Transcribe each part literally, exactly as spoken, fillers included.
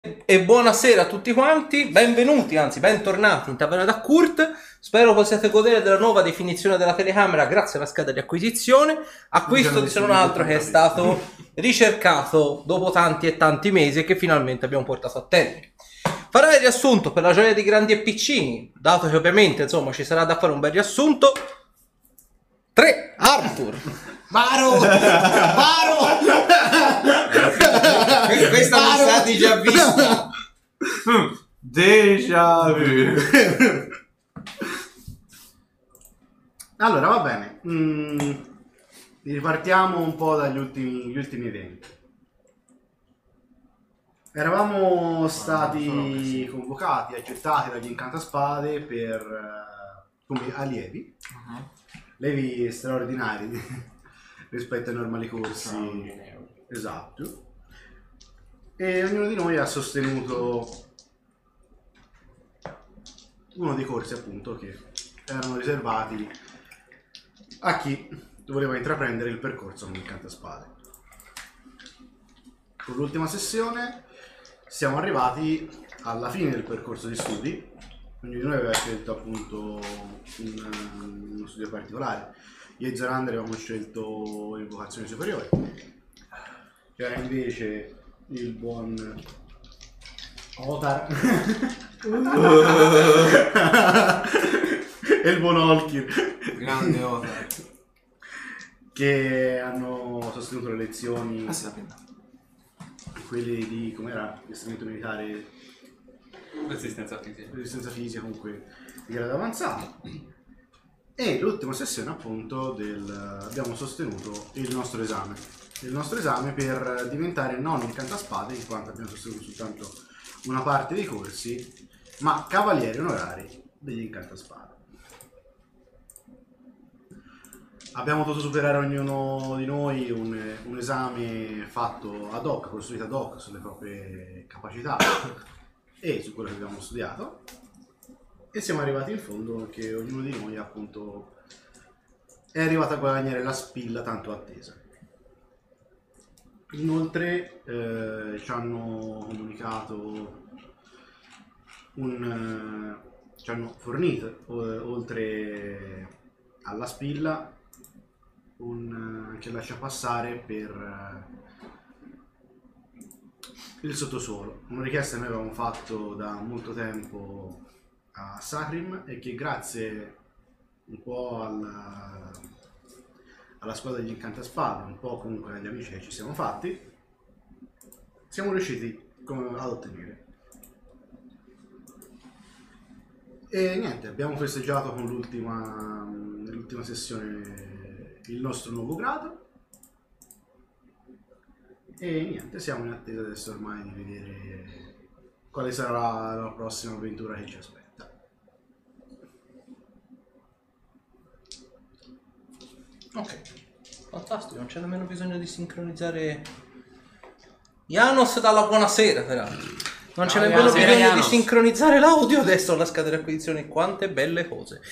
E buonasera a tutti quanti, benvenuti, anzi bentornati in Taverna da Kurt. Spero possiate godere della nuova definizione della telecamera grazie alla scheda di acquisizione, acquisto di se non altro che è stato ricercato dopo tanti e tanti mesi e che finalmente abbiamo portato a termine. Farò il riassunto per la gioia di grandi e piccini, dato che ovviamente insomma ci sarà da fare un bel riassunto. tre. Arthur. Maro! Maro! Questa mi è stata già vista. Déjà vu. Allora, va bene. Mm, ripartiamo un po' dagli ultimi, gli ultimi eventi. Eravamo stati convocati, accettati dagli Incantaspade per uh, come allievi, uh-huh. Levi straordinari rispetto ai normali corsi. Esatto. E ognuno di noi ha sostenuto uno dei corsi appunto che erano riservati a chi voleva intraprendere il percorso con il Incantaspade. Con l'ultima sessione siamo arrivati alla fine del percorso di studi. Ognuno di noi aveva scelto appunto un, uno studio particolare. Io e Zorander avevamo scelto invocazioni superiori. C'era invece il buon Otar e il buon Olkir, grande Otar, che hanno sostenuto le lezioni, ah, sì, la penna. Quelli di com'era l'estremento militare, resistenza fisica, resistenza fisica comunque di grado avanzato. E l'ultima sessione appunto del, abbiamo sostenuto il nostro esame il nostro esame per diventare non Incantaspade, in quanto abbiamo sostenuto soltanto una parte dei corsi, ma cavalieri onorari degli Incantaspade. Abbiamo dovuto superare ognuno di noi un, un esame fatto ad hoc, costruito ad hoc sulle proprie capacità e su quello che abbiamo studiato, e siamo arrivati in fondo che ognuno di noi appunto è arrivato a guadagnare la spilla tanto attesa. Inoltre eh, ci hanno comunicato un eh, ci hanno fornito o, oltre alla spilla un anche eh, lasciapassare per eh, il sottosuolo, una richiesta che noi avevamo fatto da molto tempo a Sacrim e che grazie un po' alla, alla squadra degli Incantaspade, un po' comunque agli amici che ci siamo fatti, siamo riusciti ad ottenere. E niente, abbiamo festeggiato con l'ultima nell'ultima sessione il nostro nuovo grado e niente, siamo in attesa adesso ormai di vedere quale sarà la prossima avventura che ci aspetta. Ok, fantastico, non c'è nemmeno bisogno di sincronizzare Janos dalla buonasera, peraltro. Non c'è nemmeno bisogno Janos. di sincronizzare l'audio adesso alla scheda di acquisizione, quante belle cose.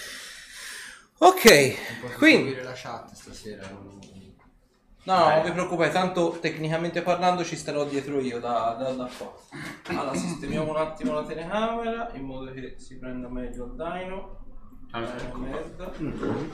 Ok, quindi la chat stasera. No, no, non vi preoccupate, tanto tecnicamente parlando ci starò dietro io da, da, da qua. Allora, sistemiamo un attimo la telecamera in modo che si prenda meglio il dino. Ah, eh, merda. Mm-hmm.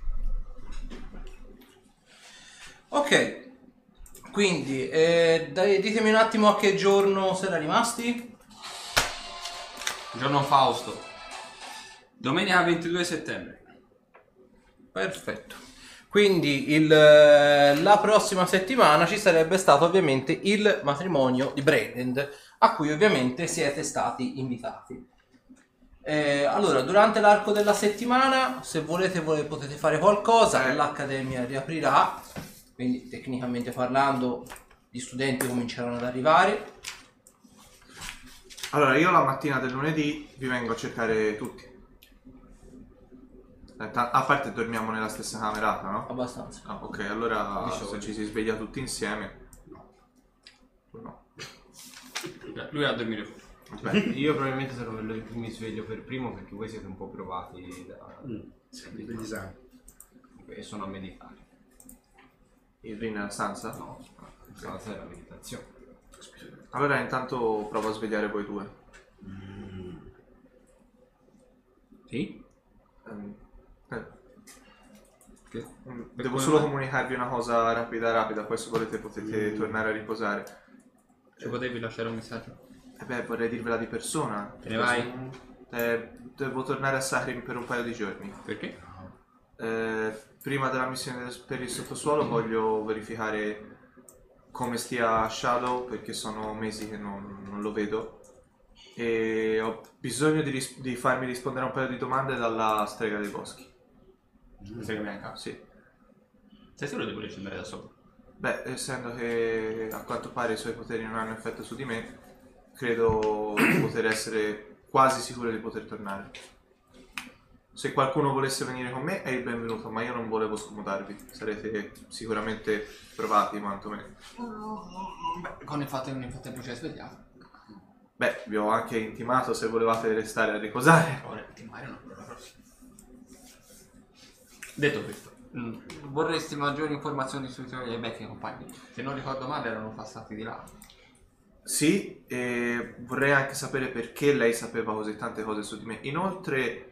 Ok, quindi eh, dai, ditemi un attimo a che giorno siete rimasti? Giorno Fausto, domenica ventidue settembre. Perfetto. Quindi il, la prossima settimana ci sarebbe stato ovviamente il matrimonio di Brandon, a cui ovviamente siete stati invitati. Eh, allora, durante l'arco della settimana, se volete, volete potete fare qualcosa, eh. l'Accademia riaprirà, quindi tecnicamente parlando gli studenti cominceranno ad arrivare. Allora, io la mattina del lunedì vi vengo a cercare tutti. A parte dormiamo nella stessa camerata, no? Abbastanza. Ah, ok, allora se ci si sveglia tutti insieme. No. No. Lui va a dormire fuori. Beh, io probabilmente sarò quello che mi sveglio per primo perché voi siete un po' provati da... Mm, sì, e sono a meditare. Il Rin nella stanza? No, la stanza è la meditazione. Allora intanto provo a svegliare voi due. Mm. Sì? Ehm, eh, Che? mm, Per Devo come solo mai? comunicarvi una cosa rapida rapida, poi se volete potete Mm. tornare a riposare. Ci potevi lasciare un messaggio? E beh, vorrei dirvela di persona. Te ne vai? Eh, devo tornare a Sahrim per un paio di giorni. Perché? Eh, prima della missione per il sottosuolo voglio verificare come stia Shadow, perché sono mesi che non, non lo vedo e ho bisogno di, ris- di farmi rispondere a un paio di domande dalla strega dei boschi. Sei bianca? Sì. Sei sicuro di volerci andare da solo? Beh, essendo che a quanto pare i suoi poteri non hanno effetto su di me, credo di poter essere quasi sicuro di poter tornare. Se qualcuno volesse venire con me è il benvenuto, ma io non volevo scomodarvi. Sarete sicuramente provati quantomeno. Beh, con il fatto che nel frattempo ci hai svegliato. Beh, vi ho anche intimato se volevate restare a riposare. Ora ultimare una parola prossima. Detto questo, mh, vorresti maggiori informazioni sui tuoi vecchi compagni? Se non ricordo male erano passati di là. Sì, e vorrei anche sapere perché lei sapeva così tante cose su di me. Inoltre,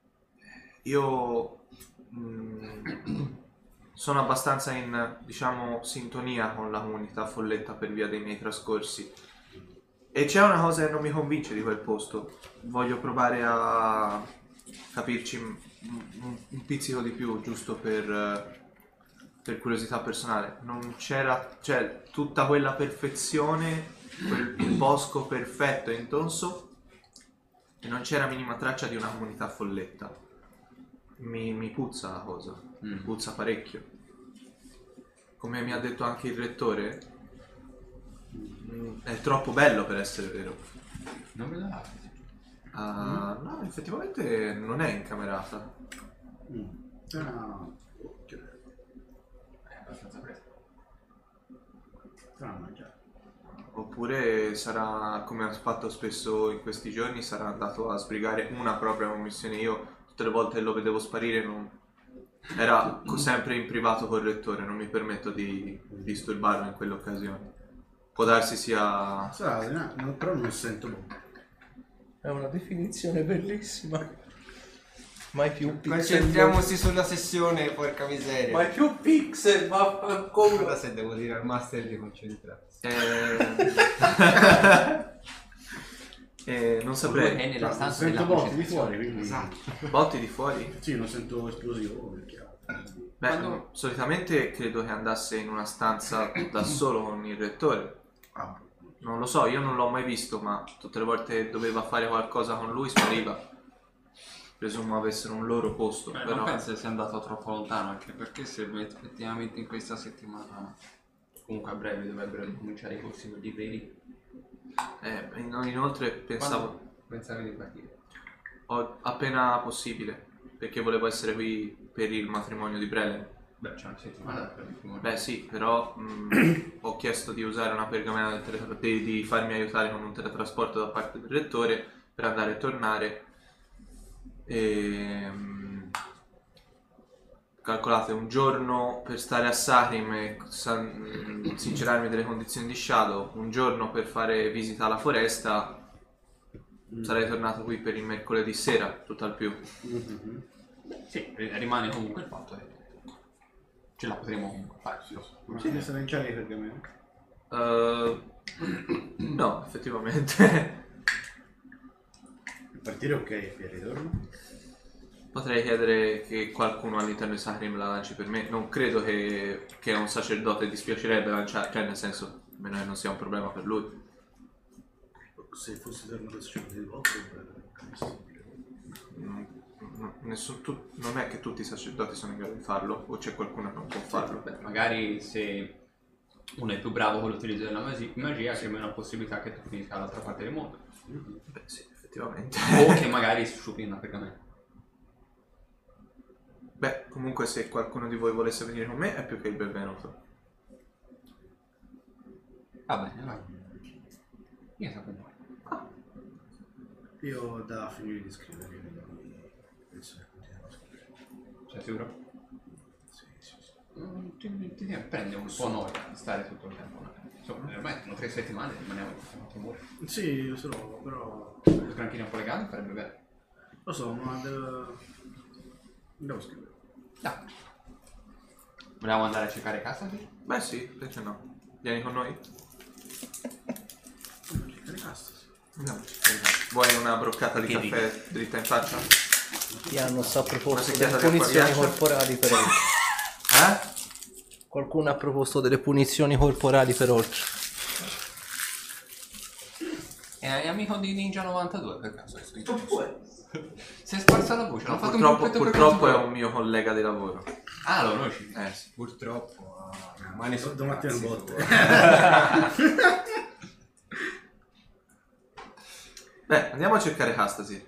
io mh, sono abbastanza in, diciamo, sintonia con la comunità folletta per via dei miei trascorsi. E c'è una cosa che non mi convince di quel posto. Voglio provare a capirci un, un- un pizzico di più, giusto per, eh, per curiosità personale. Non c'era, cioè, tutta quella perfezione, quel bosco perfetto e intonso, e non c'era minima traccia di una comunità folletta. Mi, mi puzza la cosa, mi Mm. puzza parecchio. Come mi ha detto anche il rettore, mm, è troppo bello per essere vero. Non vedo la. Ah, no, effettivamente non è incamerata. Mm. Ah, occhio. È abbastanza preso. Sarà mangiare. Oppure sarà, come ha fatto spesso in questi giorni, sarà andato a sbrigare una propria commissione. Io tutte le volte che lo vedevo sparire non... era co- sempre in privato col rettore, non mi permetto di disturbarlo in quell'occasione. Può darsi sia... Sarà, no, no, però non sento bene. È una definizione bellissima. Mai più pixel. Concentriamoci sulla sessione, porca miseria. Mai più pixel, ma Ora ancora. se devo dire al master di concentrarsi. Eh... eh, non Lui saprei. è nella No, stanza sento della botti di fuori, concentrazione. quindi... Esatto. Botti di fuori? Sì, non sento esplosivo perché... Beh, Quando- solitamente credo che andasse in una stanza da solo con il rettore. Ah, Non lo so, io non l'ho mai visto, ma tutte le volte che doveva fare qualcosa con lui spariva. Presumo avessero un loro posto, Beh, però... non penso sia andato troppo lontano, anche perché se effettivamente in questa settimana, comunque a breve dovrebbero ricominciare i corsi per liberi. Eh, in- inoltre pensavo... Quando pensavi di partire? Ho appena possibile, perché volevo essere qui per il matrimonio di Brelen. Beh, c'è una settimana per il primo. Beh sì, però mh, ho chiesto di usare una pergamena del teletra- di, di farmi aiutare con un teletrasporto da parte del rettore per andare e tornare. E, mh, calcolate un giorno per stare a Sahrim e san- mh, sincerarmi delle condizioni di Shadow, un giorno per fare visita alla foresta. Sarei tornato qui per il mercoledì sera, tutto al più. mm-hmm. Sì, rimane comunque il fatto che ce la potremo comunque fare. Ma sì, sarà in cielo per me. Uh, no, effettivamente. Partire ok, e poi ritorno. Potrei chiedere che qualcuno all'interno di Sahrim la lanci per me. Non credo che, che a un sacerdote dispiacerebbe lanciare, cioè nel senso, almeno che non sia un problema per lui. Se fosse tornato a scegliere di volte, Non, non- nessun- tu- non è che tutti i sacerdoti sono in grado di farlo, o c'è qualcuno che non può farlo. Beh, magari se uno è più bravo con l'utilizzo della magi- magia, c'è meno possibilità che tu finisca dall'altra parte del mondo. Beh sì, effettivamente. O che magari sciupi una pergamena. Beh, comunque se qualcuno di voi volesse venire con me è più che il benvenuto. Va bene, vai. Io so come. io ho da finire di scrivere, quindi penso che continuerò a scrivere. Sei sicuro? Sì, sì, sì. Mm, Ti, ti, ti prende un po' noia stare tutto il tempo. Insomma, ormai sono tre settimane, rimaniamo in questo timore. Sì, lo so, però... Due tranchini un po' legati farebbe bene. Lo so, ma devo... Devo scrivere. Dai. Vogliamo andare a cercare casa? Sì? Beh sì, perché no? Vieni con noi? Cercare cassa, sì. Andiamo. Vuoi una broccata di Che caffè dritta in faccia? Piano ha proposto Una delle secchiata di punizioni acquaviaggio? corporali per oltre. Eh? Qualcuno ha proposto delle punizioni corporali per oltre. È amico di Ninja novantadue per caso? È scritto. Si è sparsa la voce, No, l'ho fatto un purtroppo gruppetto per purtroppo è caso. un mio collega di lavoro. Ah, lo conosci? Eh sì. Purtroppo ha mani su Domattina il cazzi, botte. Beh, andiamo a cercare Castasi.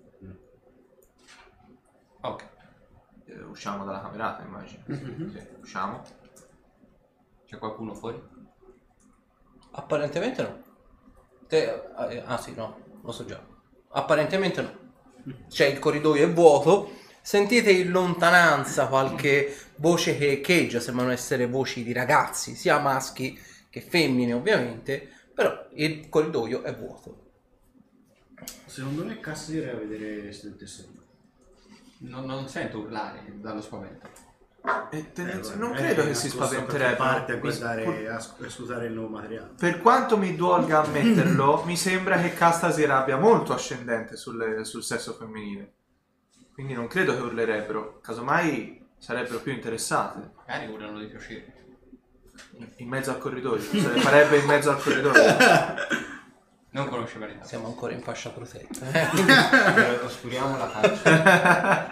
Ok. Eh, usciamo dalla camerata, immagino. Sì, usciamo. C'è qualcuno fuori? Apparentemente no. Te, eh, ah sì, no, lo so già. Apparentemente no. Cioè il corridoio è vuoto. Sentite in lontananza qualche voce che echeggia, sembrano essere voci di ragazzi, sia maschi che femmine ovviamente, però il corridoio è vuoto. Secondo me cassa direi a vedere studentessa. Non, non sento urlare dallo spavento. E tendenzi- Eh, non magari credo che è si nascosto spaventerebbe. a parte a Mi- guardare, pur- a sc- a scusare il nuovo materiale. Per quanto mi duolga ammetterlo, mi sembra che Castasi abbia molto ascendente sulle- sul sesso femminile. Quindi non credo che urlerebbero. Casomai sarebbero più interessate. Magari urlano di piacere. In mezzo al corridoio. Se le farebbe in mezzo al corridoio. Non conosce bene. Siamo ancora in fascia protetta. eh. Però oscuriamo la faccia.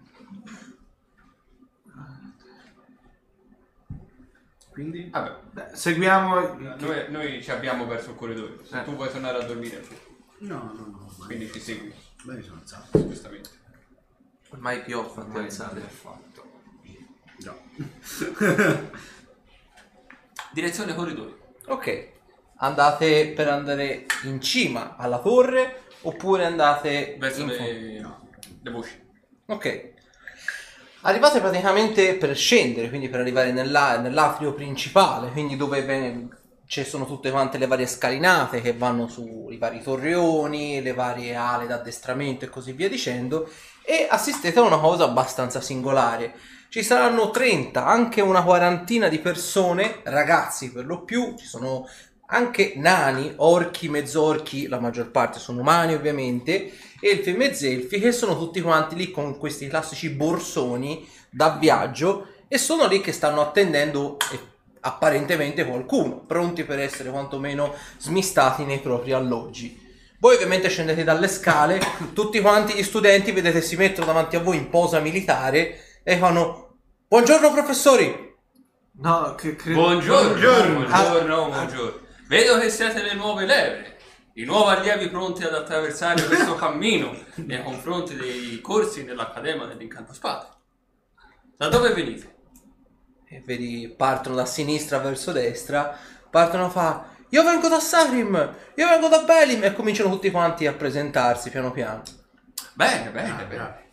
Quindi? Vabbè, Beh, seguiamo. noi, noi ci abbiamo verso il corridoio. Se Eh. tu vuoi tornare a dormire, No, no, no. ma- quindi ci segui, Beh, mi sono alzato. giustamente. Ormai pioffa ti alzate. Già. Direzione corridoio. Ok, andate per andare in cima alla torre oppure andate Verso in fondo? le, le voci. Ok. Arrivate praticamente per scendere, quindi per arrivare nella- nell'atrio principale, quindi dove ve- ci sono tutte quante le varie scalinate che vanno sui vari torrioni, le varie ale d'addestramento e così via dicendo, e assistete a una cosa abbastanza singolare. Ci saranno trenta, anche una quarantina di persone, ragazzi per lo più, ci sono anche nani, orchi, mezzorchi, la maggior parte sono umani ovviamente, elfi e mezzelfi che sono tutti quanti lì con questi classici borsoni da viaggio e sono lì che stanno attendendo eh, apparentemente qualcuno, pronti per essere quantomeno smistati nei propri alloggi. Voi ovviamente scendete dalle scale, tutti quanti gli studenti vedete si mettono davanti a voi in posa militare e fanno buongiorno professori! No, che credo. Buongiorno, Buongiorno. buongiorno, buongiorno. Vedo che siete le nuove leve, i nuovi allievi pronti ad attraversare questo cammino nei confronti dei corsi nell'Accademia dell'Incanto Spade. Da dove venite? E vedi, partono da sinistra verso destra, partono a fa io vengo da Sarim, io vengo da Belim e cominciano tutti quanti a presentarsi piano piano. Bene, bene, Ah, bene. bravo.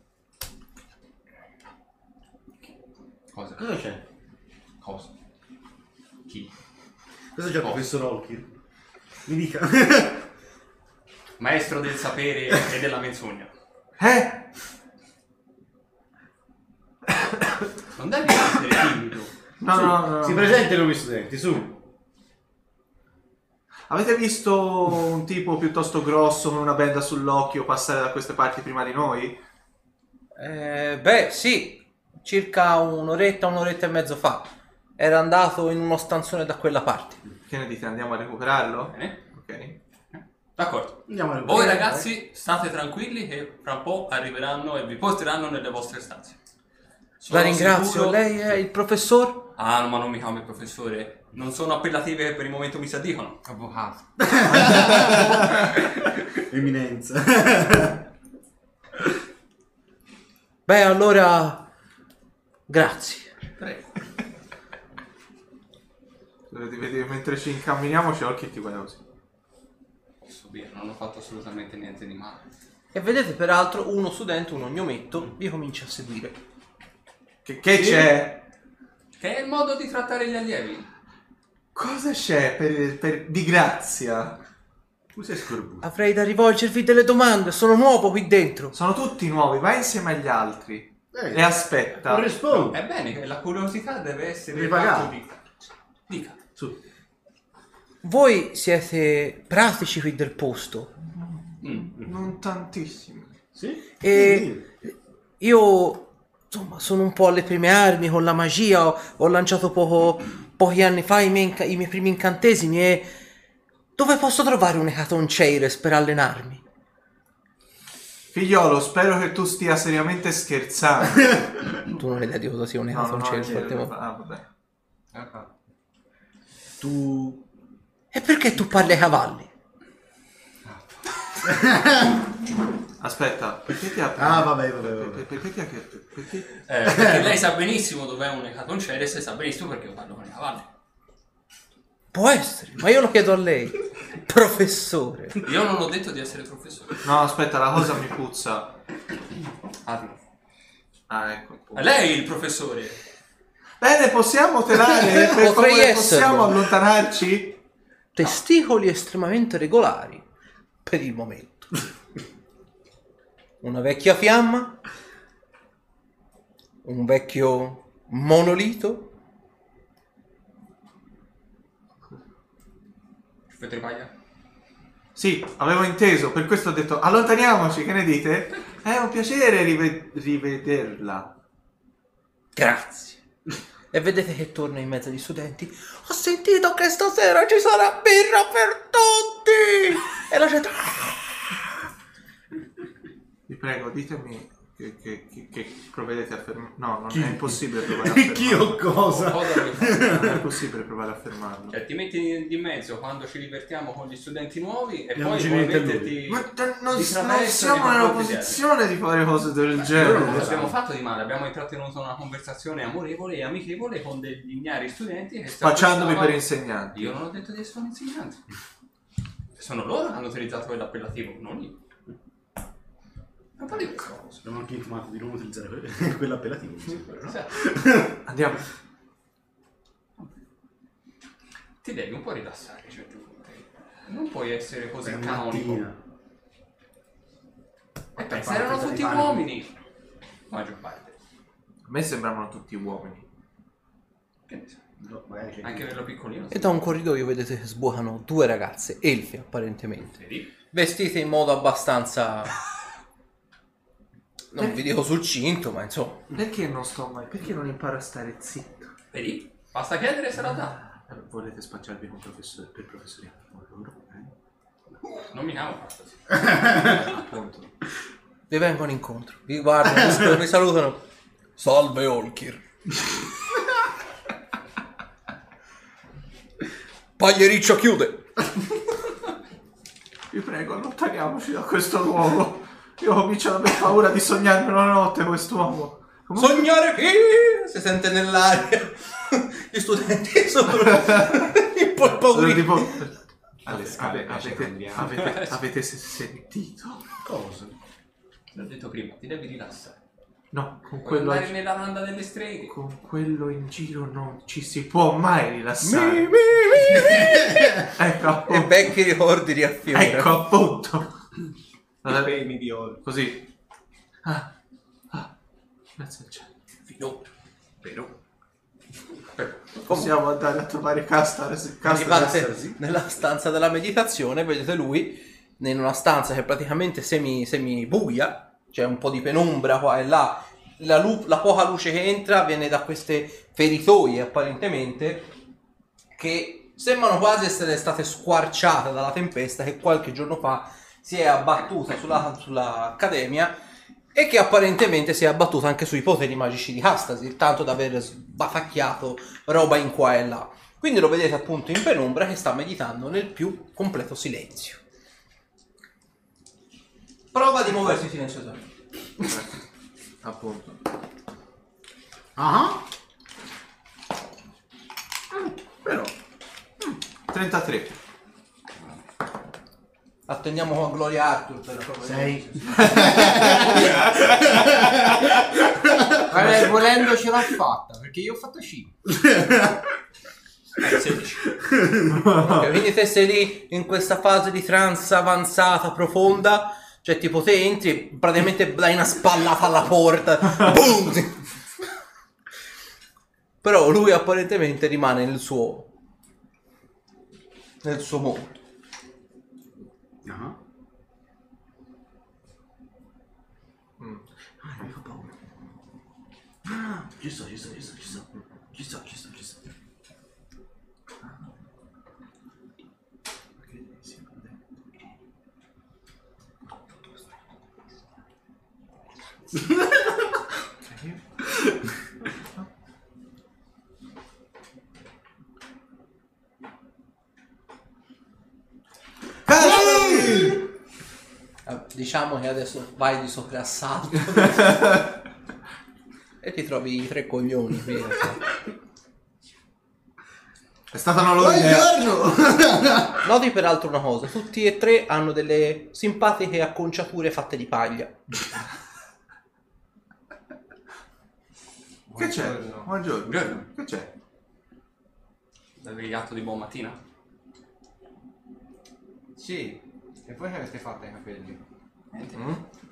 Cosa? Cosa c'è? Cosa? Chi? Cosa c'è il professor Holkin? Mi dica. Maestro del sapere e della menzogna. Eh? Non devi essere timido. No, Su, no, no. Si presenti i nuovi studenti, su. Avete visto un tipo piuttosto grosso con una benda sull'occhio passare da queste parti prima di noi? Eh, beh, sì, circa un'oretta, un'oretta e mezzo fa. Era andato in uno stanzone da quella parte. Che ne dite? Andiamo a recuperarlo? Bene? Ok. D'accordo. Andiamo a Voi ragazzi state tranquilli che fra un po' arriveranno e vi porteranno nelle vostre stanze. Sono La ringrazio, sicuro- lei è il professor? Ah, no, ma non mi chiamo il professore. Non sono appellative che per il momento mi si addicono. Avvocato. Eminenza. Beh, allora grazie. Prego. Vedi, vedi, mentre ci incamminiamo c'è occhi ti guarda così. Posso dire, non ho fatto assolutamente niente di male. E vedete peraltro uno studente, uno gnometto, vi comincia a seguire. Che, che Sì. c'è? Che è il modo di trattare gli allievi. Cosa c'è per, per di grazia? Tu sei scorbuto. Avrei da rivolgervi delle domande, sono nuovo qui dentro. Sono tutti nuovi, vai insieme agli altri. Eh, E aspetta. Corrisponde. È bene che la curiosità deve essere Ripagata. fatto di... Dica. Su. Voi siete pratici qui del posto Mm. Non tantissimo. Sì? e io insomma sono un po' alle prime armi con la magia, ho, ho lanciato poco, pochi anni fa i miei, inca- i miei primi incantesimi e dove posso trovare un Hecaton Ceres per allenarmi? Figliolo, spero che tu stia seriamente scherzando. Tu non hai idea di cosa sia un No, Hecaton no, no, Ceres? è Fattemo- vero. Ah, vabbè. Ah, Tu... E perché tu parli ai cavalli? Aspetta, perché ti ha... Ah, vabbè, vabbè, Per- vabbè. Perché ti ha chiesto? Perché... Eh, perché lei sa benissimo dov'è un Hecaton Ceres e sa benissimo perché io parlo con i cavalli. Può essere, ma io lo chiedo a lei, professore. Io non ho detto di essere professore. No, aspetta, la cosa mi puzza. Ah, Ah, ecco. appunto. lei è il professore. Bene, possiamo telare? Per Potrei favore, esserlo. possiamo allontanarci? Testicoli estremamente regolari, per il momento. Una vecchia fiamma, un vecchio monolito, Vetripaglia. Sì, avevo inteso, per questo ho detto allontaniamoci, che ne dite? È un piacere rive- rivederla. grazie. E vedete che torna in mezzo agli studenti. Ho sentito che stasera ci sarà birra per tutti! E la gente... Vi prego, ditemi che, che, che, che provvedete a fermarlo. No, non Chi? è impossibile provare a fermarlo. Chi o cosa? Cosa mi fa? Non è possibile provare a fermarlo. Cioè, ti metti di mezzo quando ci divertiamo con gli studenti nuovi e E non poi ci vuoi mette lui. metterti Ma t- non, di non traverso siamo nei nella confronti di altri. posizione di fare cose del Non genere. abbiamo fatto di male, abbiamo intrattenuto una conversazione amorevole e amichevole con degli ignari studenti che Spacciandomi per stavano- insegnanti. Io non ho detto di essere un insegnante. Sono loro che hanno utilizzato quell'appellativo, non io. Non parli di questa cosa. Abbiamo anche intimato di non utilizzare que- quell'appellativo. mi sembra, no? Esatto. Andiamo. Ti devi un po' rilassare certe volte. Non puoi essere così È canonico. mattina. E pensa, erano tutti uomini. Maggior parte. A me sembravano tutti uomini. Che ne so. No, magari che- Anche quello piccolino. E da un corridoio vedete che sbucano due ragazze, elfe apparentemente, Vedi? vestite in modo abbastanza... non vi dico succinto, ma insomma... Perché non sto mai? Perché non imparo a stare zitto? Vedi? Basta chiedere se la dà. Ah, volete spacciarvi con professore, per professori con loro? Eh? Non mi chiamo Fantasy. Appunto. Vi vengono incontro, vi guardano, vi salutano. Salve Olkir. Pagliericcio chiude. Vi prego, allontaniamoci da questo luogo. Io comincio ad avere paura di sognarmi una notte quest'uomo. Comunque- Sognare chi? Si sente nell'aria. Gli studenti sono un po' Sono pauriti. tipo... Alle scale Ave- invece avete, cambiamo. avete, avete se- sentito? Cosa? L'ho detto prima, ti devi rilassare. No, con Puoi quello, andare nella landa delle streghe. con quello in giro non ci si può mai rilassare. Mi, mi, mi, mi. Ecco E appunto. vecchi ricordi riaffiorano. Ecco appunto. Allora, Premi di oro. così. Ah, ah, grazie al cielo. Finora. Però. Possiamo andare a trovare Castar. Castar Arrivate nella stanza della meditazione, vedete lui in una stanza che è praticamente semi, semi buia, c'è un po' di penombra qua e là, la, lu- la poca luce che entra viene da queste feritoie apparentemente che sembrano quasi essere state squarciate dalla tempesta che qualche giorno fa si è abbattuta sulla, sulla accademia e che apparentemente si è abbattuta anche sui poteri magici di Hastasir, tanto da aver sbatacchiato roba in qua e là. Quindi lo vedete appunto in penombra che sta meditando nel più completo silenzio. Prova di muoversi silenziosamente. Appunto. Ah, Però. trentatré. Attendiamo a Gloria Arthur per la prova. sei. Vabbè, volendo ce l'ha fatta, perché io ho fatto cinque. Eh, sedici. Ok, quindi te sei lì in questa fase di trance avanzata, profonda, cioè tipo te entri, praticamente dai una spallata alla porta, boom! Però lui apparentemente rimane nel suo nel suo mondo. Ah. Mm. Ah, mi fa paura. Ah, ci sto, ci sto, ci sto, ci sto. Ci sto, ci sto, ci sto. Eh, Diciamo che adesso vai di soprassalto e ti trovi i tre coglioni qui. È stata una loro idea. Buongiorno! Noti peraltro una cosa, tutti e tre hanno delle simpatiche acconciature fatte di paglia. Che c'è? Buongiorno. Buongiorno. Buongiorno. Che c'è? Avevi atto di buon mattina? Sì. E poi che avete fatto ai capelli? Mm?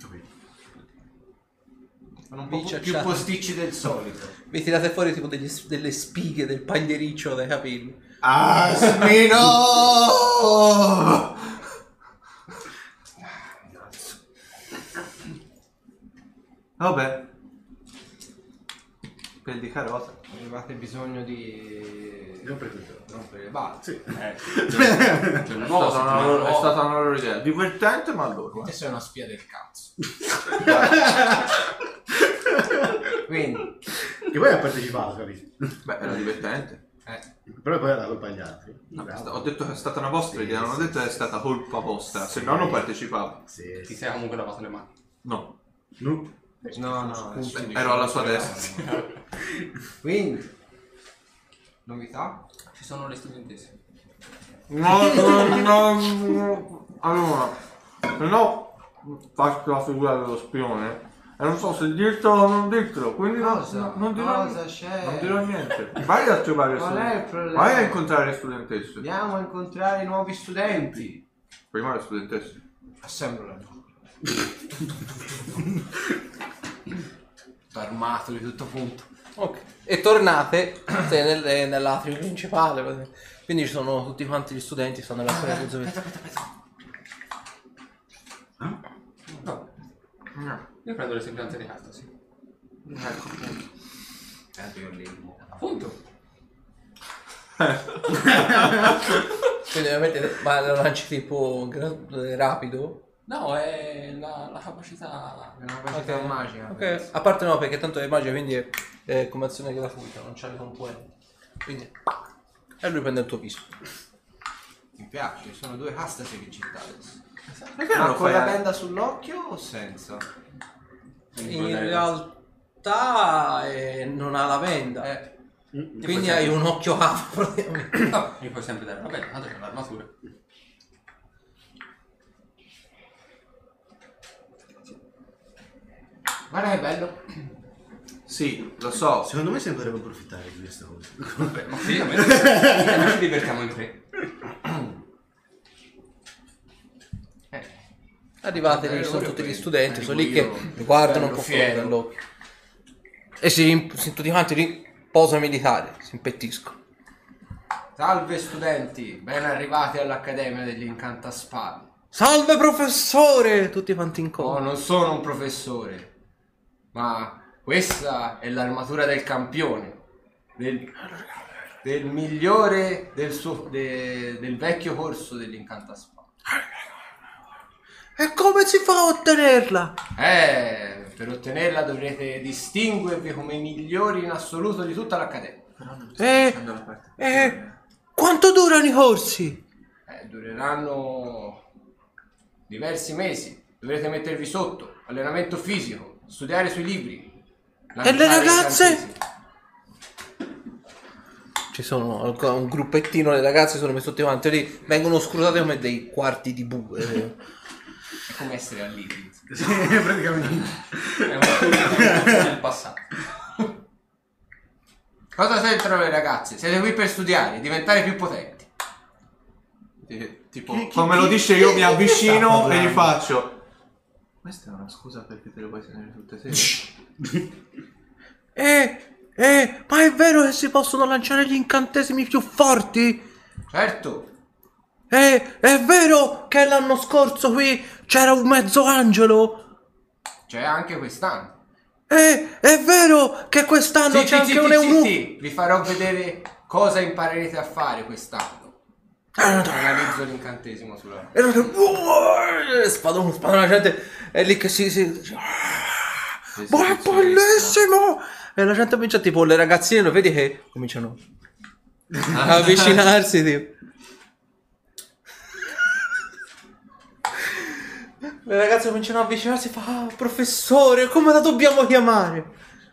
Sono un po' Bici più acciate. posticci del solito. Vi tirate fuori tipo degli- delle spighe del pagliericcio dai capelli. Asmino! Vabbè. Pel di carota. Avevate bisogno di Rompere tutto. rompere le balle. Sì. Eh, c'è una È nuova stata, una settimana loro, è nuova. stata una loro idea. Divertente ma loro. Te eh. sei una spia del cazzo. Quindi, Che poi ha partecipato, capito? Beh, era divertente. eh, Però poi era colpa agli altri. No, Bravo. ho detto che è stata una vostra Sì, idea, non ho sì. detto che è stata colpa vostra, se Sì. no non partecipavo. Sì, Ti sì. sei comunque lavato le mani. No. No. no, no, nessuno ero alla sua dice- destra. Quindi, novità? Ci sono le studentesse. No, no, no, no. Allora, se no faccio la figura dello spione e non so se dirtelo o non dirtelo, quindi no- Cosa? no- non, dirò, Cosa c'è? non dirò niente. Vai a trovare le Qual è il studentesse. problema? Vai a incontrare le studentesse. Andiamo a incontrare i nuovi studenti. Prima le studentesse. Assemblo la tutto armato di tutto punto. Ok. E tornate siete nel- nell'atrio principale. Quindi ci sono tutti quanti gli studenti, stanno nella sala di Zovetta. No. No. Io prendo le sembianze di carta, sì. Ecco. Tanto io lì. Appunto. Quindi ovviamente ma lo lanci tipo gra- rapido. No, è la, la capacità... È una capacità Ok. magica. Ok, a parte no, perché tanto è magia, quindi è, è come azione gratuita, non c'ha le componenti. Quindi. E lui prende il tuo piso. Mi piace, ci sono due castasi che città adesso. Perché non Ma lo con fai? la benda sull'occhio o senza? In realtà eh, non ha la venda. Eh, Quindi hai un occhio cavo praticamente. No, mi puoi sempre dare la bella, tanto c'è l'armatura. guarda che bello. Sì, lo so. Secondo me se ne potrebbe approfittare di questa cosa. Beh, ma sì, a me noi ci divertiamo in tre. Eh, Arrivate lì, Eh, sono io tutti gli quello, studenti, sono lì che io li guardano un bello po' fuori fiero. dall'occhio. E si, rim- si tutti quanti lì, posa militare, si impettiscono. salve studenti, ben arrivati all'Accademia degli Incantaspadi. Salve professore! Tutti quanti in Oh, coda. non sono un professore, ma questa è l'armatura del campione, del, del migliore del, suo, de- del vecchio corso degli Incantaspadi. E come si fa a ottenerla? Eh, per ottenerla dovrete distinguervi come i migliori in assoluto di tutta l'Accademia. E, e quanto durano i corsi? Eh, dureranno diversi mesi. Dovrete mettervi sotto, allenamento fisico, studiare sui libri. E le lanciare ragazze? incantesimi. Ci sono ancora un gruppettino, le ragazze sono messe tutti quanti lì, vengono scrutate come dei quarti di bue. È come essere al libri. Sì, praticamente. È una cosa del passato. Cosa c'entrano le ragazze? Siete qui per studiare, diventare più potenti. E, tipo, Chi- chi- come chi- lo dice chi- io chi mi sta avvicino e parlando? gli faccio. Questa è una scusa perché te le puoi tenere tutte te. Eh, eh, ma è vero che si possono lanciare gli incantesimi più forti? Certo. Eh, è vero che l'anno scorso qui c'era un mezzo angelo? C'è anche quest'anno. Eh, è vero che quest'anno c'è anche un eunuco? Vi farò vedere cosa imparerete a fare quest'anno. Analizzo l'incantesimo sulla... E allora, spadone, spadone, la gente è lì che si... si... Ma è bellissimo! E la gente comincia, tipo, le ragazzine, lo vedi che cominciano a avvicinarsi, tipo. Le ragazze cominciano a avvicinarsi e fa, ah, professore, come la dobbiamo chiamare?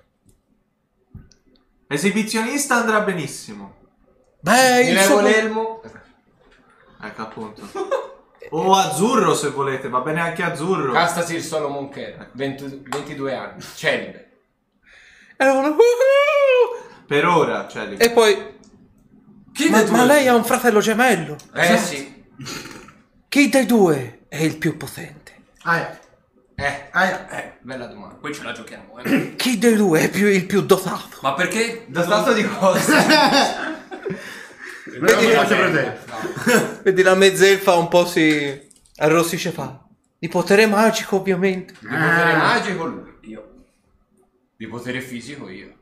Esibizionista andrà benissimo. Beh, Mi il levo suo... l'elmo. Ecco appunto. O azzurro se volete, va bene anche azzurro. Castasir Solomon Kerr, venti ventidue anni, celibe. E loro, "Uhuh!" Per ora, cioè lì. E poi... Chi Ma, dei due? ma lei ha un fratello gemello. Eh sì. Chi dei due è il più potente? Aia. Eh, Aia. eh, bella domanda. Qui ce la giochiamo, eh. Chi dei due è più, il più dotato? Ma perché? Dotato di cosa? Vedi che faccio vedere. Vedi la mezzelfa un po' si arrossisce, fa di potere magico, ovviamente. Di potere Ah. magico lui, io. Di potere fisico io.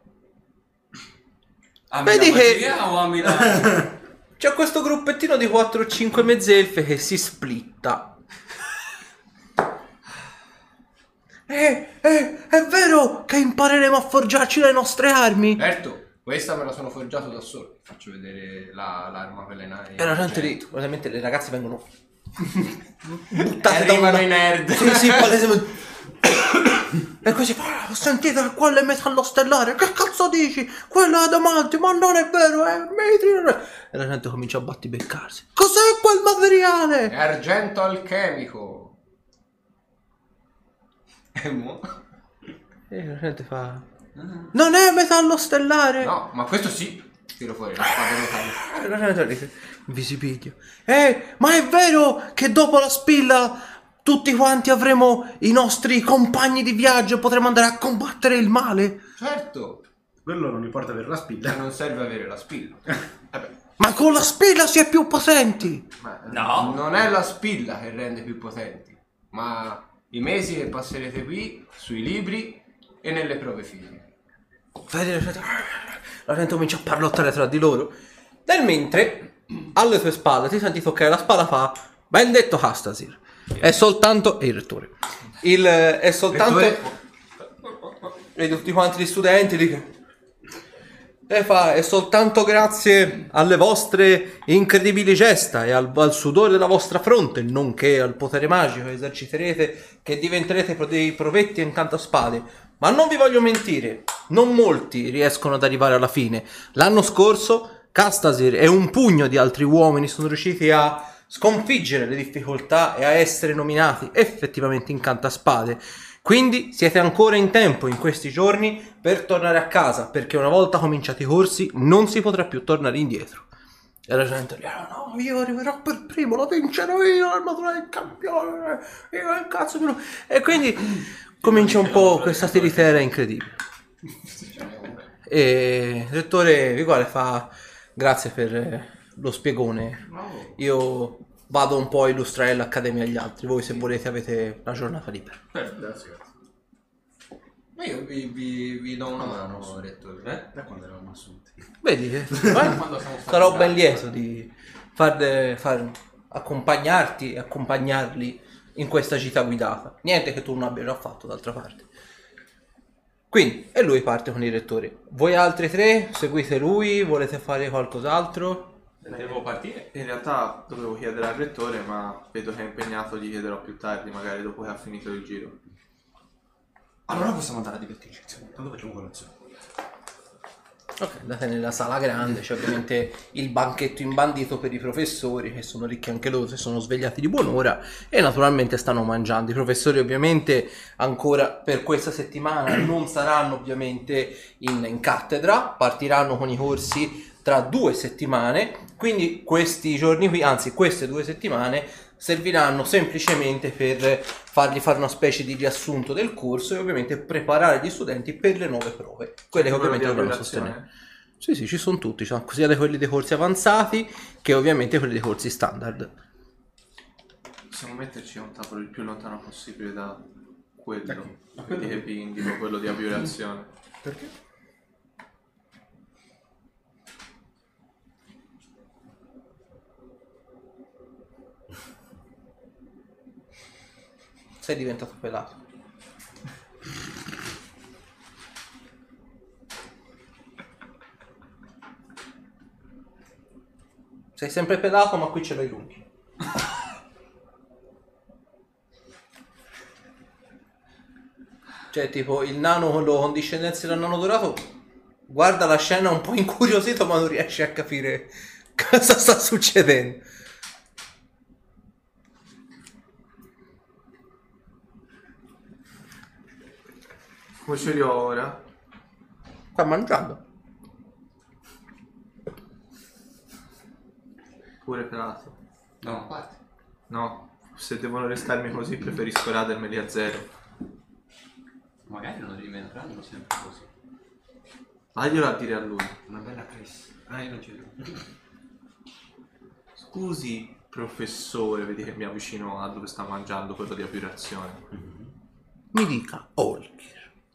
Ami Vedi la che- magia o ami la... C'è questo gruppettino di quattro o cinque mezzelfe che si splitta. Eh, eh, è vero che impareremo a forgiarci le nostre armi? Certo, questa me la sono forgiato da solo. Faccio vedere la- l'arma per le navi. E la gente lì, ovviamente le ragazze vengono buttate da Arrivano una... i nerd. Sì, sì, palesemente. E così fa, ho sentito quello è metallo stellare, che cazzo dici? Quello è adamante, ma non è vero, è mitrio. E la gente comincia a battibeccarsi. Cos'è quel È materiale? argento alchemico. E mo? E la gente fa, non è metallo stellare. No, ma questo sì. Tiro fuori la spada metallica. E la gente lì, visibilio. Eh, ma è vero che dopo la spilla tutti quanti avremo i nostri compagni di viaggio e potremo andare a combattere il male? Certo. Quello non importa per la E spilla. non serve avere la spilla. Vabbè. Ma con la spilla si è più potenti. Ma No. non è la spilla che rende più potenti, ma i mesi che passerete qui sui libri e nelle prove fisiche. Vedi, la gente, la gente comincia a parlottare tra di loro. Nel mentre, alle tue spalle, ti senti toccare la spada, fa, ben detto Castasir. È soltanto... E il rettore. Il, è soltanto... Rettore? E tutti quanti gli studenti lì che... E fa, è soltanto grazie alle vostre incredibili gesta e al, al sudore della vostra fronte, nonché al potere magico che eserciterete, che diventerete pro- dei provetti e incantaspade. Ma non vi voglio mentire, non molti riescono ad arrivare alla fine. L'anno scorso Castasir e un pugno di altri uomini sono riusciti a sconfiggere le difficoltà e a essere nominati effettivamente incantaspade. Quindi siete ancora in tempo in questi giorni per tornare a casa, perché una volta cominciati i corsi non si potrà più tornare indietro. E la gente lì, "Ah, no, io arriverò per primo, lo vincerò io, l'armatura del campione, io il cazzo mio". E quindi comincia un po' questa tiritera incredibile. E il rettore Vigore fa, grazie per eh, lo spiegone, io vado un po' a illustrare l'accademia agli altri, voi se volete avete la giornata libera. Grazie, grazie. Ma io vi, vi, vi do una mano, rettore. Eh? Da quando eravamo assunti? Vedi che Quando siamo stati sarò ben bravi. lieto di far, far accompagnarti e accompagnarli in questa gita guidata. Niente che tu non abbia già fatto d'altra parte. Quindi, e lui parte con il rettore. Voi altri tre, seguite lui, volete fare qualcos'altro? Devo partire? In realtà dovevo chiedere al rettore, ma vedo che è impegnato, gli chiederò più tardi, magari dopo che ha finito il giro. Allora possiamo andare a divertirci. Tanto facciamo colazione. Ok, andate nella sala grande, c'è ovviamente il banchetto imbandito per i professori, che sono ricchi anche loro, si sono svegliati di buon'ora e naturalmente stanno mangiando. I professori ovviamente ancora per questa settimana non saranno ovviamente in, in cattedra, partiranno con i corsi tra due settimane, quindi questi giorni qui, anzi queste due settimane, serviranno semplicemente per fargli fare una specie di riassunto del corso e ovviamente preparare gli studenti per le nuove prove, quelle che ovviamente dovranno sostenere. Sì, sì, ci sono tutti, cioè, sia di quelli dei corsi avanzati che ovviamente quelli dei corsi standard. Possiamo metterci a un tavolo il più lontano possibile da quello, quindi che vi indico, quello di abiurazione. Perché? Sei diventato pelato. Sei sempre pelato, ma qui ce l'hai lunghi. Cioè, tipo, il nano, quello con discendenze del nano dorato, guarda la scena un po' incuriosito, ma non riesce a capire cosa sta succedendo. Come ce li ho ora? Sta mangiando. Pure pelato. No, parte. No, se devono restarmi così preferisco radermeli a zero. Magari non diventeranno sempre così. Vaglielo a dire a lui. Una bella Chris. Ah, io non ci vedo. Scusi, professore, vedi che mi avvicino a dove sta mangiando quello di abiurazione. Mi dica, Olkir.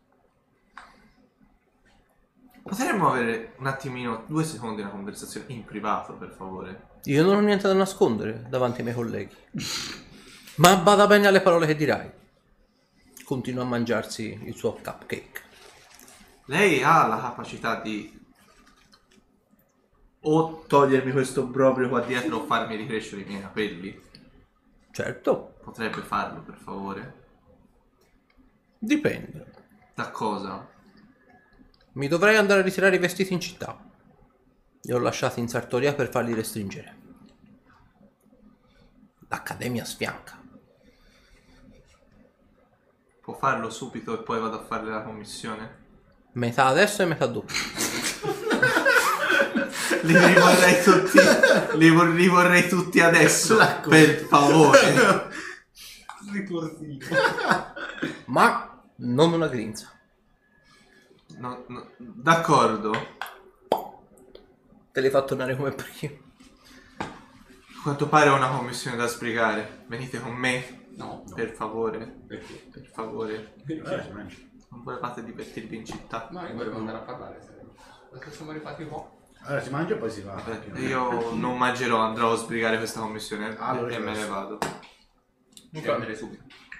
Potremmo avere un attimino, due secondi, una conversazione in privato, per favore? Io non ho niente da nascondere davanti ai miei colleghi. Ma bada bene alle parole che dirai. Continua a mangiarsi il suo cupcake. Lei ha la capacità di o togliermi questo obbrobrio qua dietro o farmi ricrescere i miei capelli? Certo, Potrebbe farlo, per favore? dipende. Da cosa? Mi dovrei andare a ritirare i vestiti in città. Li ho lasciati in sartoria per farli restringere. L'accademia sfianca. Può farlo subito e poi vado a fare la commissione? Metà adesso e metà dopo. Li rivorrei tutti, li vor- li vorrei tutti adesso, per favore. Ma non una grinza. No, no, d'accordo. Te li fa tornare come prima. A quanto pare ho una commissione da sbrigare. Venite con me, No, per favore. perché? Per favore. Allora si mangia. Non volevate divertirvi in città? Ma io volevo andare a parlare. Perché siamo arrivati qua. Allora si mangia e poi si va. Vabbè, io non mangerò, andrò a sbrigare questa commissione Allora, e me ne adesso. vado. Mi prendere subito.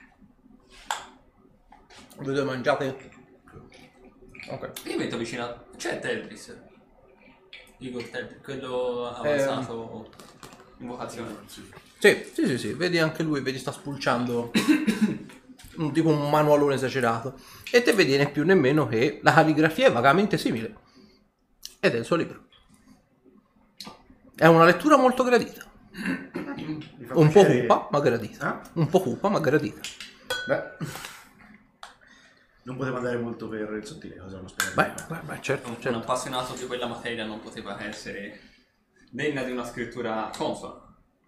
Voi due mangiate? Ok. Io metto vicino a... C'è Tetris. Igor Tetris, quello avanzato in vocazione. Sì, sì, sì, sì, vedi anche lui, vedi sta spulciando un, tipo un manualone esagerato. E te vedi né più né meno che la calligrafia è vagamente simile. Ed è il suo libro. È una lettura molto gradita. Mi fa Un po' piacere- cupa, ma gradita. Eh? Un po' cupa, ma gradita. Beh. Non poteva andare molto per il sottile, cosa non spiegare. Beh, beh, beh, certo, Un, un certo. appassionato di quella materia non poteva essere degna di una scrittura consona.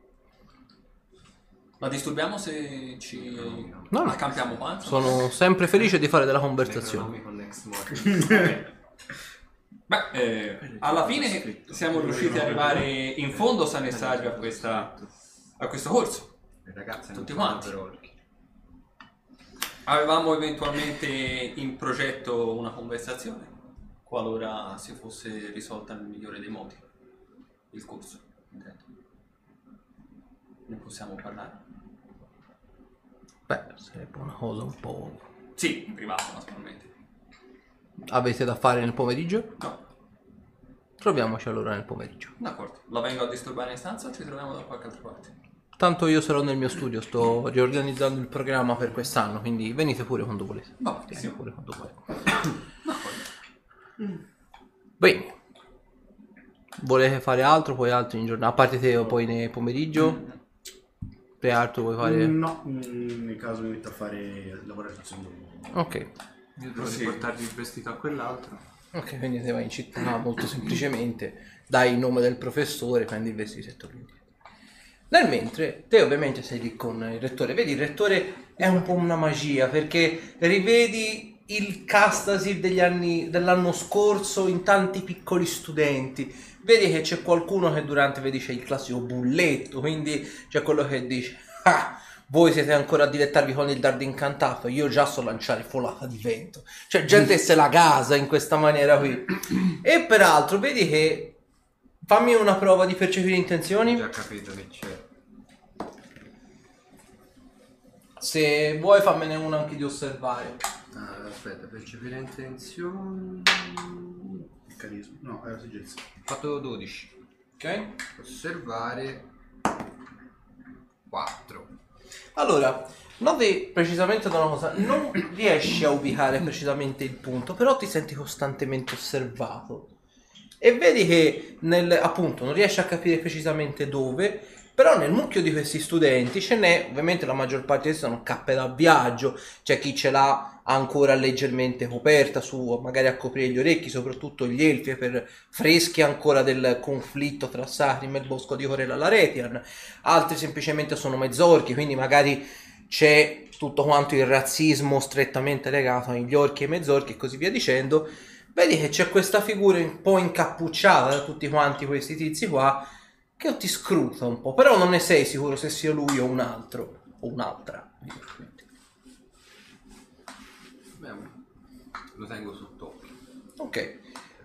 La disturbiamo se ci no. accampiamo qua? Sono sempre felice di fare della conversazione. Con Next Morning. Beh, eh, alla fine siamo riusciti ad arrivare in fondo sanitario a, questa, a questo corso. Le ragazze Tutti non quanti. sono per orchi. Avevamo eventualmente in progetto una conversazione, qualora si fosse risolta nel migliore dei modi il corso. intendo. Ne possiamo parlare? Beh, sarebbe una cosa un po'... Sì, in privato naturalmente. Avete da fare nel pomeriggio? No, Troviamoci allora nel pomeriggio. d'accordo. La vengo a disturbare in stanza o ci troviamo da qualche altra parte? Tanto io sarò nel mio studio, sto riorganizzando il programma per quest'anno, quindi venite pure quando volete. Va Venite benissimo. pure quando volete. D'accordo. Bene. Volete fare altro? Poi altro in giornata? A parte te poi nel pomeriggio? Per altro vuoi fare? No, mm, nel caso mi metto a fare lavorare sul secondo turno. Ok. Io devo Sì. riportargli il vestito a quell'altro. Ok, quindi te vai in città molto semplicemente, dai il nome del professore, prendi il vestito e torni indietro. Nel mentre, te ovviamente sei lì con il rettore, vedi il rettore è un po' una magia perché rivedi il Castasir degli anni, dell'anno scorso in tanti piccoli studenti, vedi che c'è qualcuno che durante, vedi c'è il classico bulletto, quindi c'è quello che dice ah, voi siete ancora a dilettarvi con il dardo incantato, io già so lanciare folata di vento, cioè gente che se la gasa in questa maniera qui. E peraltro vedi che fammi una prova di percepire intenzioni. Ho già capito che c'è. Se vuoi fammene una anche di osservare. Ah, aspetta, percepire intenzioni. Il carisma. No, è la saggezza. Ho fatto dodici. Ok? Osservare quattro. Allora, noti precisamente da una cosa, non riesci a ubicare precisamente il punto, però ti senti costantemente osservato. E vedi che nel, appunto non riesci a capire precisamente dove, però nel mucchio di questi studenti ce n'è, ovviamente la maggior parte di essi sono cappe da viaggio, c'è chi ce l'ha ancora leggermente coperta su, magari a coprire gli orecchi, soprattutto gli elfi per freschi ancora del conflitto tra Sarim e il bosco di Corella Laretian, altri semplicemente sono mezzorchi, quindi magari c'è tutto quanto il razzismo strettamente legato agli orchi e ai mezzorchi e così via dicendo. Vedi che c'è questa figura un po' incappucciata da tutti quanti questi tizi qua che ti scruta un po', però non ne sei sicuro se sia lui o un altro o un'altra. Beh, lo tengo sott'occhio. Ok.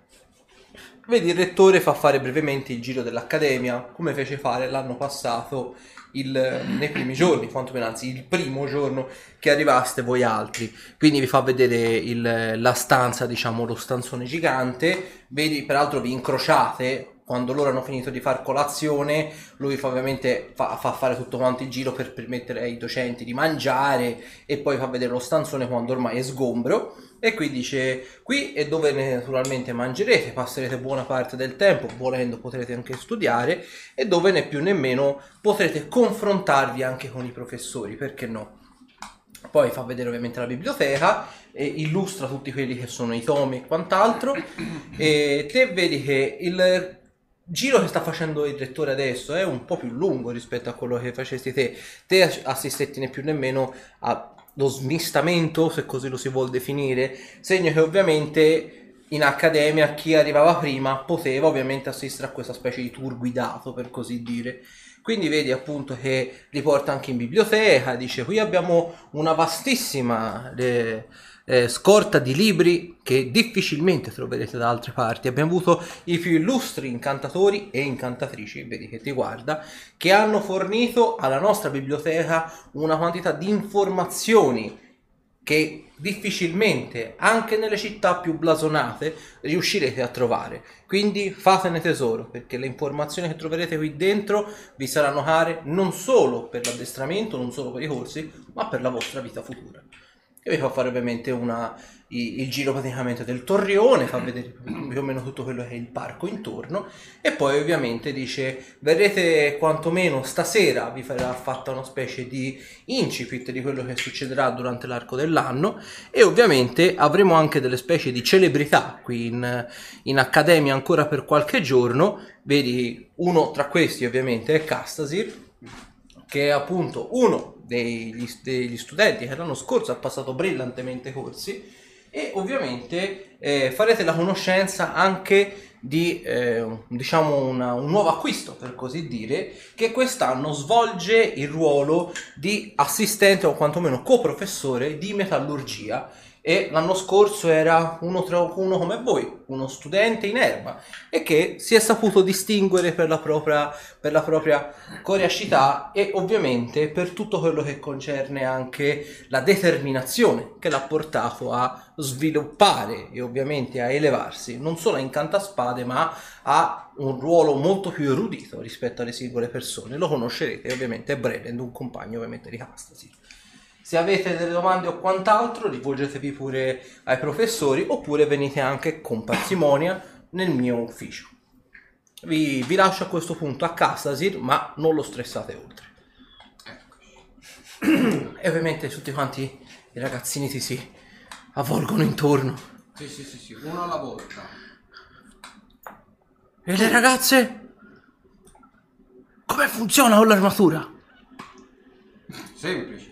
Vedi, il rettore fa fare brevemente il giro dell'accademia, come fece fare l'anno passato il, nei primi giorni, quantomeno anzi il primo giorno che arrivaste voi altri. Quindi vi fa vedere il, la stanza, diciamo lo stanzone gigante. Vedi, peraltro vi incrociate quando loro hanno finito di far colazione, lui fa ovviamente fa, fa fare tutto quanto il giro per permettere ai docenti di mangiare e poi fa vedere lo stanzone quando ormai è sgombro. E qui dice, qui è dove naturalmente mangerete, passerete buona parte del tempo, volendo potrete anche studiare, e dove né più né meno potrete confrontarvi anche con i professori, perché no? Poi fa vedere ovviamente la biblioteca, e illustra tutti quelli che sono i tomi e quant'altro, e te vedi che il giro che sta facendo il rettore adesso è un po' più lungo rispetto a quello che facesti te. Te assistetti né più né meno a lo smistamento, se così lo si vuol definire, segno che ovviamente in accademia chi arrivava prima poteva ovviamente assistere a questa specie di tour guidato, per così dire. Quindi vedi appunto che li porta anche in biblioteca, dice qui abbiamo una vastissima eh, eh, scorta di libri che difficilmente troverete da altre parti. Abbiamo avuto i più illustri incantatori e incantatrici, vedi che ti guarda, che hanno fornito alla nostra biblioteca una quantità di informazioni che difficilmente anche nelle città più blasonate riuscirete a trovare. Quindi fatene tesoro, perché le informazioni che troverete qui dentro vi saranno care non solo per l'addestramento, non solo per i corsi, ma per la vostra vita futura. E vi fa fare ovviamente una, il, il giro praticamente del torrione, fa vedere più o meno tutto quello che è il parco intorno, e poi ovviamente dice verrete quantomeno stasera, vi farà fatta una specie di incipit di quello che succederà durante l'arco dell'anno, e ovviamente avremo anche delle specie di celebrità qui in, in accademia ancora per qualche giorno. Vedi, uno tra questi ovviamente è Castasir, che è appunto uno degli, degli studenti che l'anno scorso ha passato brillantemente corsi, e ovviamente eh, farete la conoscenza anche di eh, diciamo una, un nuovo acquisto, per così dire, che quest'anno svolge il ruolo di assistente o quantomeno coprofessore di metallurgia, e l'anno scorso era uno, tra, uno come voi, uno studente in erba, e che si è saputo distinguere per la propria, per la propria coriacità e ovviamente per tutto quello che concerne anche la determinazione che l'ha portato a sviluppare e ovviamente a elevarsi non solo a incantaspade, ma a un ruolo molto più erudito rispetto alle singole persone. Lo conoscerete, ovviamente è Brelend, un compagno ovviamente di Castasir. Se avete delle domande o quant'altro, rivolgetevi pure ai professori, oppure venite anche con parsimonia, nel mio ufficio. Vi, vi lascio a questo punto a Castasir, ma non lo stressate oltre. E ovviamente tutti quanti i ragazzini ti si avvolgono intorno. Sì, sì, sì, sì, uno alla volta. E le ragazze? Come funziona con l'armatura? Semplice.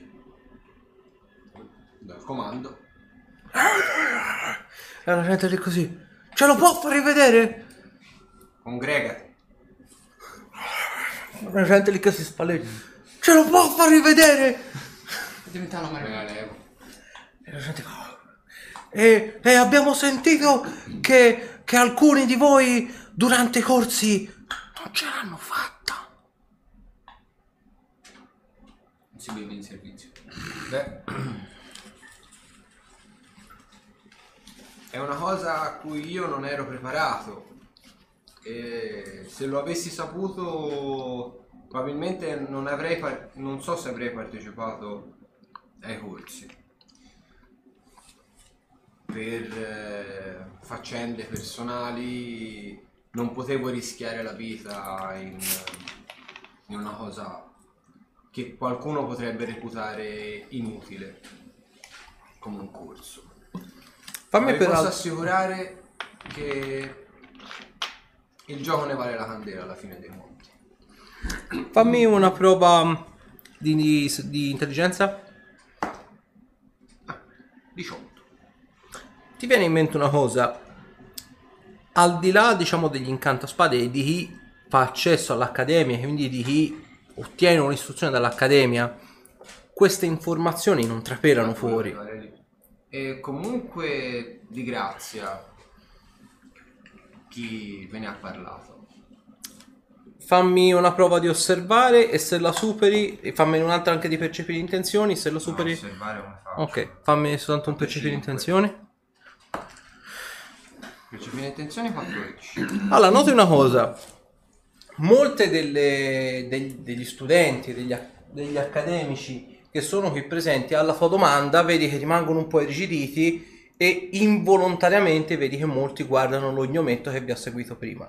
Dal comando. E la gente lì così. Ce lo può far rivedere? Congregati. La gente lì che si spalleggia. Ce lo può far rivedere? Diventa la me la levo. E la gente fa. E, e abbiamo sentito che, che alcuni di voi durante i corsi non ce l'hanno fatta. Non si beve in servizio. Beh, è una cosa a cui io non ero preparato. E se lo avessi saputo, probabilmente non avrei par- non so se avrei partecipato ai corsi. Per eh, faccende personali non potevo rischiare la vita in, in una cosa che qualcuno potrebbe reputare inutile come un corso. Fammi Ma vi per posso al- assicurare che il gioco ne vale la candela alla fine dei conti. Fammi una prova di, di, di intelligenza. diciotto. Ti viene in mente una cosa, al di là diciamo degli incantaspade e di chi fa accesso all'accademia, quindi di chi ottiene un'istruzione dall'accademia, queste informazioni non trapelano fuori. E comunque di grazia chi ve ne ha parlato. Fammi una prova di osservare e se la superi, e fammi un'altra anche di percepire intenzioni, se la superi... No, osservare come faccio? Ok, fammi soltanto un percepire intenzioni. Percepire intenzioni quattordici. Allora, noti una cosa, molte delle, degli, degli studenti, degli, degli accademici che sono qui presenti alla tua domanda, vedi che rimangono un po' irrigiditi e involontariamente vedi che molti guardano lo gnometto che vi ha seguito prima.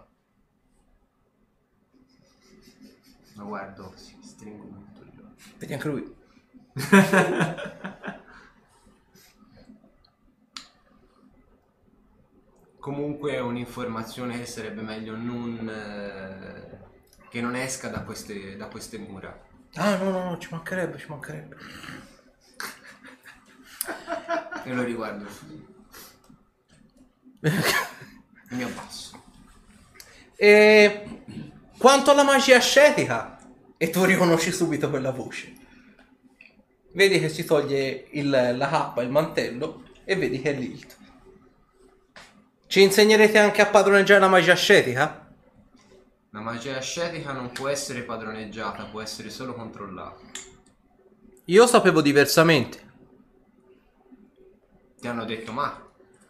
Lo guardo, si stringo molto gli occhi. Vedi anche lui. Comunque è un'informazione che sarebbe meglio non eh, che non esca da queste, da queste mura. Ah no no no, ci mancherebbe, ci mancherebbe. E lo riguardo e mi abbasso. E quanto alla magia ascetica, e tu riconosci subito quella voce. Vedi che si toglie il, la cappa, il mantello e vedi che è Lilt. Ci insegnerete anche a padroneggiare la magia ascetica? La magia ascetica non può essere padroneggiata, può essere solo controllata. Io sapevo diversamente. Ti hanno detto ma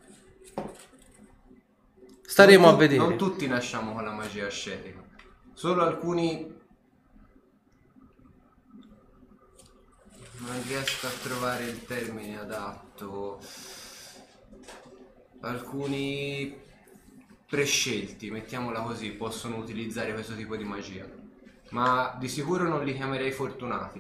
Staremo non a tu- vedere. Non tutti nasciamo con la magia ascetica. Solo alcuni. Non riesco a trovare il termine adatto. Alcuni prescelti, mettiamola così, possono utilizzare questo tipo di magia. Ma di sicuro non li chiamerei fortunati.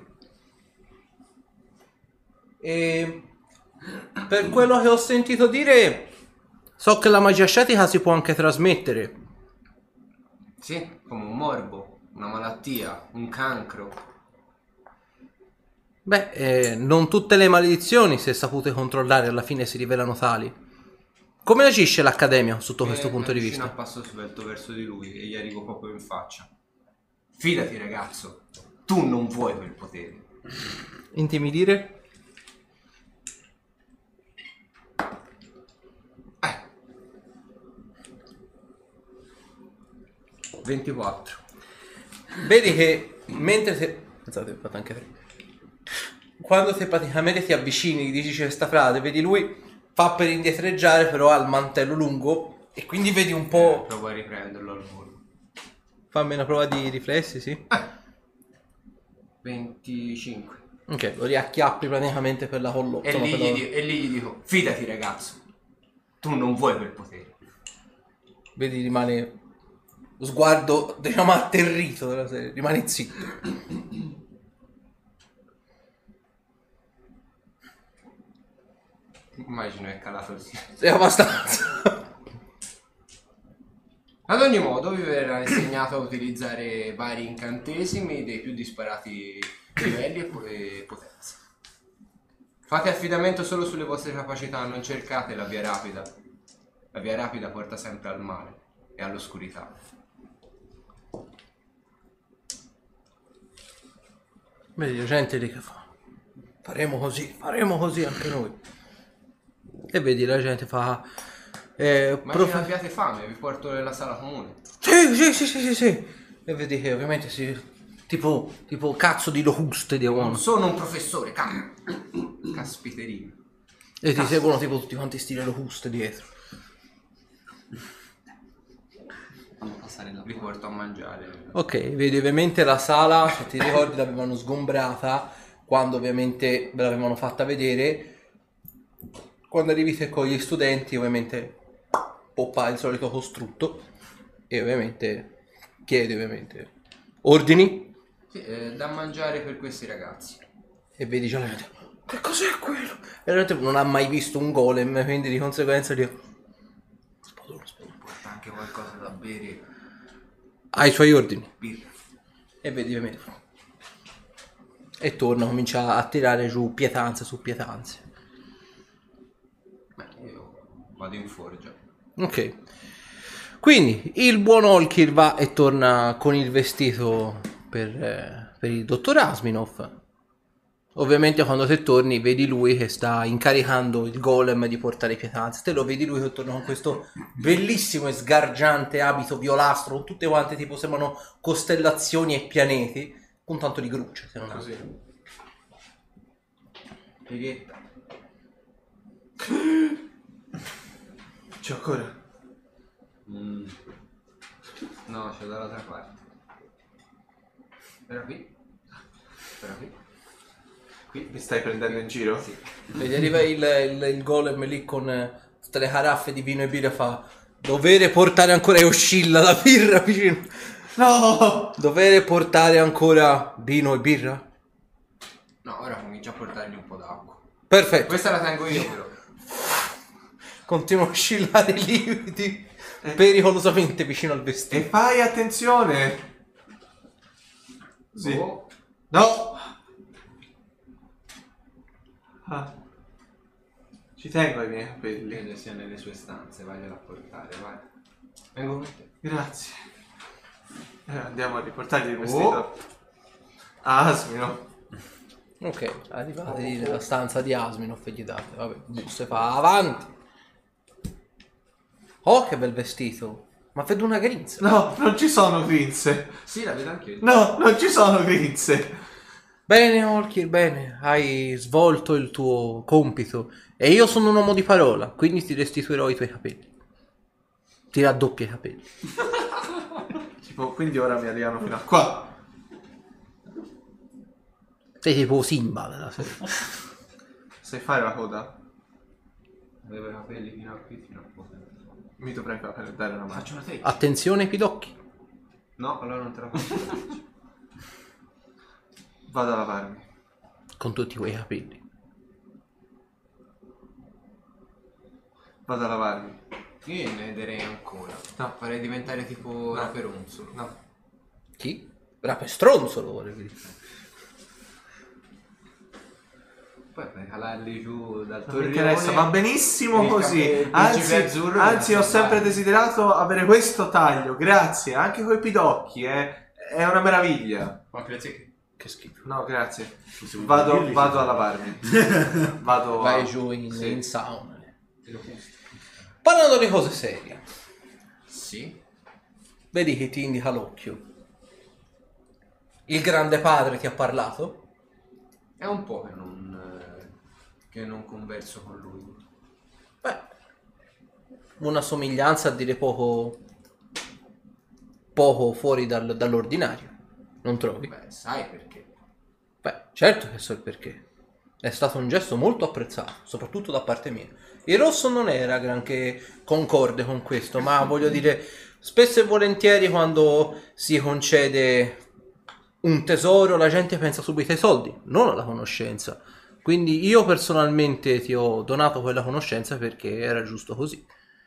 E per quello che ho sentito dire, so che la magia ascetica si può anche trasmettere. Sì, come un morbo, una malattia, un cancro. Beh, eh, non tutte le maledizioni, se sapute controllare, alla fine si rivelano tali. Come agisce l'Accademia sotto questo E punto mi di avvicino vista? a passo svelto verso di lui e gli arrivo proprio in faccia. Fidati ragazzo, tu non vuoi quel potere. Intimidire? Eh, ventiquattro. Vedi che mentre te... Pensate, fate anche tre. Quando te praticamente ti avvicini, dici questa frase, vedi lui fa per indietreggiare, però ha il mantello lungo e quindi vedi un eh, po'... provo a riprenderlo al volo. Fammi una prova di riflessi, sì. venticinque. Ok, lo riacchiappi praticamente per la collo. E insomma, lì, per gli la- di- e lì gli dico, fidati ragazzo, tu non vuoi quel potere. Vedi, rimane lo sguardo, diciamo, atterrito della serie. Rimane zitto. Immagino è calato il silenzio. È abbastanza. Ad ogni modo vi verrà insegnato a utilizzare vari incantesimi dei più disparati livelli e po- e potenze. Fate affidamento solo sulle vostre capacità, non cercate la via rapida. La via rapida porta sempre al male e all'oscurità. Vedi, la gente lì che fa. Faremo così, faremo così anche noi. E vedi, la gente fa. Eh, Ma prof- se abbiate fame, vi porto nella sala comune. Sì, sì, sì, sì, sì, sì. E vedi che ovviamente si. Tipo, tipo cazzo di locuste di Non uomo. sono un professore, ca- caspiterino. E ti seguono tipo tutti quanti stile locuste dietro. Fanno passare la Vi porto a mangiare. Ok, vedi ovviamente la sala, se ti ricordi l'avevano sgombrata quando ovviamente ve l'avevano fatta vedere. Quando arrivi te con gli studenti ovviamente poppa il solito costrutto e ovviamente chiede ovviamente ordini Sì, eh, da mangiare per questi ragazzi. e vedi già la gente, che cos'è quello? E la gente non ha mai visto un golem, quindi di conseguenza dico spadone, spadone. Porta anche qualcosa da bere. Ha i suoi ordini Birra. e vedi ovviamente e torna, comincia a tirare giù pietanze su pietanze. Beh, io vado in forgia. Ok, quindi il buon Olkir va e torna con il vestito per, eh, per il dottor Asminov. Ovviamente quando te torni vedi lui che sta incaricando il golem di portare pietanze. Te lo vedi lui che torna con questo bellissimo e sgargiante abito violastro con tutte quante tipo sembrano costellazioni e pianeti con tanto di gruccia, se non altro. Così. Pighetta. C'è ancora? Mm. No, c'è dall'altra parte. Era qui. Era qui. Qui. Mi stai prendendo in giro? Sì. Vedi arriva il, il, il golem lì con eh, tutte le caraffe di vino e birra, fa dovere portare ancora e oscilla la birra vicino. No! Dovere portare ancora vino e birra? No, ora comincio a portargli un po' d'acqua. Perfetto. Questa la tengo io però. Continua a oscillare i liquidi pericolosamente vicino al E vestito. fai attenzione! Sì. Oh, No! Ah. Ci tengo ai miei capelli. credo sia nelle sue stanze, vagliela a portare, vai. Vengo con te. Grazie. Eh, andiamo a riportargli il vestito. Ah, Asmino. Ok, arrivate lì nella stanza di Asminov e gli date. Vabbè, busse, fa avanti. Oh, che bel vestito. Ma vedo una grinza. No, non ci sono grinze. Sì, la vedo anche io. No, non ci sono grinze. Bene, Olkir, bene. Hai svolto il tuo compito. E io sono un uomo di parola, quindi ti restituirò i tuoi capelli. Ti raddoppia i capelli. Tipo, quindi ora mi arrivano fino a qua. Sei tipo Simba della serie. Sai fare la coda? Avevo i capelli fino a qui, fino a qua. Mi dovrei fare dare una mano. Faccio una tecnica. Attenzione ai pidocchi. No, allora non te la faccio. Vado a lavarmi. Con tutti quei capelli. Vado a lavarmi. Io ne darei ancora. No. Farei diventare tipo No. Raperonzolo. No. Chi? Rape stronzolo vuole dire. Poi per calarli giù dal Non mi torrione. interessa, va benissimo il così. capo- il Anzi, principe azzurro anzi mi ho fa sempre salvare. desiderato avere questo taglio. Grazie, anche coi pidocchi, eh. È una meraviglia. Ma pensi che... Che schifo. No, grazie. Possiamo Vado, dirgli vado se- a lavarmi. Vado a... Vai giù in, Sì. in sauna. Parlando di cose serie. Sì. Vedi che ti indica l'occhio. Il grande padre ti ha parlato? È un po' che non, eh, che non converso con lui. Beh, una somiglianza a dire poco poco fuori dal- dall'ordinario, non trovi? Beh, sai perché? Beh, certo che so il perché. È stato un gesto molto apprezzato, soprattutto da parte mia. Il rosso non era granché concorde con questo, ma voglio dire, spesso e volentieri quando si concede un tesoro la gente pensa subito ai soldi, non alla conoscenza. Quindi io personalmente ti ho donato quella conoscenza perché era giusto così.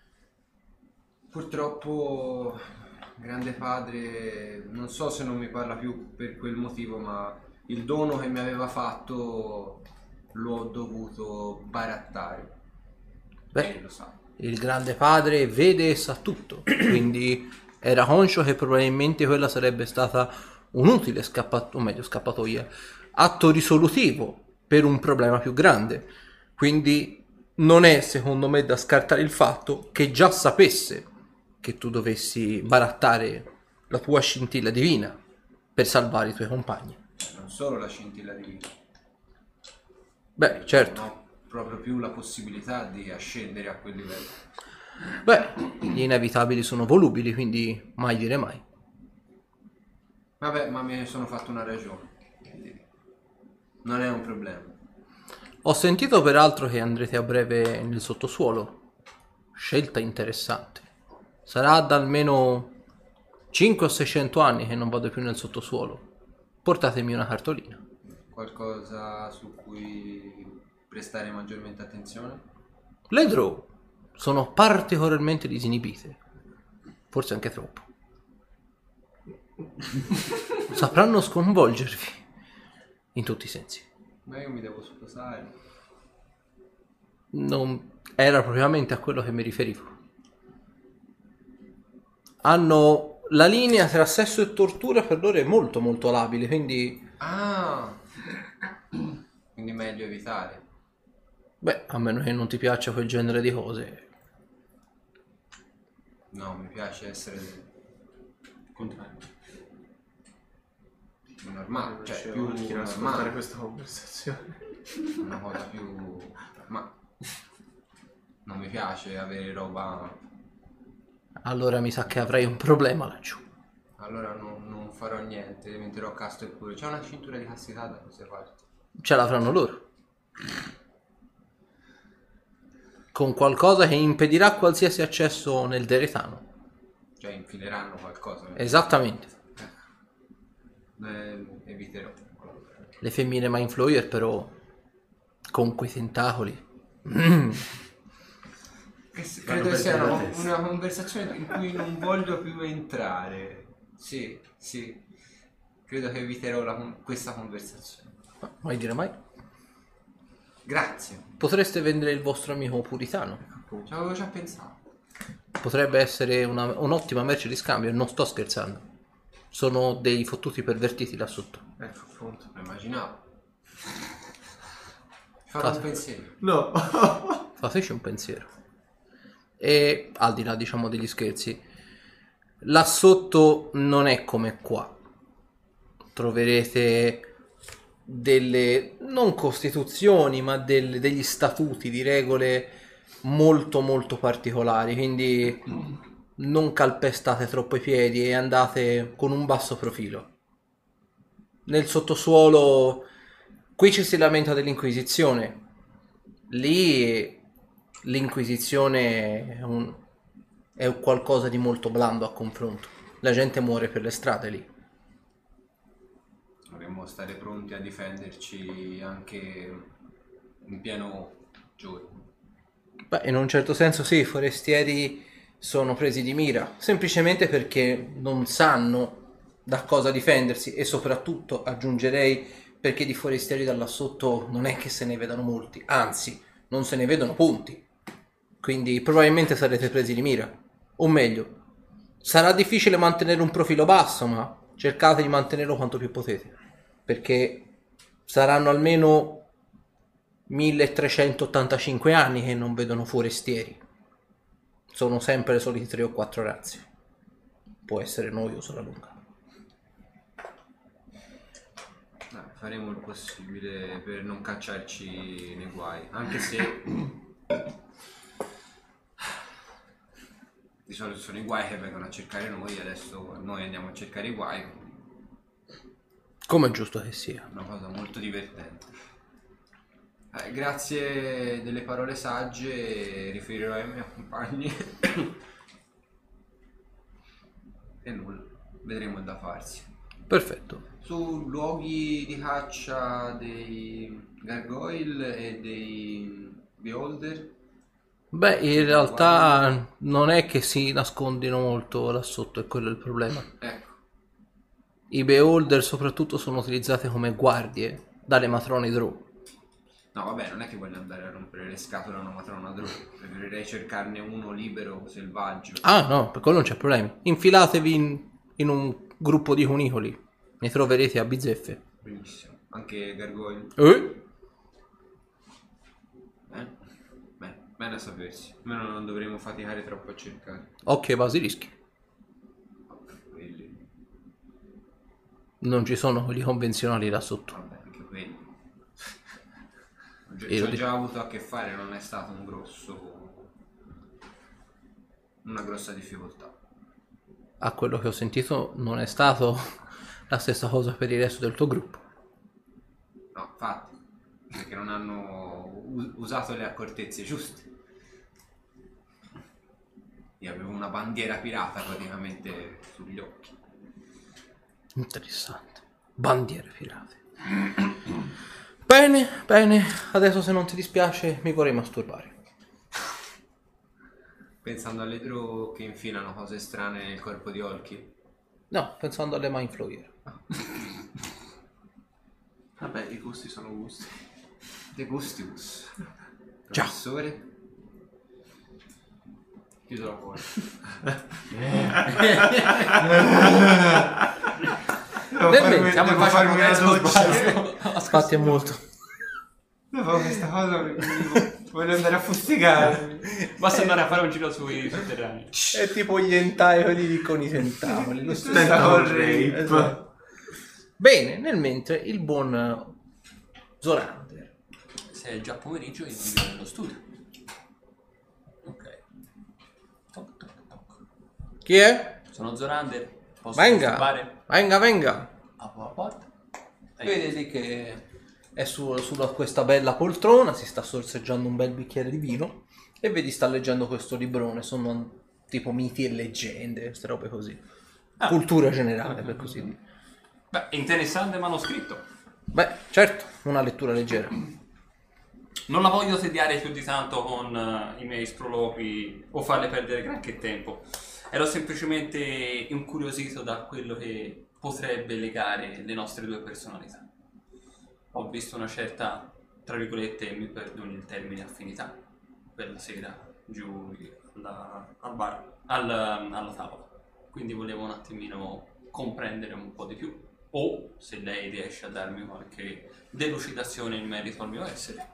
Purtroppo, grande padre, non so se non mi parla più per quel motivo, ma il dono che mi aveva fatto l'ho dovuto barattare. Beh, E lo sa. il grande padre vede e sa tutto, quindi era conscio che probabilmente quella sarebbe stata un utile scappato, o meglio scappatoia, atto risolutivo per un problema più grande. Quindi non è secondo me da scartare il fatto che già sapesse che tu dovessi barattare la tua scintilla divina per salvare i tuoi compagni. Non solo la scintilla divina, Beh, certo. non ho proprio più la possibilità di ascendere a quel livello. Beh, gli inevitabili sono volubili, quindi mai dire mai. Vabbè, ma me ne sono fatto una ragione, quindi non è un problema. Ho sentito peraltro che andrete a breve nel sottosuolo. Scelta interessante. Sarà da almeno cinquecento o seicento anni che non vado più nel sottosuolo. Portatemi una cartolina. Qualcosa su cui prestare maggiormente attenzione? Le Drow sono particolarmente disinibite. Forse anche troppo. Sapranno sconvolgervi in tutti i sensi. Ma io mi devo sposare. Non era propriamente a quello che mi riferivo. Hanno la linea tra sesso e tortura, per loro è molto molto labile, quindi Ah! Quindi meglio evitare. beh, a meno che non ti piaccia quel genere di cose. No, mi piace essere Contrario. normale, cioè Cioè, più più ascoltare normale, questa conversazione. una cosa più... ma non mi piace avere roba... Allora mi sa che avrai un problema laggiù. Allora non, non farò niente, diventerò casto e pure. C'è una cintura di castità da queste parti. Ce l'avranno loro. Con qualcosa che impedirà qualsiasi accesso nel Deretano. Cioè infileranno qualcosa. Esattamente. Eh, eviterò. Le femmine Mind Flayer però con quei tentacoli. Credo che sia una, una conversazione in cui non voglio più entrare. Sì, sì. Credo che eviterò la con- questa conversazione. Mai dire mai. Grazie. Potreste vendere il vostro amico puritano. Ci avevo già pensato. Potrebbe essere una- un'ottima merce di scambio, non sto scherzando. Sono dei fottuti pervertiti là sotto. Ecco, appunto. Lo immaginavo. Farò Cosa? un pensiero. No. Fateci un pensiero. E al di là, diciamo, degli scherzi, là sotto non è come qua. Troverete delle non costituzioni, ma delle- degli statuti di regole molto molto particolari, quindi non calpestate troppo i piedi e andate con un basso profilo. Nel sottosuolo qui ci si lamenta dell'Inquisizione, lì l'Inquisizione è, un, è un qualcosa di molto blando a confronto. La gente muore per le strade lì. Dovremmo stare pronti a difenderci anche in pieno giorno. Beh, in un certo senso sì, i forestieri sono presi di mira, semplicemente perché non sanno da cosa difendersi e soprattutto, aggiungerei, perché di forestieri da là sotto non è che se ne vedano molti, anzi, non se ne vedono punti. Quindi probabilmente sarete presi di mira. O meglio, sarà difficile mantenere un profilo basso, ma cercate di mantenerlo quanto più potete. Perché saranno almeno milletrecentottantacinque anni che non vedono forestieri. Sono sempre le solite tre o quattro razze. Può essere noioso alla lunga. Dai, faremo il possibile per non cacciarci nei guai, anche se di solito sono i guai che vengono a cercare noi, adesso noi andiamo a cercare i guai, Come è giusto che sia. una cosa molto divertente. Eh, grazie delle parole sagge, riferirò ai miei compagni. E nulla, vedremo da farsi. Perfetto. Su luoghi di caccia dei gargoyle e dei beholder. Beh, in realtà non è che si nascondino molto là sotto, è quello il problema. Ecco. I beholder soprattutto sono utilizzati come guardie dalle matrone Drow. No, vabbè, non è che voglio andare a rompere le scatole a una matrona Drow. Preferirei cercarne uno libero, selvaggio. Ah no, per quello non c'è problema. Infilatevi in, in un gruppo di cunicoli. Ne troverete a bizzeffe. Benissimo. Anche gargoyle. Eh? Eh? Beh, bene a sapersi. Almeno non dovremo faticare troppo a cercare. Occhio ai basilischi. Quelli. Non ci sono quelli convenzionali là sotto. Vabbè, anche quelli. Ho già, Io ci ho dico. già avuto a che fare, non è stato un grosso. Una grossa difficoltà. A quello che ho sentito non è stato la stessa cosa per il resto del tuo gruppo. No, infatti, perché non hanno u- usato le accortezze giuste. Io avevo una bandiera pirata praticamente sugli occhi. Interessante. Bandiere pirate. Bene, bene. Adesso se non ti dispiace mi vorrei masturbare. Pensando alle Drow che infilano cose strane nel corpo di Olki. No, pensando alle mind flayer. Vabbè, i gusti sono gusti. De gustibus. Ciao. Professore. Chiudo la porta. Nel Siamo in faccia adesso. Infatti è molto. Dopo questa cosa voglio andare a fustigare. Basta andare a fare un giro sui sotterranei. È tipo gli hentai quelli con i tentacoli. Lo stesso. Tentacle rape. Esatto. Bene, nel mentre il buon Zorander. Se è già pomeriggio, io vivo nello studio. Ok. Toc, toc, toc. Chi è? Sono Zorander. Posso Venga, disturbare? venga, venga. Apro la porta. Vedi lì che è su, su questa bella poltrona, si sta sorseggiando un bel bicchiere di vino e vedi sta leggendo questo librone, sono tipo miti e leggende, queste robe così. Ah. Cultura generale, per così dire. Beh, interessante manoscritto. Beh, certo, una lettura leggera. Non la voglio tediare più di tanto con uh, i miei sproloqui o farle perdere granché tempo. Ero semplicemente incuriosito da quello che potrebbe legare le nostre due personalità. Ho visto una certa, tra virgolette, mi perdoni il termine, affinità per la sera giù alla, al bar, al, alla tavola. Quindi volevo un attimino comprendere un po' di più, o se lei riesce a darmi qualche delucidazione in merito al mio essere.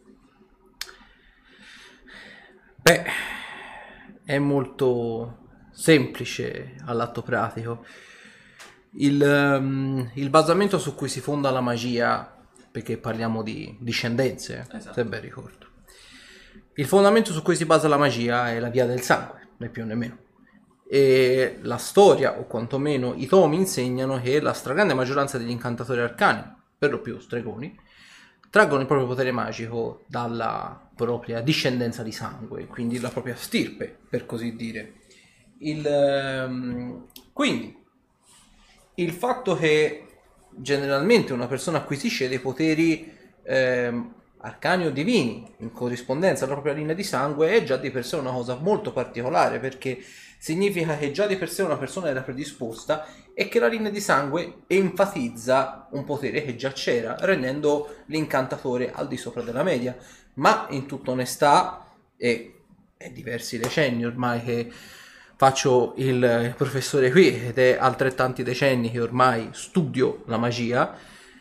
Beh, è molto semplice all'atto pratico. Il, um, il basamento su cui si fonda la magia, perché parliamo di discendenze, Esatto. se ben ricordo. Il fondamento su cui si basa la magia è la via del sangue, né più né meno. E la storia, o quantomeno i tomi, insegnano che la stragrande maggioranza degli incantatori arcani, per lo più stregoni, traggono il proprio potere magico dalla propria discendenza di sangue, quindi la propria stirpe, per così dire. Il, um, quindi, il fatto che generalmente una persona acquisisce dei poteri ehm, arcani o divini in corrispondenza alla propria linea di sangue è già di per sé una cosa molto particolare, perché significa che già di per sé una persona era predisposta e che la linea di sangue enfatizza un potere che già c'era, rendendo l'incantatore al di sopra della media. Ma in tutta onestà, e è diversi decenni ormai che faccio il professore qui ed è altrettanti decenni che ormai studio la magia,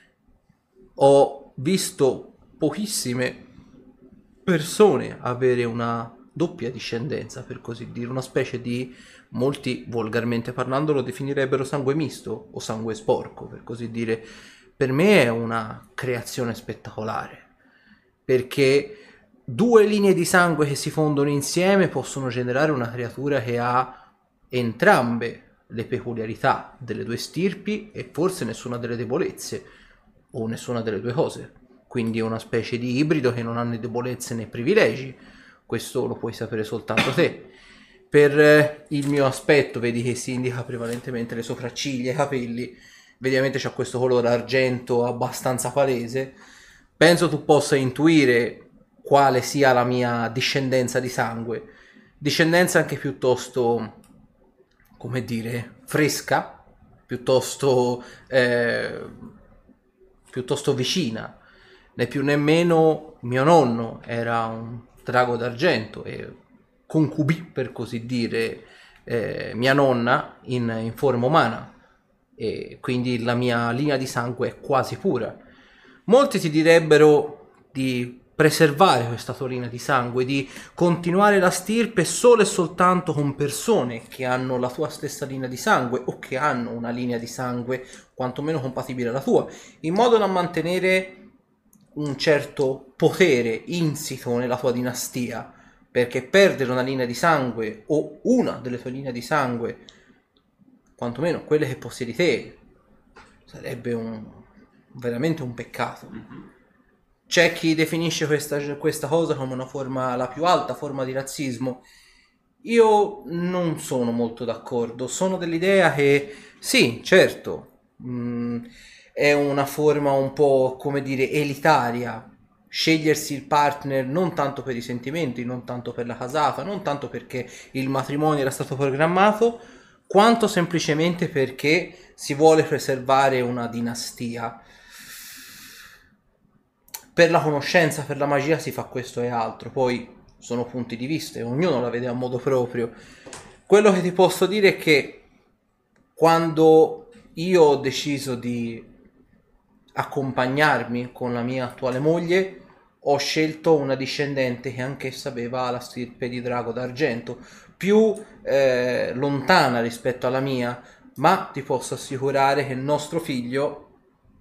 ho visto pochissime persone avere una doppia discendenza, per così dire, una specie di, molti volgarmente parlando lo definirebbero sangue misto o sangue sporco, per così dire. Per me è una creazione spettacolare, perché due linee di sangue che si fondono insieme possono generare una creatura che ha entrambe le peculiarità delle due stirpi e forse nessuna delle debolezze, o nessuna delle due cose, quindi è una specie di ibrido che non ha né debolezze né privilegi, questo lo puoi sapere soltanto te. Per eh, il mio aspetto vedi che si indica prevalentemente le sopracciglia e i capelli, ovviamente c'ha questo colore argento abbastanza palese, penso tu possa intuire quale sia la mia discendenza di sangue, discendenza anche piuttosto, come dire, fresca, piuttosto, eh, piuttosto vicina, né più né meno mio nonno era un drago d'argento e concubì, per così dire, eh, mia nonna in, in forma umana, e quindi la mia linea di sangue è quasi pura. Molti ti direbbero di preservare questa tua linea di sangue, di continuare la stirpe solo e soltanto con persone che hanno la tua stessa linea di sangue o che hanno una linea di sangue quantomeno compatibile alla tua, in modo da mantenere un certo potere insito nella tua dinastia, perché perdere una linea di sangue o una delle tue linee di sangue, quantomeno quelle che possiedi te, sarebbe un, veramente un peccato. Mm-hmm. C'è chi definisce questa, questa cosa come una forma, la più alta forma di razzismo. Io non sono molto d'accordo, sono dell'idea che sì, certo, mh, è una forma un po', come dire, elitaria, scegliersi il partner non tanto per i sentimenti, non tanto per la casata, non tanto perché il matrimonio era stato programmato, quanto semplicemente perché si vuole preservare una dinastia. Per la conoscenza, per la magia si fa questo e altro, poi sono punti di vista e ognuno la vede a modo proprio. Quello che ti posso dire è che quando io ho deciso di accompagnarmi con la mia attuale moglie, ho scelto una discendente che anch'essa aveva la stirpe di drago d'argento, più eh, lontana rispetto alla mia, ma ti posso assicurare che il nostro figlio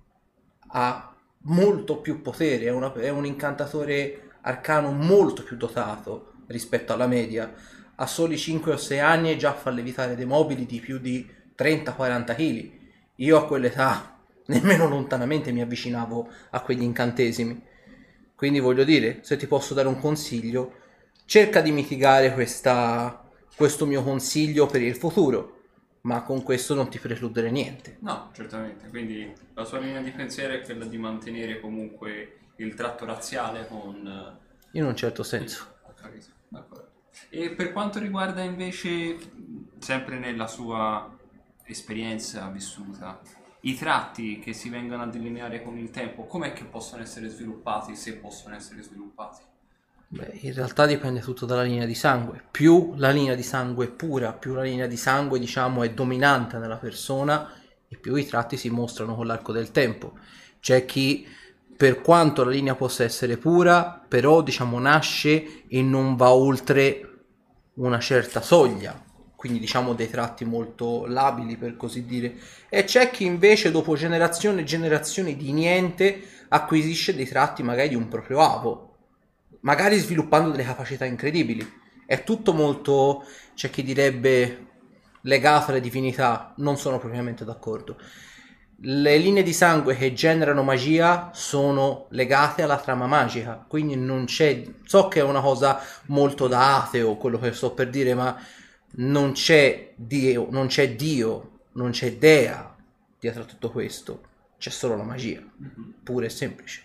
ha molto più potere, è, una, è un incantatore arcano molto più dotato rispetto alla media. A soli cinque o sei anni e già fa levitare dei mobili di più di trenta quaranta kg. Io a quell'età nemmeno lontanamente mi avvicinavo a quegli incantesimi. Quindi voglio dire, se ti posso dare un consiglio, cerca di mitigare questa, questo mio consiglio per il futuro, ma con questo non ti precludere niente. No, certamente. Quindi la sua linea di pensiero è quella di mantenere comunque il tratto razziale con... In un certo senso. D'accordo. E per quanto riguarda invece, sempre nella sua esperienza vissuta, i tratti che si vengono a delineare con il tempo, com'è che possono essere sviluppati, se possono essere sviluppati? Beh, in realtà dipende tutto dalla linea di sangue. Più la linea di sangue è pura, più la linea di sangue, diciamo, è dominante nella persona, e più i tratti si mostrano con l'arco del tempo. C'è chi, per quanto la linea possa essere pura, però, diciamo, nasce e non va oltre una certa soglia, quindi diciamo dei tratti molto labili, per così dire, e c'è chi invece dopo generazioni e generazioni di niente acquisisce dei tratti magari di un proprio avo, magari sviluppando delle capacità incredibili. È tutto molto, c'è chi direbbe, legato alle divinità. Non sono propriamente d'accordo. Le linee di sangue che generano magia sono legate alla trama magica, quindi non c'è, so che è una cosa molto da ateo quello che sto per dire, ma non c'è Dio, non c'è Dio, non c'è Dea dietro a tutto questo, c'è solo la magia, mm-hmm. pura e semplice.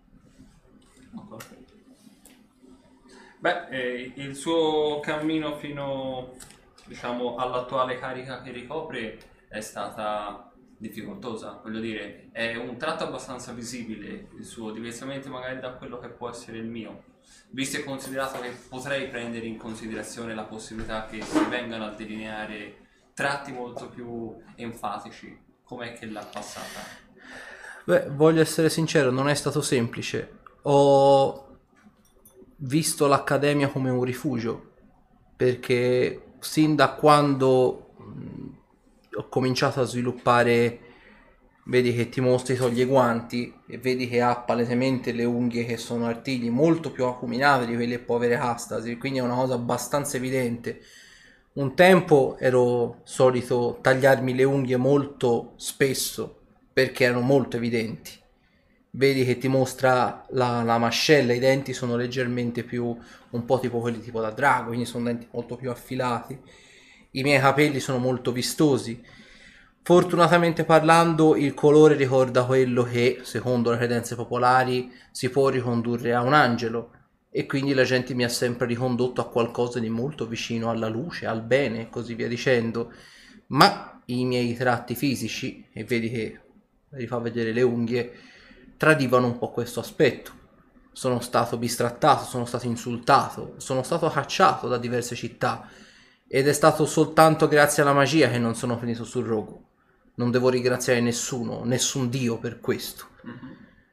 Beh, eh, il suo cammino fino, diciamo, all'attuale carica che ricopre è stata difficoltosa, voglio dire, è un tratto abbastanza visibile il suo, diversamente magari da quello che può essere il mio, visto e considerato che potrei prendere in considerazione la possibilità che si vengano a delineare tratti molto più enfatici. Com'è che l'ha passata? Beh, voglio essere sincero, non è stato semplice. Ho visto l'accademia come un rifugio, perché sin da quando mh, ho cominciato a sviluppare, vedi che ti mostri, toglie i guanti e vedi che ha palesemente le unghie che sono artigli molto più acuminate di quelle che può avere Astasi, quindi è una cosa abbastanza evidente. Un tempo ero solito tagliarmi le unghie molto spesso perché erano molto evidenti. vedi che ti mostra la, la mascella, i denti sono leggermente più, un po' tipo quelli tipo da drago, quindi sono denti molto più affilati. I miei capelli sono molto vistosi. Fortunatamente parlando, il colore ricorda quello che, secondo le credenze popolari, si può ricondurre a un angelo, e quindi la gente mi ha sempre ricondotto a qualcosa di molto vicino alla luce, al bene e così via dicendo. Ma i miei tratti fisici, e vedi che rifà vedere le unghie, tradivano un po' questo aspetto. Sono stato bistrattato, sono stato insultato, sono stato cacciato da diverse città, ed è stato soltanto grazie alla magia che non sono finito sul rogo. Non devo ringraziare nessuno, nessun dio per questo. Mhm.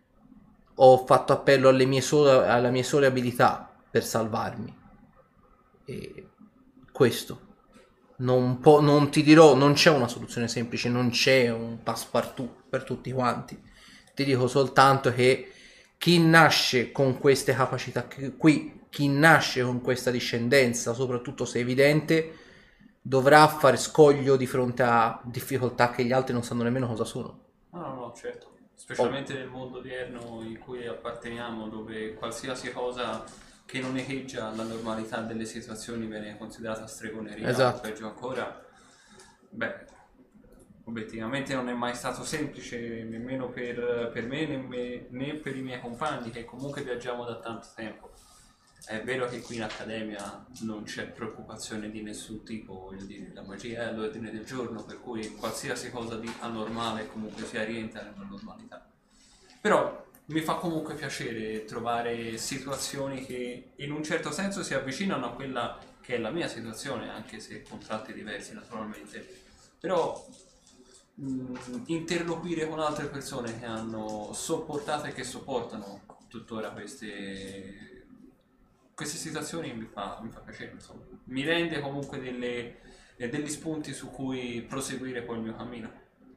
Ho fatto appello alle mie sole, alle mie sole abilità per salvarmi. E questo. Non, po- non ti dirò, non c'è una soluzione semplice, non c'è un passepartout per tutti quanti. Ti dico soltanto che chi nasce con queste capacità qui, chi nasce con questa discendenza, soprattutto se evidente, dovrà fare scoglio di fronte a difficoltà che gli altri non sanno nemmeno cosa sono. No, no, no, certo. Specialmente nel mondo odierno in cui apparteniamo, dove qualsiasi cosa che non echeggia alla normalità delle situazioni viene considerata stregoneria, Esatto. o peggio ancora. Beh, obiettivamente non è mai stato semplice nemmeno per, per me, né, me né per i miei compagni, che comunque viaggiamo da tanto tempo. È vero che qui in accademia non c'è preoccupazione di nessun tipo, voglio dire, la magia è all'ordine del giorno, per cui qualsiasi cosa di anormale comunque sia rientra nella normalità. Però mi fa comunque piacere trovare situazioni che in un certo senso si avvicinano a quella che è la mia situazione, anche se con tratti diversi naturalmente. Però mh, interloquire con altre persone che hanno sopportato e che sopportano tuttora queste... queste situazioni mi fa, mi fa piacere, insomma. Mi rende comunque delle, eh, degli spunti su cui proseguire poi il mio cammino.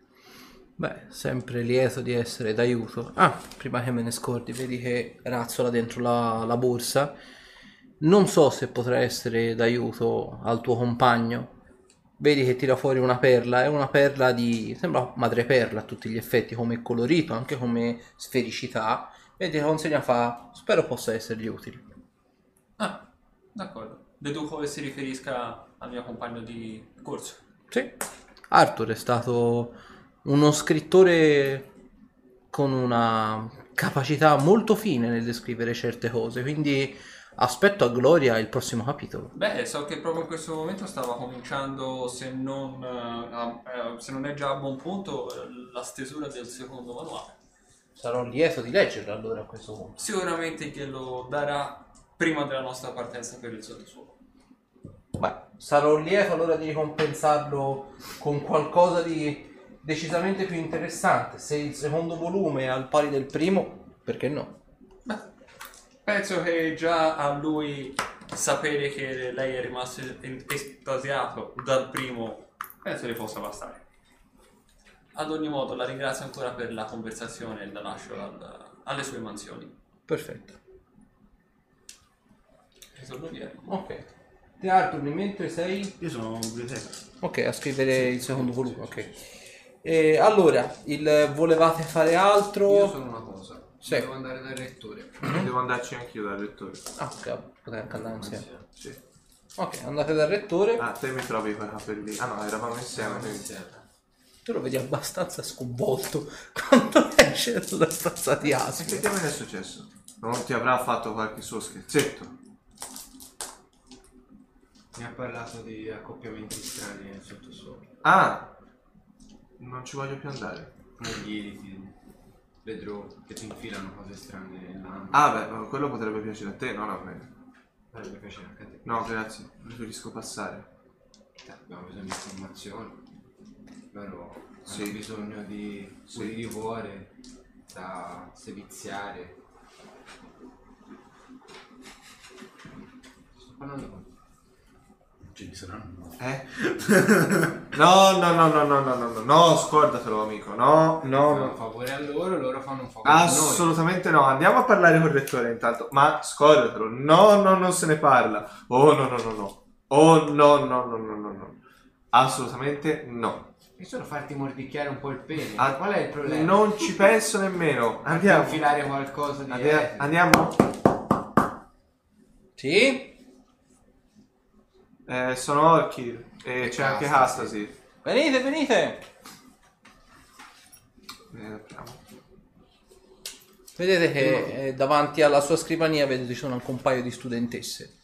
Beh, sempre lieto di essere d'aiuto. Ah, prima che me ne scordi, vedi che razzola dentro la, la borsa. Non so se potrà essere d'aiuto al tuo compagno. Vedi che tira fuori una perla, è una perla di... sembra madreperla a tutti gli effetti, come colorito, anche come sfericità. Vedi che consegna fa, spero possa essergli utile. Ah, d'accordo. Deduco che si riferisca al mio compagno di corso. Sì, Arthur è stato uno scrittore con una capacità molto fine nel descrivere certe cose, quindi aspetto a gloria il prossimo capitolo. Beh, so che proprio in questo momento stava cominciando, se non, eh, a- eh, se non è già a buon punto, eh, la stesura del secondo manuale. Sarò lieto di leggerlo allora a questo punto. Sicuramente glielo darà prima della nostra partenza per il sottosuolo. Beh, sarò lieto allora di ricompensarlo con qualcosa di decisamente più interessante. Se il secondo volume è al pari del primo, perché no? Beh, penso che già a lui sapere che lei è rimasto estasiato dal primo, penso che possa bastare. Ad ogni modo, la ringrazio ancora per la conversazione e la lascio al- alle sue mansioni. Perfetto. Ritorno via. Ok. Te Arthur, mentre sei... Io sono in biblioteca. Ok, a scrivere il secondo volume, ok. E allora, il, volevate fare altro? Io sono una cosa. Sì. Devo andare dal rettore. Devo andarci anch'io dal rettore. Ah, ok, potete anche andare insieme. Sì. Ok, andate dal rettore. Ah, te mi trovi con i capelli. Ah no, eravamo insieme. quindi- Tu lo vedi abbastanza sconvolto quando esce dalla stanza di Asio. Effettivamente è successo. Non ti avrà fatto qualche suo scherzetto? Mi ha parlato di accoppiamenti strani nel sottosuolo. Ah! Non ci voglio più andare. Negli eliti vedrò che ti infilano cose strane nell'anno. Ah beh, ma quello potrebbe piacere a te, non a me. Potrebbe piacere anche a te. No, grazie, preferisco passare. Eh, abbiamo bisogno di informazioni. Loro Sì. hanno bisogno di Sì. puri di cuore da seviziare. Sto parlando con te. Ce ne saranno. Eh? No, no, no, no, no, no, no, no, no, scordatelo amico, no, no, Fai un no. favore a loro, loro fanno un favore a noi. Assolutamente no, andiamo a parlare col rettore intanto, ma scordatelo, no, no, non se ne parla. Oh no, no, no, no, oh no, no, no, no, no, no, assolutamente no. Che solo farti mordicchiare un po' il pene. Ah, Qual è il problema? Non ci penso nemmeno. Farti Andiamo. infilare qualcosa di Andia- etero. Andiamo. Sì? Eh, sono orchi e E c'è anche Castasi. Castasi. Venite, venite. Eh, apriamo. Vedete che eh, davanti alla sua scrivania vedete ci sono anche un paio di studentesse.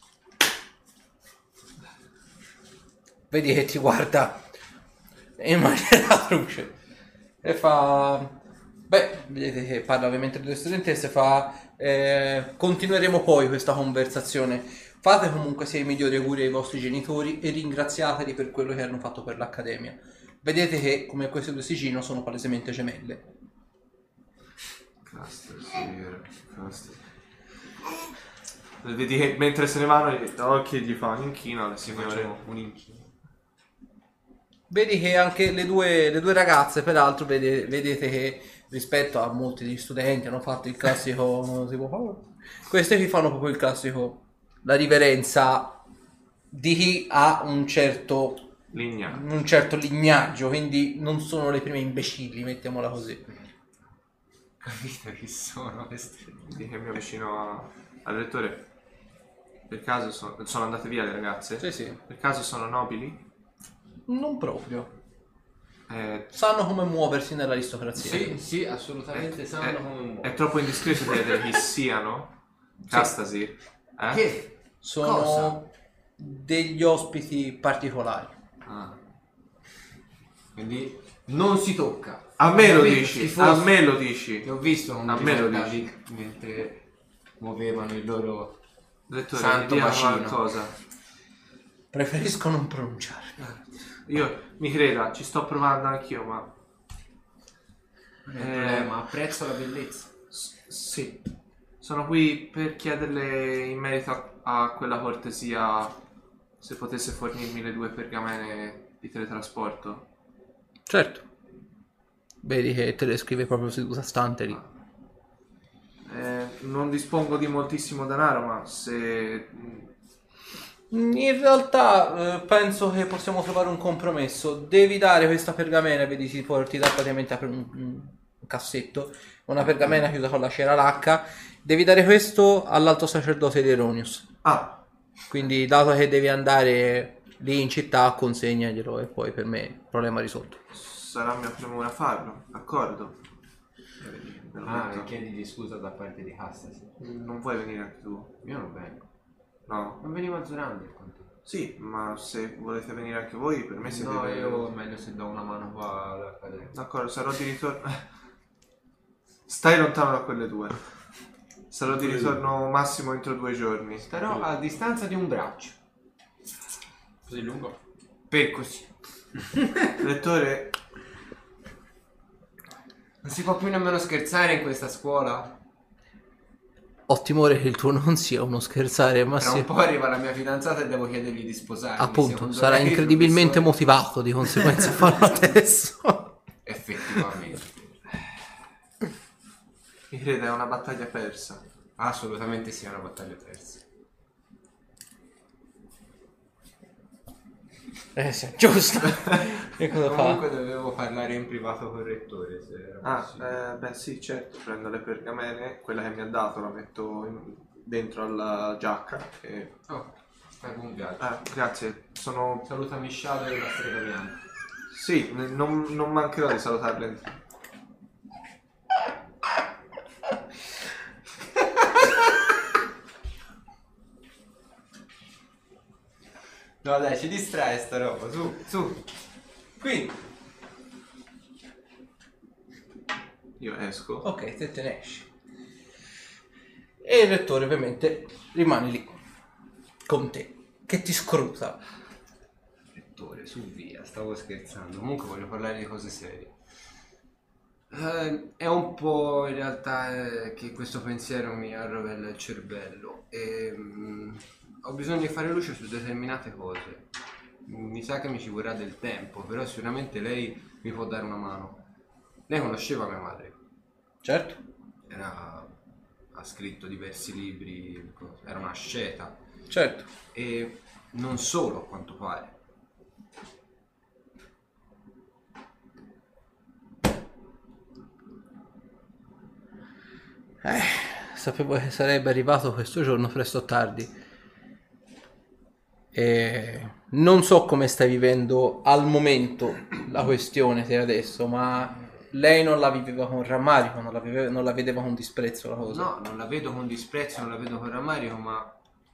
Vedi che ti guarda in maniera truce e fa... Beh, vedete che parla ovviamente delle studentesse, fa... eh, continueremo poi questa conversazione. Fate comunque sia i migliori auguri ai vostri genitori e ringraziateli per quello che hanno fatto per l'accademia. Vedete che, come queste due Sigino, sono palesemente gemelle. Castasi, Castasi. Vedi che mentre se ne vanno gli occhi gli fa un inchino alle signore. Facciamo un inchino. Vedi che anche le due, le due ragazze, peraltro, vede- vedete che rispetto a molti degli studenti hanno fatto il classico tipo, oh, queste qui fanno proprio il classico, la riverenza di chi ha un certo, Ligna. un certo lignaggio, quindi non sono le prime imbecilli, mettiamola così. Capito chi sono queste? Vedi che mi avvicino a- al rettore. Per caso sono, sono andate via le ragazze? Sì, sì. Per caso sono nobili? Non proprio. Eh, Sanno come muoversi nell'aristocrazia. Sì, sì, assolutamente è, sanno è- come muovono. è troppo indiscreto chiedere chi siano. Castasi? Eh? Che? Sono Cosa? degli ospiti particolari. Ah. Quindi non si tocca. A me lo Capito? dici, Schifoso. a me lo dici. Ti ho visto come A me lo risaltavi mentre muovevano il loro Rettore, santo mi dia bacino. qualcosa. Preferisco non pronunciare. Io, mi creda, ci sto provando anch'io, ma... Non è Eh. un problema, apprezzo la bellezza. s- sì. Sono qui per chiederle in merito a, a quella cortesia se potesse fornirmi le due pergamene di teletrasporto. Certo. Vedi che te le scrive proprio seduta stante lì. Eh, non dispongo di moltissimo denaro, ma se... In realtà eh, penso che possiamo trovare un compromesso. Devi dare questa pergamena, vedi si porti da praticamente apre un, un cassetto, una pergamena chiusa con la cera lacca. Devi dare questo all'alto sacerdote di Eronius. Ah, Quindi dato che devi andare lì in città, consegnaglielo e poi per me problema risolto. sarà mia premura farlo, d'accordo? Eh, vedi, me lo Ah, metto. e chiedigli scusa da parte di Castasi. Non vuoi venire anche tu? Io non vengo. No? Non venivo a Zorandi il conto. Sì, ma se volete venire anche voi, per me siete... No, io meglio se do una mano qua all'accademia. D'accordo, sarò di ritorno... Stai lontano da quelle due. Sarò di ritorno massimo entro due giorni. Starò a distanza di un braccio. Così lungo? Per così. Lettore, Non si può più nemmeno scherzare in questa scuola. Ho timore che il tuo non sia uno scherzare, ma Tra sì. un po' arriva la mia fidanzata e devo chiedergli di sposarmi. Appunto, secondo sarà lei, incredibilmente professore? motivato di conseguenza a farlo adesso. Effettivamente. mi creda, è una battaglia persa. Assolutamente sì, è una battaglia persa. Eh sì, giusto. E cosa Comunque fa? dovevo parlare in privato col rettore se era Ah, possibile. eh, beh sì, certo, prendo le pergamene, quella che mi ha dato la metto in- dentro alla giacca e... Oh, fai buon viaggio. Ah, grazie, sono... Salutami Shadow e la strega bianca. Sì, n- non, non mancherò di salutarle. No dai, ci distrae sta roba, su, su. Quindi, Io esco. ok, te te ne esci. E il rettore ovviamente rimane lì con te, che ti scruta. Rettore, su via, stavo scherzando. Comunque voglio parlare di cose serie. Eh, è un po' in realtà eh, che questo pensiero mi arrovella il cervello e mm, ho bisogno di fare luce su determinate cose. Mi sa che mi ci vorrà del tempo, però sicuramente lei mi può dare una mano. Lei conosceva mia madre, Certo. era, ha scritto diversi libri, era una asceta Certo. e non solo a quanto pare. Eh, sapevo che sarebbe arrivato questo giorno presto o tardi. E non so come stai vivendo al momento la questione te adesso, ma lei non la viveva con rammarico, non la, viveva, non la vedeva con disprezzo la cosa. No, non la vedo con disprezzo, non la vedo con rammarico, ma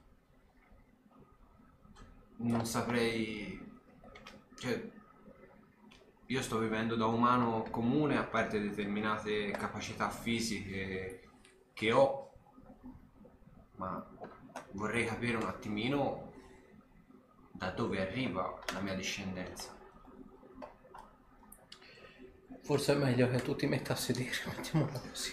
non saprei, cioè io sto vivendo da umano comune, a parte determinate capacità fisiche che ho, ma vorrei capire un attimino da dove arriva la mia discendenza. Forse è meglio che tu ti metta a sedere, mettiamola così.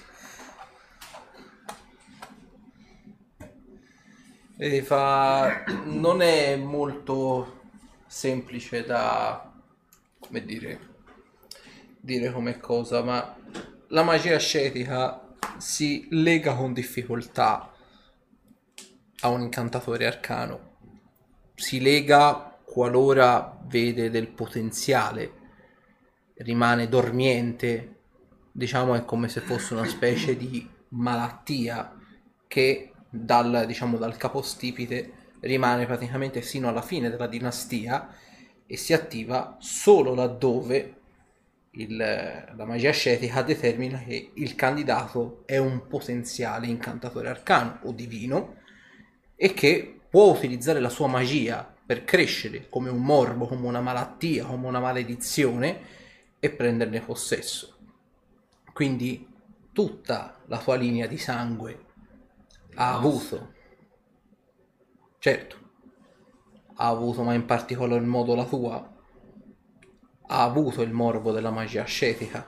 E fa... non è molto semplice da, come dire, dire come cosa, ma la magia ascetica si lega con difficoltà a un incantatore arcano. Si lega qualora vede del potenziale, rimane dormiente, diciamo è come se fosse una specie di malattia che dal, diciamo, dal capostipite rimane praticamente fino alla fine della dinastia e si attiva solo laddove il, la magia ascetica determina che il candidato è un potenziale incantatore arcano o divino e che può utilizzare la sua magia per crescere come un morbo, come una malattia, come una maledizione e prenderne possesso. Quindi tutta la tua linea di sangue ha avuto, certo, ha avuto, ma in particolar modo la tua, ha avuto il morbo della magia ascetica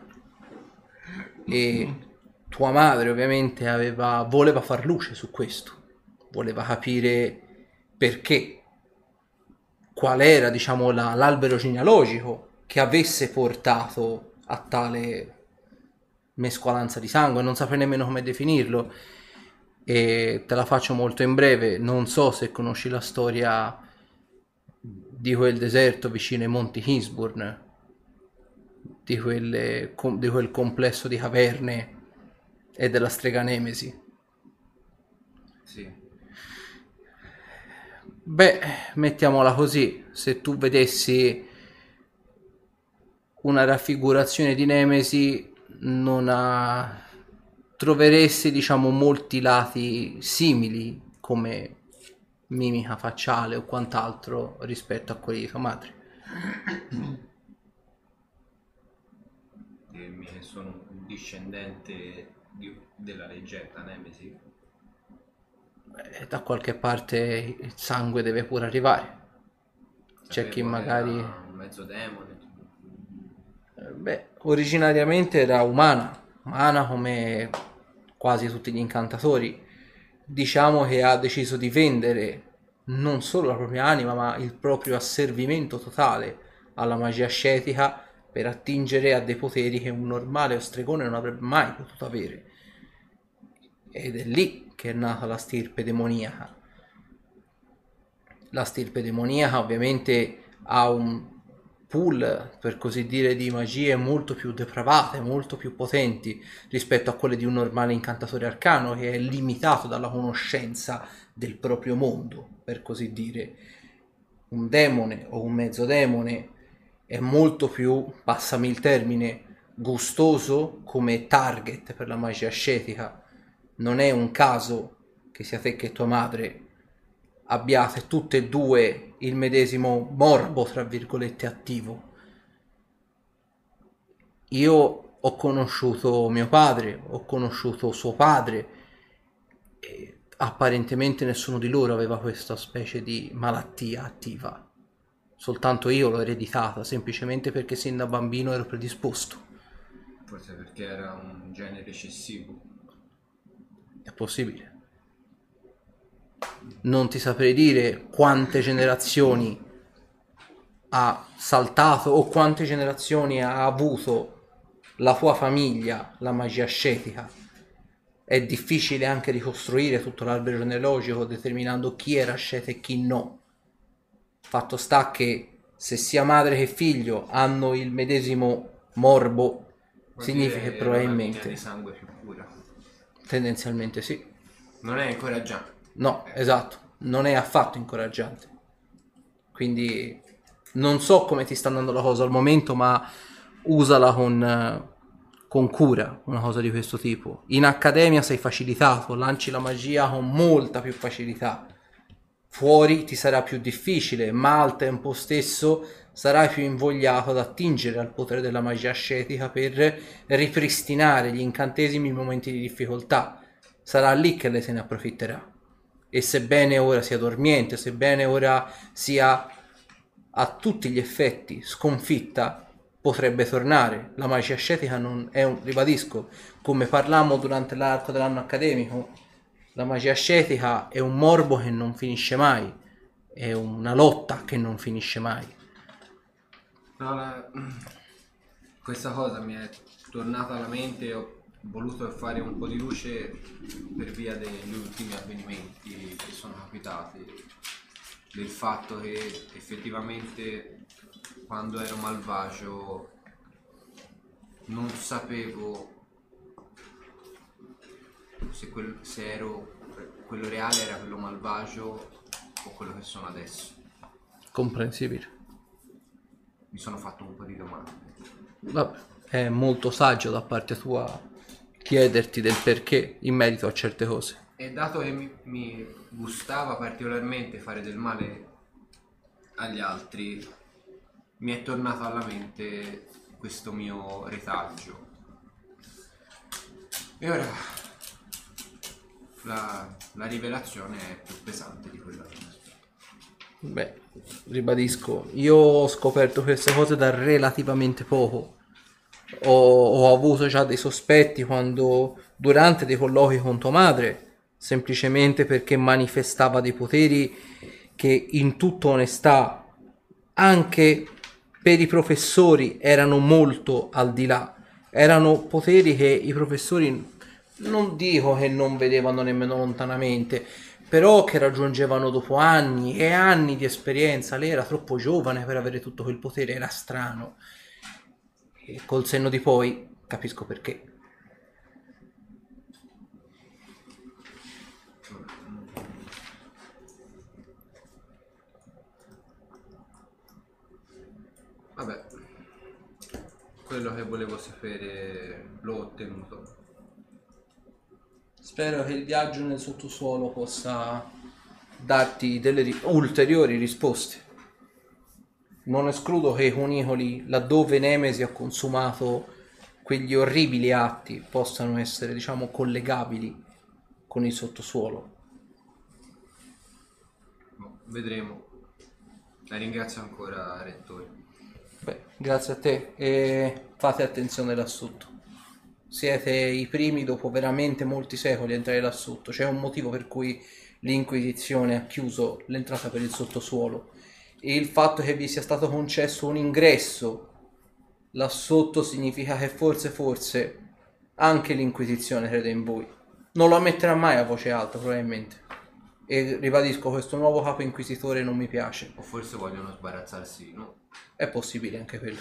e tua madre ovviamente aveva, voleva far luce su questo, voleva capire perché, qual era, diciamo, la, l'albero genealogico che avesse portato a tale mescolanza di sangue, non saprei nemmeno come definirlo. E te la faccio molto in breve. Non so se conosci la storia di quel deserto vicino ai Monti Hisburn, di, quelle, di quel complesso di caverne e della strega Nemesi. Sì. Beh, mettiamola così, se tu vedessi una raffigurazione di Nemesi non ha... troveresti, diciamo, molti lati simili come mimica facciale o quant'altro rispetto a quelli di tua madre. Dirmi che sono un discendente di, della leggenda Nemesi? Beh, da qualche parte il sangue deve pure arrivare. C'è chi magari... un mezzo demone. Beh, originariamente era umana, umana come quasi tutti gli incantatori. Diciamo che ha deciso di vendere non solo la propria anima, ma il proprio asservimento totale alla magia ascetica per attingere a dei poteri che un normale stregone non avrebbe mai potuto avere. Ed è lì che è nata la stirpe demoniaca. La stirpe demoniaca ovviamente ha un pool, per così dire, di magie molto più depravate, molto più potenti rispetto a quelle di un normale incantatore arcano che è limitato dalla conoscenza del proprio mondo, per così dire. Un demone o un mezzodemone è molto più, passami il termine, gustoso come target per la magia ascetica. Non è un caso che sia te che tua madre abbiate tutte e due il medesimo morbo, tra virgolette, attivo. Io ho conosciuto mio padre, ho conosciuto suo padre e apparentemente nessuno di loro aveva questa specie di malattia attiva. Soltanto io l'ho ereditata, semplicemente perché sin da bambino ero predisposto. Forse perché era un genere eccessivo. È possibile. Non ti saprei dire quante generazioni ha saltato o quante generazioni ha avuto la tua famiglia la magia ascetica. È difficile anche ricostruire tutto l'albero genealogico determinando chi era asceta e chi no. Fatto sta che se sia madre che figlio hanno il medesimo morbo, Vuol significa dire che probabilmente una linea di sangue più pura. Tendenzialmente sì. Non è incoraggiante. No, esatto, non è affatto incoraggiante. Quindi non so come ti sta andando la cosa al momento, ma usala con, eh, con cura, una cosa di questo tipo. In accademia sei facilitato, lanci la magia con molta più facilità. Fuori ti sarà più difficile, ma al tempo stesso sarai più invogliato ad attingere al potere della magia ascetica per ripristinare gli incantesimi in momenti di difficoltà. Sarà lì che lei se ne approfitterà. E sebbene ora sia dormiente, sebbene ora sia a tutti gli effetti sconfitta, potrebbe tornare. La magia ascetica non è un, ribadisco, come parlammo durante l'arco dell'anno accademico, la magia ascetica è un morbo che non finisce mai, è una lotta che non finisce mai. No, la- questa cosa mi è tornata alla mente e ho voluto fare un po' di luce per via degli ultimi avvenimenti che sono capitati, del fatto che effettivamente quando ero malvagio non sapevo se, quel, se ero quello reale era quello malvagio o quello che sono adesso. Comprensibile. Mi sono fatto un po' di domande. Vabbè, è molto saggio da parte tua chiederti del perché in merito a certe cose. E dato che mi, mi gustava particolarmente fare del male agli altri, mi è tornato alla mente questo mio retaggio. E ora la, la rivelazione è più pesante di quella prima. Beh, ribadisco, io ho scoperto queste cose da relativamente poco. Ho, ho avuto già dei sospetti quando durante dei colloqui con tua madre, semplicemente perché manifestava dei poteri che in tutta onestà anche per i professori erano molto al di là. Erano poteri che i professori non dico che non vedevano nemmeno lontanamente, però che raggiungevano dopo anni e anni di esperienza. Lei era troppo giovane per avere tutto quel potere, era strano. E col senno di poi capisco perché. Vabbè, quello che volevo sapere l'ho ottenuto. Spero che il viaggio nel sottosuolo possa darti delle ri- ulteriori risposte. Non escludo che i cunicoli, laddove Nemesi ha consumato quegli orribili atti, possano essere, diciamo, collegabili con il sottosuolo. Boh, vedremo. La ringrazio ancora, Rettore. Beh, grazie a te e fate attenzione là sotto. Siete i primi dopo veramente molti secoli a entrare là sotto. C'è un motivo per cui l'Inquisizione ha chiuso l'entrata per il sottosuolo. E il fatto che vi sia stato concesso un ingresso là sotto significa che forse, forse, anche l'Inquisizione crede in voi. Non lo ammetterà mai a voce alta, probabilmente. E ribadisco, questo nuovo capo inquisitore non mi piace. O forse vogliono sbarazzarsi, no? È possibile anche quello.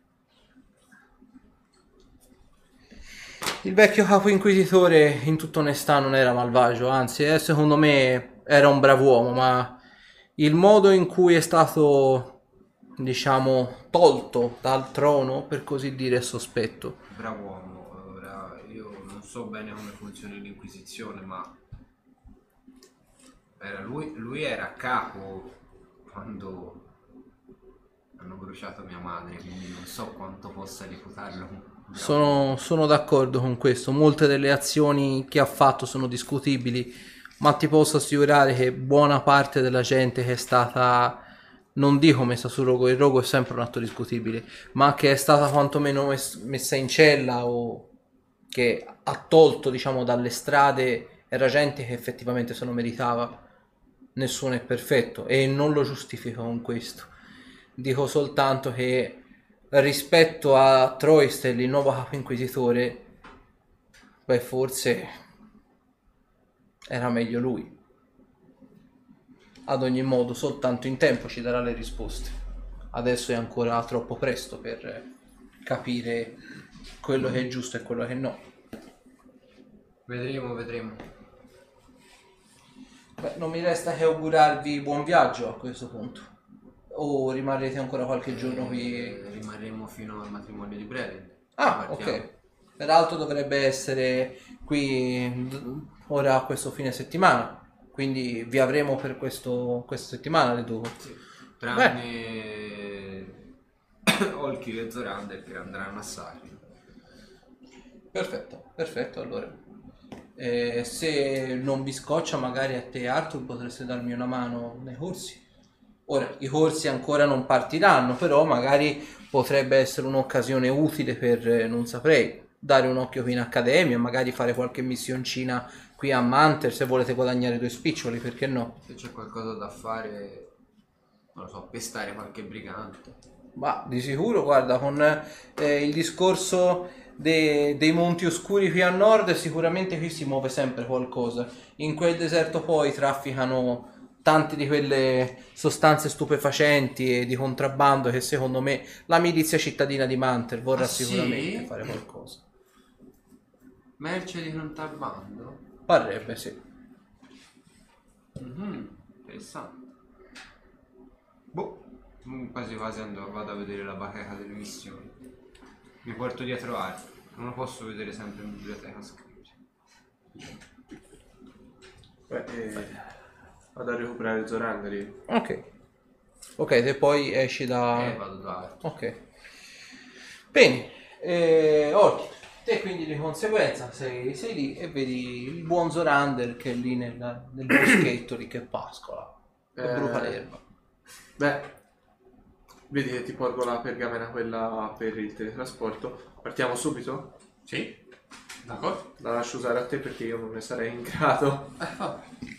Il vecchio capo inquisitore, in tutta onestà, non era malvagio, anzi, eh, secondo me era un brav'uomo, ma il modo in cui è stato, diciamo, tolto dal trono, per così dire, è sospetto. Bravo uomo. Ora, io non so bene come funzioni l'Inquisizione, ma era lui, lui era a capo quando hanno bruciato mia madre, quindi non so quanto possa reputarlo. Sono, sono d'accordo con questo, molte delle azioni che ha fatto sono discutibili, ma ti posso assicurare che buona parte della gente che è stata, non dico messa sul rogo, il rogo è sempre un atto discutibile, ma che è stata quantomeno mes- messa in cella o che ha tolto, diciamo, dalle strade, era gente che effettivamente se lo meritava. Nessuno è perfetto e non lo giustifico con questo. Dico soltanto che rispetto a Troistel, il nuovo capo inquisitore, beh, forse era meglio lui. Ad ogni modo, soltanto in tempo ci darà le risposte. Adesso è ancora troppo presto per capire quello che è giusto e quello che no. Vedremo, vedremo. Beh, non mi resta che augurarvi buon viaggio a questo punto. O rimarrete ancora qualche giorno qui? Eh, rimarremo fino al matrimonio di Brevin. Ah, Partiamo. ok. Peraltro dovrebbe essere qui d- ora questo fine settimana. Quindi vi avremo per questo, questa settimana, deduco. Tranne Olki e Zorander che andranno a Sari. Perfetto, perfetto allora. Eh, se non vi scoccia, magari a te Arthur potreste darmi una mano nei corsi. Ora, i corsi ancora non partiranno, però magari potrebbe essere un'occasione utile per, eh, non saprei, dare un occhio qui in accademia, magari fare qualche missioncina qui a Manter se volete guadagnare due spiccioli, perché no? Se c'è qualcosa da fare, non lo so, pestare qualche brigante. Ma di sicuro, guarda, con eh, il discorso de- dei monti oscuri qui a nord, sicuramente qui si muove sempre qualcosa. In quel deserto poi trafficano tante di quelle sostanze stupefacenti e di contrabbando che secondo me la milizia cittadina di Manter vorrà Ah, sì? sicuramente fare qualcosa. Merce di contrabbando? Parrebbe, sì. Mhm, interessante. Boh, quasi quasi andò, vado a vedere la bacheca delle missioni. Mi porto dietro Arthur. Non lo posso vedere sempre in biblioteca a scrivere. Beh, eh, vado a recuperare Zorander io. Ok. Ok, se poi esci da... Eh, vado da Arthur. Ok. Bene. Eh, Orchid, te quindi di conseguenza sei, sei lì e vedi il buon Zorander che è lì nel, nel boschetto lì che pascola e Eh, bruca l'erba. Beh, vedi che ti porgo la pergamena quella per il teletrasporto. Partiamo subito? Sì? D'accordo? La lascio usare a te perché io non ne sarei in grado. Eh, vabbè.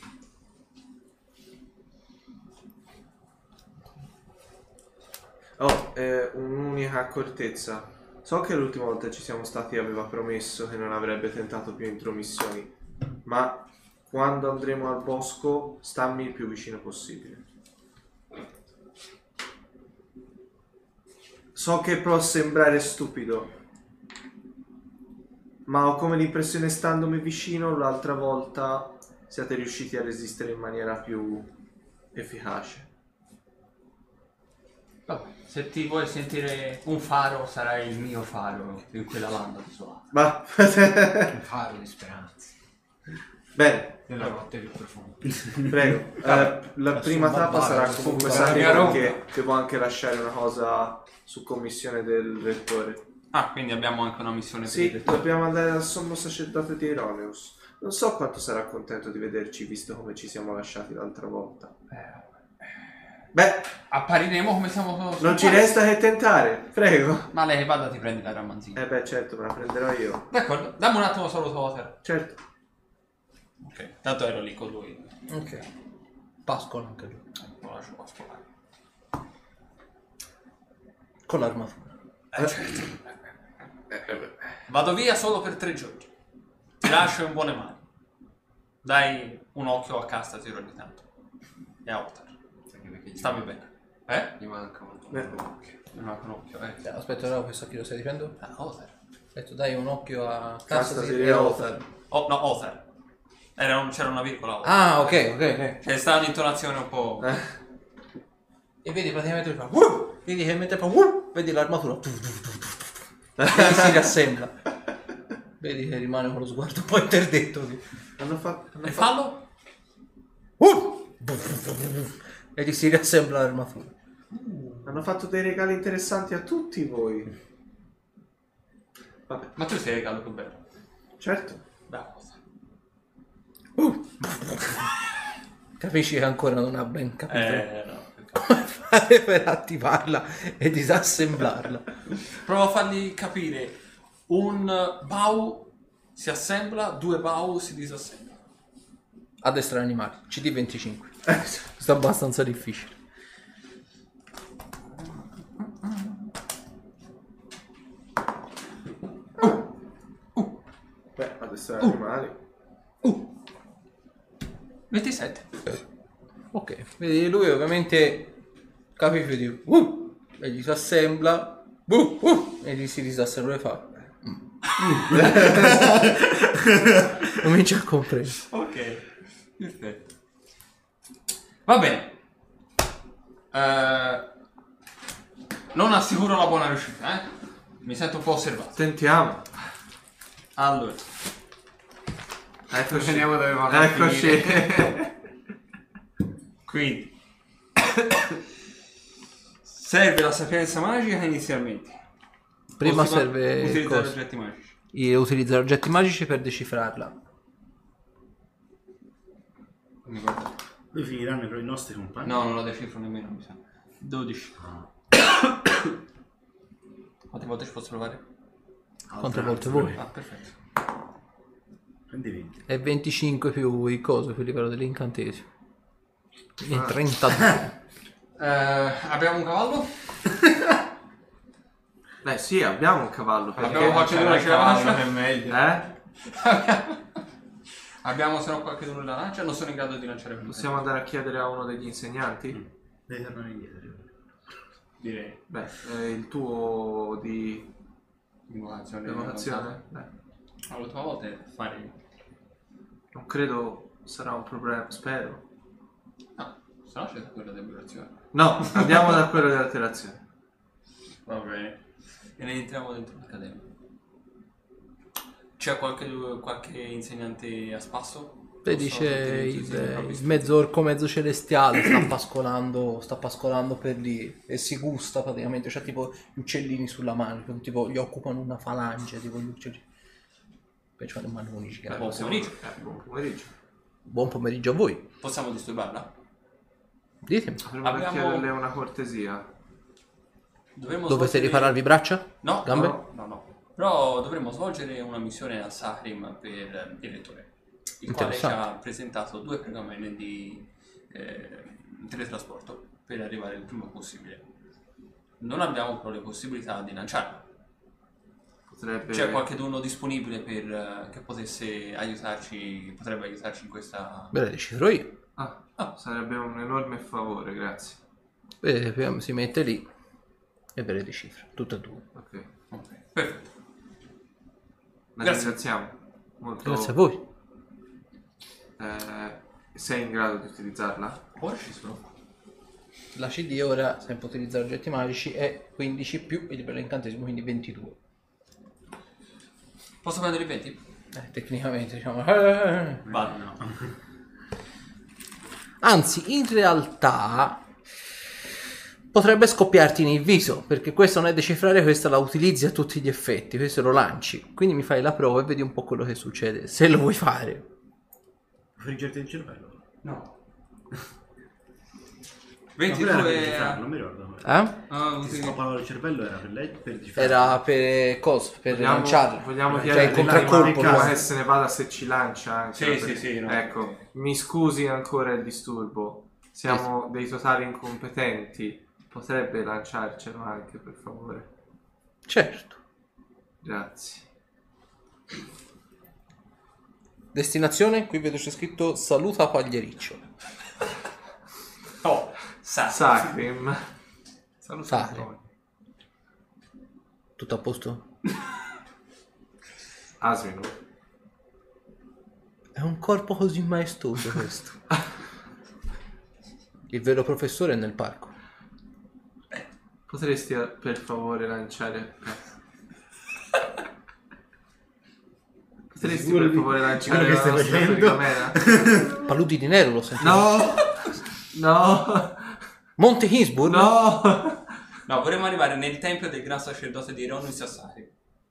Oh, eh, un'unica accortezza. So che l'ultima volta ci siamo stati aveva promesso che non avrebbe tentato più intromissioni, ma quando andremo al bosco stammi il più vicino possibile. So che può sembrare stupido, ma ho come l'impressione, standomi vicino l'altra volta, siate riusciti a resistere in maniera più efficace. Vabbè, se ti vuoi sentire un faro, sarai il mio faro in quella landa desolata. Ma Un faro di speranza. bene, Nella notte più profonda. prego. Eh, la prima tappa sarà comunque Sari Roma. perché devo anche lasciare una cosa su commissione del rettore. Ah, quindi abbiamo anche una missione per Sì, il rettore. dobbiamo andare dal sommo sacerdote di Ironeus. Non so quanto sarà contento di vederci visto come ci siamo lasciati l'altra volta. Beh, Appariremo come siamo... non ci resta che tentare, prego. Ma lei che vada ti prendi la ramanzina. Eh beh, certo, me la prenderò io. D'accordo, dammi un attimo solo Toter. Certo. Ok, tanto ero lì con lui. Ok. Pascola anche lui. Lo lascio pascolare. Con l'armatura. Eh, certo. Vado via solo per tre giorni. Ti lascio in buone mani. Dai un occhio a Castasi ogni tanto. E a Otar. Stammi bene. Eh? Gli manca un Eh. occhio. Mi manca un occhio, eh. Eh, Aspetta, no, questo a chi lo stai dicendo? Ah, Otar. Aspetta, dai un occhio a Castasi Castasi e e Othar. Othar. Oh, no, Otar. Era un- c'era una virgola. Otar. Ah, ok, ok, ok. C'è stata un'intonazione un po'... Eh. E vedi praticamente lui fa "Wuh!" vedi che mentre fa "Wuh!" vedi l'armatura tu, tu, tu, tu, tu, tu. E si riassembla. Vedi che rimane con lo sguardo un po' interdetto lì. Hanno fatto... E fallo? "Wuh!" E gli si riassembla l'armatura. Hanno fatto dei regali interessanti a tutti voi. Vabbè, Ma tu sei il gallo più bello. certo. Bravo. Capisci che ancora non ha ben capito Eh, no. come fare per attivarla e disassemblarla. Provo a fargli capire. Un bau si assembla, due bau si disassembla. Addestrare animali, C D venticinque. Sta abbastanza difficile. Beh, adesso è animali. ventisette. Ok, vedi lui ovviamente capisce di uh, e gli si assembla uh, uh, e gli si disassembla e fa "Mm, Comincia a comprendere. Ok, perfetto. Va bene. Eh, non assicuro la buona riuscita, eh? Mi sento un po' osservato. Tentiamo. Allora, Eccoci. Vediamo dove va a Eccoci. quindi serve la sapienza magica inizialmente. Prima Possiamo serve utilizzare cosa? oggetti magici. Io utilizzare oggetti magici per decifrarla. Mi guarda. Dove finiranno i nostri compagni? No, non la decifro nemmeno, mi sa. dodici. Ah. Quante volte ci posso provare? Quante volte vuoi? Ah, perfetto. Prendi venti. E venticinque più il coso, più il livello dell'incantesimo. Quindi Ah. trentadue. Eh, abbiamo un cavallo? Beh sì, abbiamo un cavallo. Perché... Abbiamo qualche uno che la lancia? è meglio. Eh? Abbiamo se no qualche uno la lancia? Non sono in grado di lanciare più. Possiamo andare a chiedere a uno degli insegnanti? Devi tornare indietro. Direi. Beh, eh, il tuo di Invocazione. evocazione? Beh, L'ultima volta è fare. non credo sarà un problema, spero. Ah, se no c'è quella dell'evocazione. No, andiamo da quello dell'alterazione. Va bene. E ne entriamo dentro l'accademia. C'è qualche, qualche insegnante a spasso? Vedi Posso c'è ottenere il, tutti i propri il studi? mezzo orco mezzo celestiale, sta pascolando, sta pascolando per lì e si gusta praticamente, c'ha tipo gli uccellini sulla mano, tipo gli occupano una falange, tipo gli uccellini. Poi c'hanno i manoni Beh, giganti. buon pomeriggio. Eh, buon pomeriggio. Buon pomeriggio a voi. Possiamo disturbarla? Ditemi, Prima di Abbiamo- chiederle una cortesia. Dovremmo dovete svolgere- ripararvi braccia? No, Gambe? no, no, no. Però dovremmo svolgere una missione al Sahrim per eh, il lettore, il quale ci Interessante. ha presentato due pergamene di eh, teletrasporto per arrivare il prima possibile. Non abbiamo però le possibilità di lanciarlo. Potrebbe... C'è qualcuno disponibile per eh, che potesse aiutarci, potrebbe aiutarci in questa... Ve le decifro io. Ah, Ah. sarebbe un enorme favore, grazie. Vedete, si mette lì e ve le decifro, tutte e due. Ok. Ok, perfetto. La Grazie. ringraziamo. Molto... Grazie a voi. Eh, sei in grado di utilizzarla? Ora ci sono. La C D ora, sempre utilizzare oggetti magici, è quindici più il livello incantesimo, quindi ventidue. Posso prendere i venti? Eh, tecnicamente diciamo... eh. Vado. No. Anzi, in realtà potrebbe scoppiarti nel viso, perché questo non è decifrare, questa la utilizzi a tutti gli effetti, questo lo lanci. Quindi mi fai la prova e vedi un po' quello che succede, se lo vuoi fare. Friggerti il cervello. No. Ma quello era per ventidue... decifrarlo, non mi ricordo. Eh? Ah, Ti utilizzo- scoppava il cervello, era per lei? Per decifrarlo. Era per cosa? Per Vogliamo, lanciarla. vogliamo Cioè, chiedere il prima contraccolpo, prima no? che se ne vada se ci lancia anche. Sì, perché- sì, sì, no. Ecco, mi scusi ancora il disturbo. Siamo dei totali incompetenti. Potrebbe lanciarcelo anche, per favore. Certo. Grazie. Destinazione, qui vedo c'è scritto saluta Pagliericcio. Oh, sa. Sacrim. Sacrim. Tutto a posto? Asino. È un corpo così maestoso questo. Il vero professore è nel parco. Potresti eh, per favore lanciare... Potresti Sicuro per di- favore lanciare quello che la stai nostra facendo? pergamena? Paludi di nero lo sentite? No! No! Monte Kingsburg? No! No, vorremmo arrivare nel tempio del gran sacerdote di Ronus Sassari.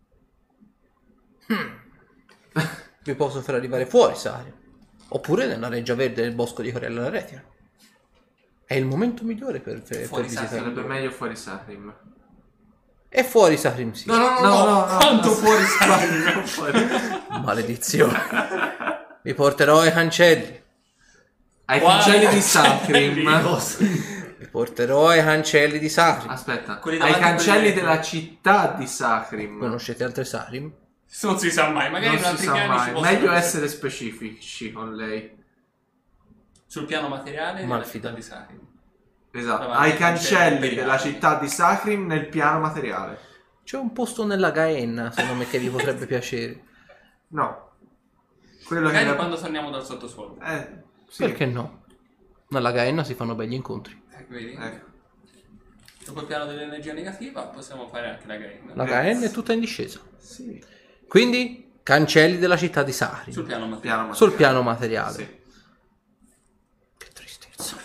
Vi posso far arrivare fuori, Sari. Oppure nella reggia verde del bosco di Corella la Retina. È il momento migliore per, per, Fuori per Sari. visitare. Sarebbe meglio fuori Sacrim. E fuori Sarim sì. No, no, no, No, no, no, no, quanto no. fuori Sari. Non fuori. Maledizione. Vi porterò ai cancelli. Ai Quali cancelli di cancelli? Sacrim. Vi porterò ai cancelli di Sarim. Aspetta, Quelli ai davanti a cancelli quelli- della città di Sacrim. Conoscete altre Sarim? Non si sa mai, magari Non in si altri sa piani ci mai. possono Meglio essere specifici con lei. sul piano materiale della Malfida. città di Sari. Esatto, Davanti ai ai cancelli cancelli della imperiali. città di Sacrim nel piano materiale. C'è un posto nella Gaenna, secondo me, che vi potrebbe piacere. No. Quello Magari che... quando torniamo dal sottosuolo. Eh, sì. Perché no? Nella Gaenna si fanno begli incontri. Ecco, vedi? Ecco. Dopo il piano dell'energia negativa possiamo fare anche la game. La Gaenna è tutta in discesa. Sì. Quindi, cancelli della città di Sahri. Sul piano materiale. Piano Sul materiale. piano materiale. Sì. Che tristezza.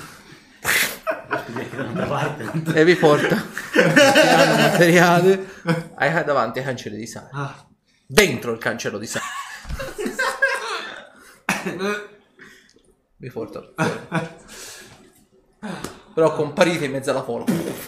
Da parte. E vi porta sul piano materiale ai davanti ai cancelli di Sahri. Ah. Dentro il cancello di Sahri. Vi porta fuori. Però comparite in mezzo alla folla.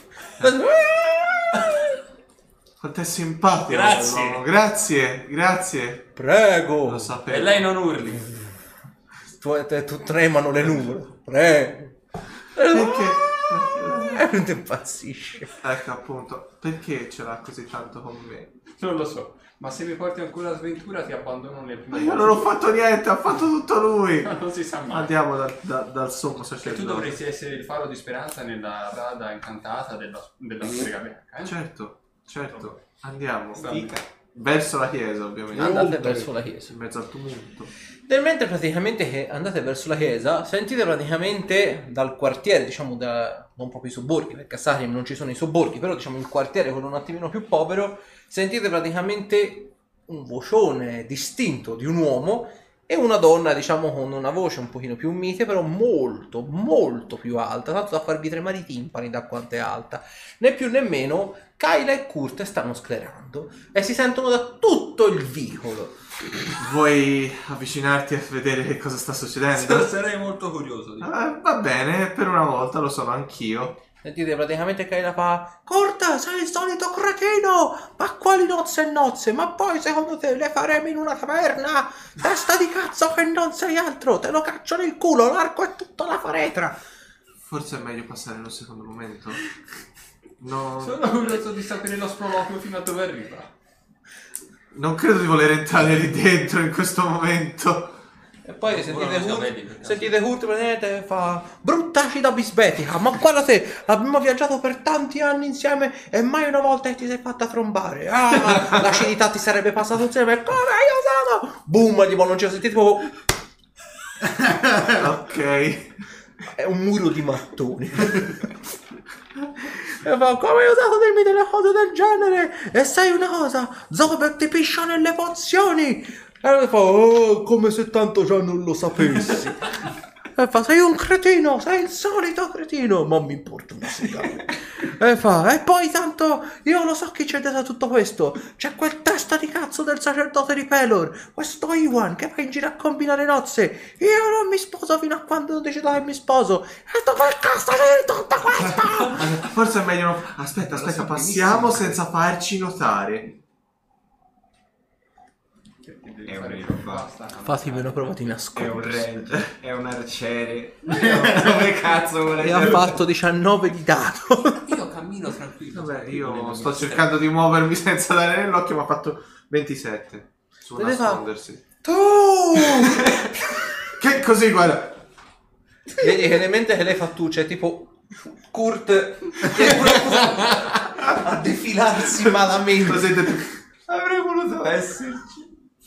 Quanto è simpatico. Grazie. quell'uomo. Grazie, grazie. Prego. Lo E sapevo. lei non urli. Tu, te- tu tremano le nuvole. Prego. Perché? E non ti impazzisce. Ecco appunto, perché ce l'ha così tanto con me? Non lo so. Ma se mi porti ancora l'avventura ti abbandono nel primo Ma io non ho fatto niente, ha fatto tutto lui. Non si sa mai. Andiamo da- da- dal sommo Che tu sacerdote. dovresti essere il faro di speranza nella rada incantata della, della strega bianca. Eh? Certo, certo. Andiamo. Fica. Verso la chiesa, ovviamente. Andate verso la chiesa. In mezzo al tumulto. Nel mentre praticamente che andate verso la chiesa, sentite praticamente dal quartiere, diciamo da, non proprio i sobborghi, perché a Sahrim non ci sono i sobborghi, però diciamo il quartiere quello un attimino più povero, sentite praticamente un vocione distinto di un uomo e una donna, diciamo, con una voce un pochino più mite, però molto, molto più alta, tanto da farvi tremare i timpani da quanto è alta. Né più né meno, Kyla e Kurt stanno sclerando e si sentono da tutto il vicolo. Vuoi avvicinarti a vedere che cosa sta succedendo? Sarei molto curioso di Eh, va bene, per una volta lo sono anch'io. Sentite praticamente Kyla fa: Kurt, sei il solito cretino! Ma quali nozze e nozze? Ma poi secondo te le faremo in una taverna? Testa di cazzo che non sei altro! Te lo caccio nel culo, l'arco è tutta la faretra! Forse è meglio passare in un secondo momento. No, Sono curioso di sapere lo sproloquio fino a dove arriva. non credo di voler entrare lì dentro in questo momento. E poi Ora sentite non lo vedi, Hurt, perché- sentite Hurt praticamente fa: brutta cida bisbetica, ma guarda te, abbiamo viaggiato per tanti anni insieme e mai una volta che ti sei fatta trombare. Ah, l'acidità ti sarebbe passata insieme, come hai usato? Boom, tipo non ci ho sentito proprio. Ok. È un muro di mattoni. E fa: come hai usato dirmi delle cose del genere? E sai una cosa? Zobek ti piscia nelle pozioni. E lui fa: oh, come se tanto già non lo sapessi. E fa: sei un cretino, sei il solito cretino. Ma mi importa una sega. E fa: e poi tanto io lo so chi c'è dietro tutto questo. C'è quel testa di cazzo del sacerdote di Pelor, questo Iwan che va in giro a combinare nozze. Io non mi sposo fino a quando non decido che mi sposo. E dove cazzo sei tutto questo? Forse è meglio... no- Aspetta, aspetta, passiamo senza farci notare. È un rifà. Fatemi una prova di È un nascondere. ranger, è un arciere. Dove cazzo vuole E ha fatto diciannove di dato. Io cammino tranquillo. Vabbè, io tranquillo, sto nel- cercando di muovermi senza dare nell'occhio, ma ha fatto ventisette. Su Dove va? nascondersi. Tu! Che così, guarda. Vedi che nel mentre che lei fa tu, c'è tipo Kurt che è proprio a defilarsi malamente. Così detto- Avrei voluto esserci.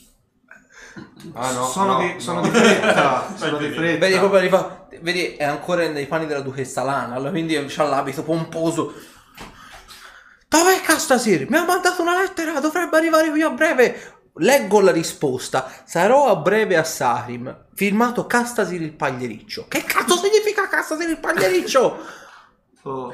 Ah no, sono no, di, no. sono di fretta. sono di fretta. Vedi proprio li fa, vedi è ancora nei panni della duchessa Lana, allora, quindi c'ha l'abito pomposo. Dov'è Castasir? Mi ha mandato una lettera, dovrebbe arrivare qui a breve. Leggo la risposta: sarò a breve a Sahrim. Firmato Castasir il pagliericcio. Che cazzo significa Castasir il pagliericcio? Oh.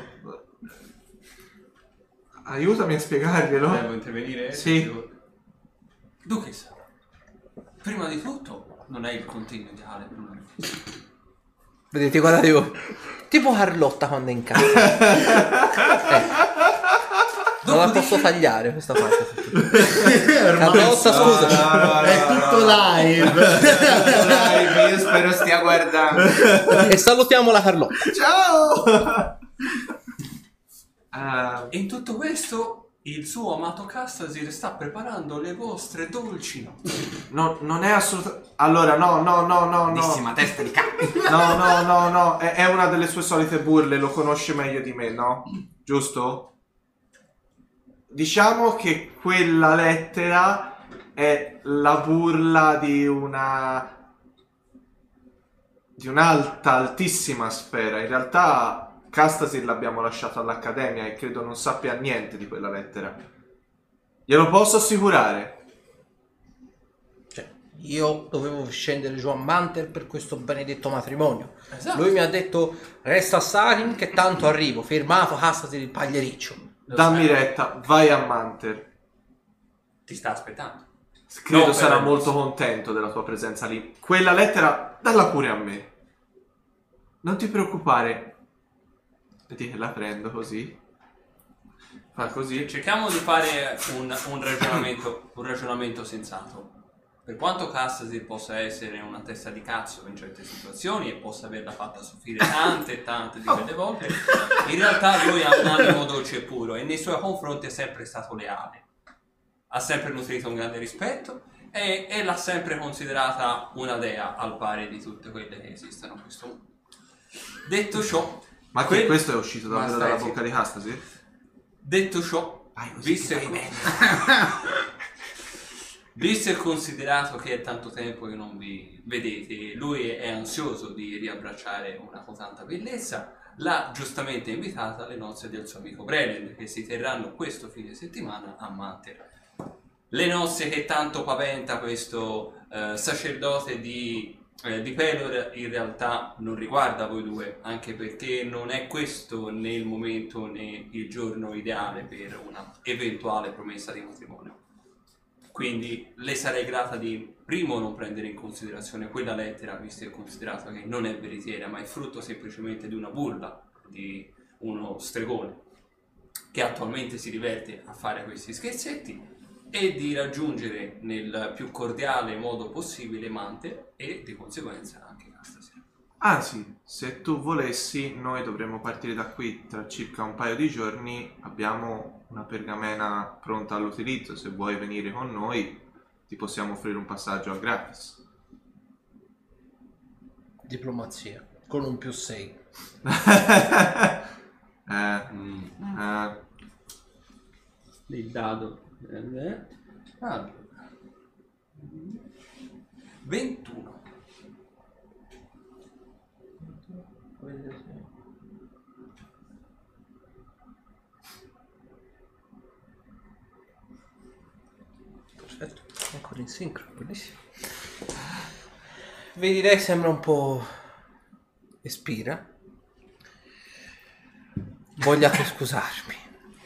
Aiutami a spiegarglielo. Devo intervenire? Sì. Duchessa, prima di tutto non è il contegno ideale per una riflessione. Vedete, guarda, tipo, tipo Carlotta quando è in casa. Eh. Non la posso tagliare questa parte. Carlotta, scusa. No, no, no, È no, tutto no. live. Live, io spero stia guardando. E salutiamo la Carlotta. Ciao! Ah, E in tutto questo il suo amato Castasir sta preparando le vostre dolci nozze. no, non è assolutamente... Allora, no, no, no, no, no. Bellissima testa di cazzo. No, no, no, no. È, è una delle sue solite burle, lo conosce meglio di me, no? Giusto? diciamo che quella lettera è la burla di una di un'alta, altissima sfera. In realtà Castasir l'abbiamo lasciato all'Accademia e credo non sappia niente di quella lettera. Glielo posso assicurare. Cioè, io dovevo scendere giù a Manter per questo benedetto matrimonio. Esatto. Lui mi ha detto resta a Sarin che tanto arrivo. Firmato Castasir il pagliericcio. Lo Dammi sai. retta, vai a Manter. Ti sta aspettando. Credo No, sarà per- molto contento della tua presenza lì. Quella lettera, dalla pure a me. Non ti preoccupare. Vedi che la prendo così. Fa così. Cerchiamo di fare un, un ragionamento un ragionamento sensato. Per quanto Castasir possa essere una testa di cazzo in certe situazioni e possa averla fatta soffrire tante e tante di quelle volte, in realtà lui ha un animo dolce e puro e nei suoi confronti è sempre stato leale. Ha sempre nutrito un grande rispetto e, e l'ha sempre considerata una dea al pari di tutte quelle che esistono in questo mondo. Detto ciò, Ma che quel- questo è uscito Ma davvero stai dalla zitto. bocca di Castasir? detto ciò, Vai così visto ti e, fai bene. visto e considerato che è tanto tempo che non vi vedete, lui è ansioso di riabbracciare una cotanta bellezza, l'ha giustamente invitata alle nozze del suo amico Brelend, che si terranno questo fine settimana a Manter. Le nozze che tanto paventa questo eh, sacerdote di, eh, di Pelor in realtà non riguarda voi due, anche perché non è questo né il momento né il giorno ideale per una eventuale promessa di matrimonio. Quindi le sarei grata di primo non prendere in considerazione quella lettera, visto e considerato che non è veritiera, ma è frutto semplicemente di una burla di uno stregone che attualmente si diverte a fare questi scherzetti, e di raggiungere nel più cordiale modo possibile Manter e di conseguenza anche Castasir. Anzi, se tu volessi, noi dovremmo partire da qui tra circa un paio di giorni. Abbiamo una pergamena pronta all'utilizzo. Se vuoi venire con noi, ti possiamo offrire un passaggio a gratis. Diplomazia. Con un più sei. eh, Mm. eh, Il dado. Allora. ventuno. Perfetto, ancora in sincro, bellissimo. Vedi, lei sembra un po' espira. Vogliate scusarmi.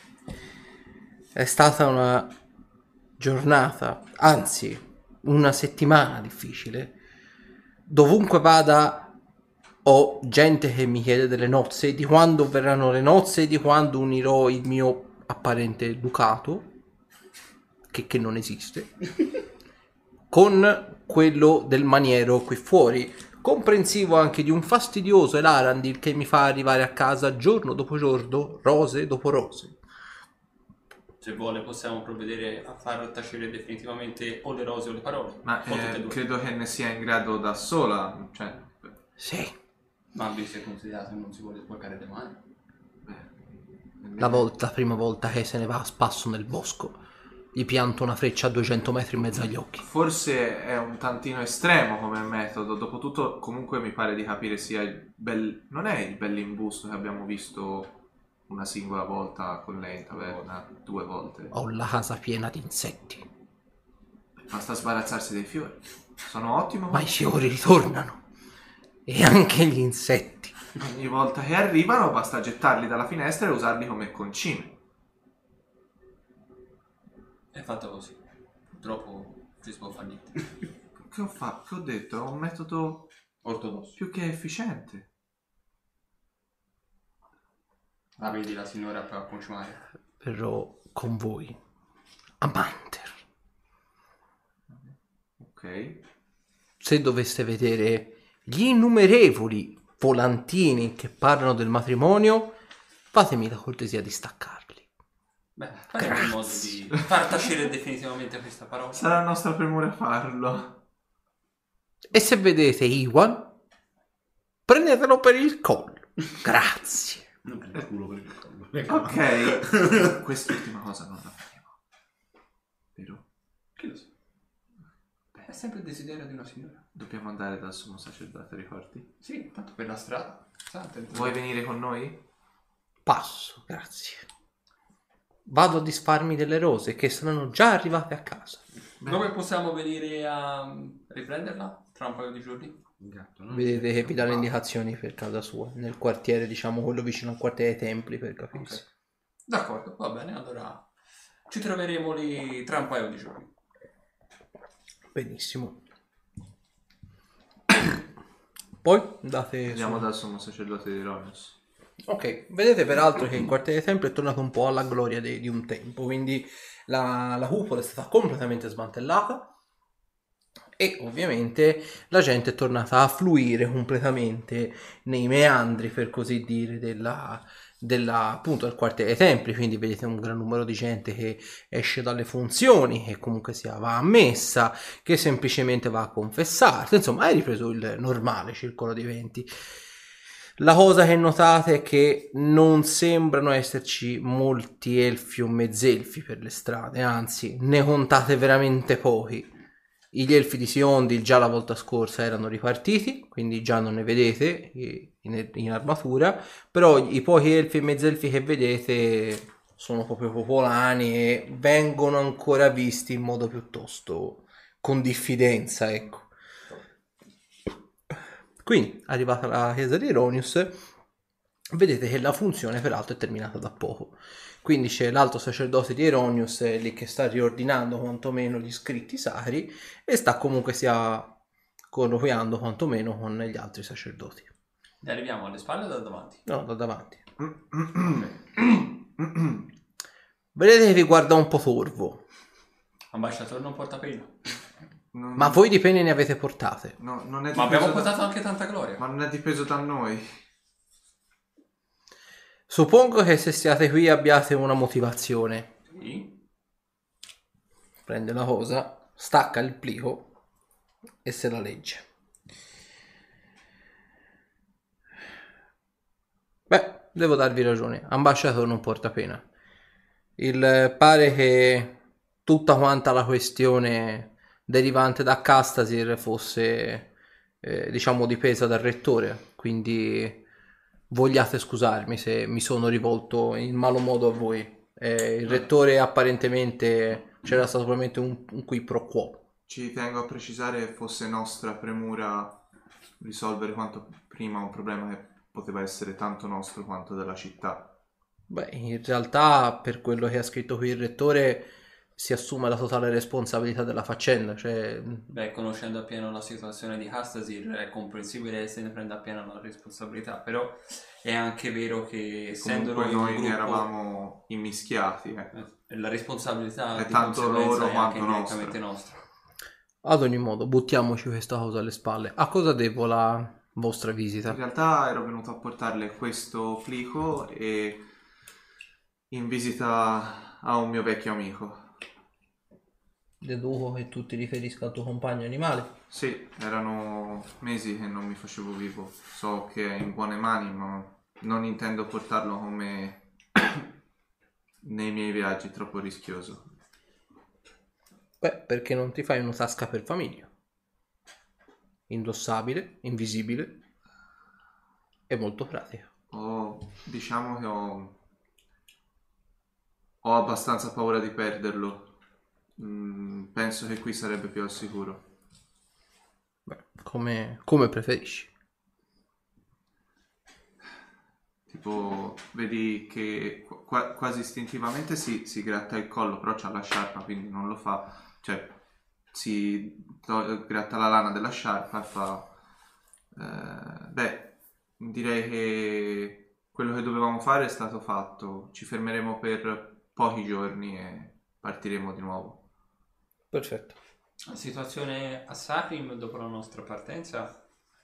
È stata una giornata, anzi una settimana difficile. Dovunque vada ho gente che mi chiede delle nozze, di quando verranno le nozze, di quando unirò il mio apparente ducato, che, che non esiste, con quello del maniero qui fuori, comprensivo anche di un fastidioso Elarandil che mi fa arrivare a casa giorno dopo giorno, rose dopo rose. Se vuole possiamo provvedere a far tacere definitivamente o le rose o le parole. ma o tutte e eh, due. credo che ne sia in grado da sola. Cioè, Sì, Ma visto e considerato che non si vuole sporcare le mani. la, volta, la prima volta che se ne va a spasso nel bosco, gli pianto una freccia a duecento metri in mezzo agli occhi. Forse è un tantino estremo come metodo. Dopotutto, comunque, mi pare di capire sia il bel. Non è il bell'imbusto che abbiamo visto una singola volta con lei in taverna, due volte. Ho la casa piena di insetti, Basta sbarazzarsi dei fiori. Sono ottimo. ma i fiori ritornano. E anche gli insetti. Ogni volta che arrivano basta gettarli dalla finestra e usarli come concime. È fatto così. Purtroppo ci si può fare niente. Che ho fatto? Che ho detto? È un metodo Ortodosso. più che efficiente. La vedi la signora per concimare. Verrò con voi a Manter. Ok. Se doveste vedere gli innumerevoli volantini che parlano del matrimonio, fatemi la cortesia di staccarli. Beh, faremo in modo di far tacere definitivamente questa parola. Sarà il nostro premure farlo. E se vedete Iwan, prendetelo per il collo. Grazie. Non per il culo, per il collo. Ok, quest'ultima cosa non la faremo. Vero? Chi lo sa? È sempre il desiderio di una signora. Dobbiamo andare dal sommo sacerdote, ricordi? Sì, tanto per la strada. Santa, Vuoi venire con noi? Passo, grazie. Vado a disfarmi delle rose che saranno già arrivate a casa. Dove possiamo venire a riprenderla? Tra un paio di giorni? Gatto, no? Vedete che vi dà le indicazioni per casa sua, nel quartiere, diciamo, quello vicino al quartiere dei Templi, per capirsi. Ok. D'accordo, va bene, allora ci troveremo lì tra un paio di giorni. Benissimo. Poi andate Andiamo su. dal sommo sacerdote di Ronius. Ok, vedete peraltro che il quartiere dei Templi è tornato un po' alla gloria de- di un tempo, quindi la, la cupola è stata completamente smantellata e ovviamente la gente è tornata a fluire completamente nei meandri, per così dire, della, della, appunto, del quartiere dei Templi, quindi vedete un gran numero di gente che esce dalle funzioni, che comunque sia va a messa, che semplicemente va a confessarsi, insomma è ripreso il normale circolo di eventi. La cosa che notate è che non sembrano esserci molti elfi o mezzelfi per le strade, anzi ne contate veramente pochi. Gli elfi di Siondi già la volta scorsa erano ripartiti, quindi già non ne vedete in, in armatura, però i pochi elfi e mezzelfi che vedete sono proprio popolani e vengono ancora visti in modo piuttosto con diffidenza, ecco. Quindi, arrivata la chiesa di Ronius, vedete che la funzione peraltro è terminata da poco. Quindi c'è l'alto sacerdote di Eronius eh, lì che sta riordinando quantomeno gli scritti sacri e sta comunque sia colloquiando quantomeno con gli altri sacerdoti. Ne arriviamo alle spalle o da davanti? No, da davanti. Vedete che vi guarda un po' torvo. Ambasciatore non porta pena. Non- Ma voi di pene ne avete portate. No, non è Ma abbiamo dipeso da- portato anche tanta gloria. Ma non è dipeso da noi. Suppongo che se siate qui abbiate una motivazione. Sì. Prende la cosa, stacca il plico e se la legge. Beh, devo darvi ragione, ambasciatore non porta pena. Il pare che tutta quanta la questione derivante da Castasir fosse, eh, diciamo, dipesa dal rettore, quindi vogliate scusarmi se mi sono rivolto in malo modo a voi. Eh, il rettore apparentemente c'era stato probabilmente un, un qui pro quo. Ci tengo a precisare che fosse nostra premura risolvere quanto prima un problema che poteva essere tanto nostro quanto della città. Beh, in realtà per quello che ha scritto qui il rettore si assume la totale responsabilità della faccenda, cioè Beh, conoscendo appieno la situazione di Castasir è comprensibile che se ne prenda appieno la responsabilità, però è anche vero che essendo Comunque noi noi un ne gruppo, eravamo immischiati. eh. eh, la responsabilità È di tanto conseguenza loro è quanto anche direttamente nostra. ad ogni modo buttiamoci questa cosa alle spalle. A cosa devo la vostra In visita? realtà ero venuto a portarle questo plico e in visita a un mio vecchio amico. Deduco che tu ti riferisca al tuo compagno animale. Sì, erano mesi che non mi facevo vivo. So che è in buone mani, ma non intendo portarlo con me nei miei viaggi, troppo rischioso. Beh, perché non ti fai una tasca per famiglia? Indossabile, invisibile e molto pratica. Ho, diciamo che ho, ho abbastanza paura di perderlo. Mm, penso che qui sarebbe più al sicuro. Beh, come, come preferisci. Tipo, vedi che qua- quasi istintivamente si, si gratta il collo, però c'ha la sciarpa, quindi non lo fa. Cioè, si to- gratta la lana della sciarpa e fa... eh, beh, direi che quello che dovevamo fare è stato fatto. Ci fermeremo per pochi giorni e partiremo di nuovo. Perfetto. La situazione a Sarim dopo la nostra partenza,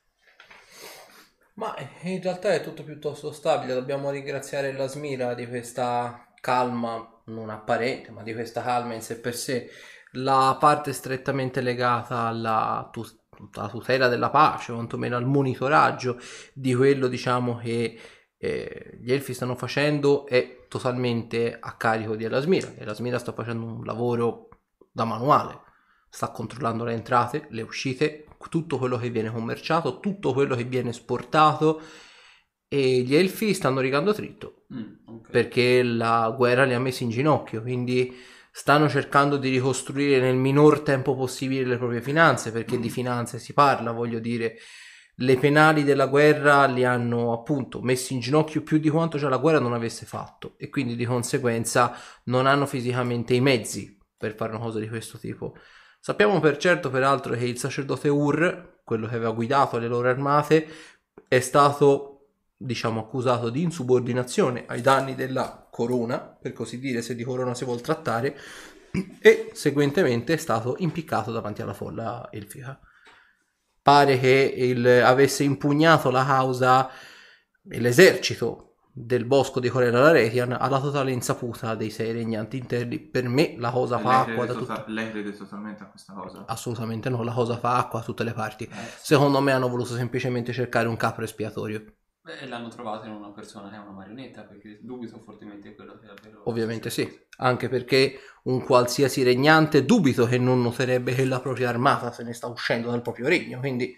Ma in realtà è tutto piuttosto stabile, dobbiamo ringraziare la Smira di questa calma, non apparente, ma di questa calma in sé per sé. La parte strettamente legata alla, tu- alla tutela della pace, quantomeno al monitoraggio di quello, diciamo, che eh, gli elfi stanno facendo è totalmente a carico di Elasmira. Elasmira sta facendo un lavoro da manuale, sta controllando le entrate, le uscite, tutto quello che viene commerciato, tutto quello che viene esportato, e gli elfi stanno rigando dritto Mm, ok. perché la guerra li ha messi in ginocchio, quindi stanno cercando di ricostruire nel minor tempo possibile le proprie finanze, perché di finanze si parla, voglio dire, le penali della guerra li hanno appunto messi in ginocchio più di quanto già la guerra non avesse fatto, e quindi di conseguenza non hanno fisicamente i mezzi per fare una cosa di questo tipo. Sappiamo per certo peraltro che il sacerdote Ur, quello che aveva guidato le loro armate, è stato diciamo accusato di insubordinazione ai danni della corona, per così dire, se di corona si vuol trattare, e seguentemente è stato impiccato davanti alla folla elfica. Pare che il, avesse impugnato la causa l'esercito del bosco di Corella Laretian alla totale insaputa dei sei regnanti interni. Per me la cosa fa Lei acqua crede, da tota- tutte. lei crede totalmente a questa cosa? Assolutamente no, la cosa fa acqua da tutte le parti. Eh, sì. Secondo me hanno voluto semplicemente cercare un capro espiatorio. Beh, l'hanno trovato in una persona che è una marionetta, perché dubito fortemente di quello che è davvero. Ovviamente sì, anche perché un qualsiasi regnante dubito che non noterebbe che la propria armata se ne sta uscendo dal proprio regno, quindi...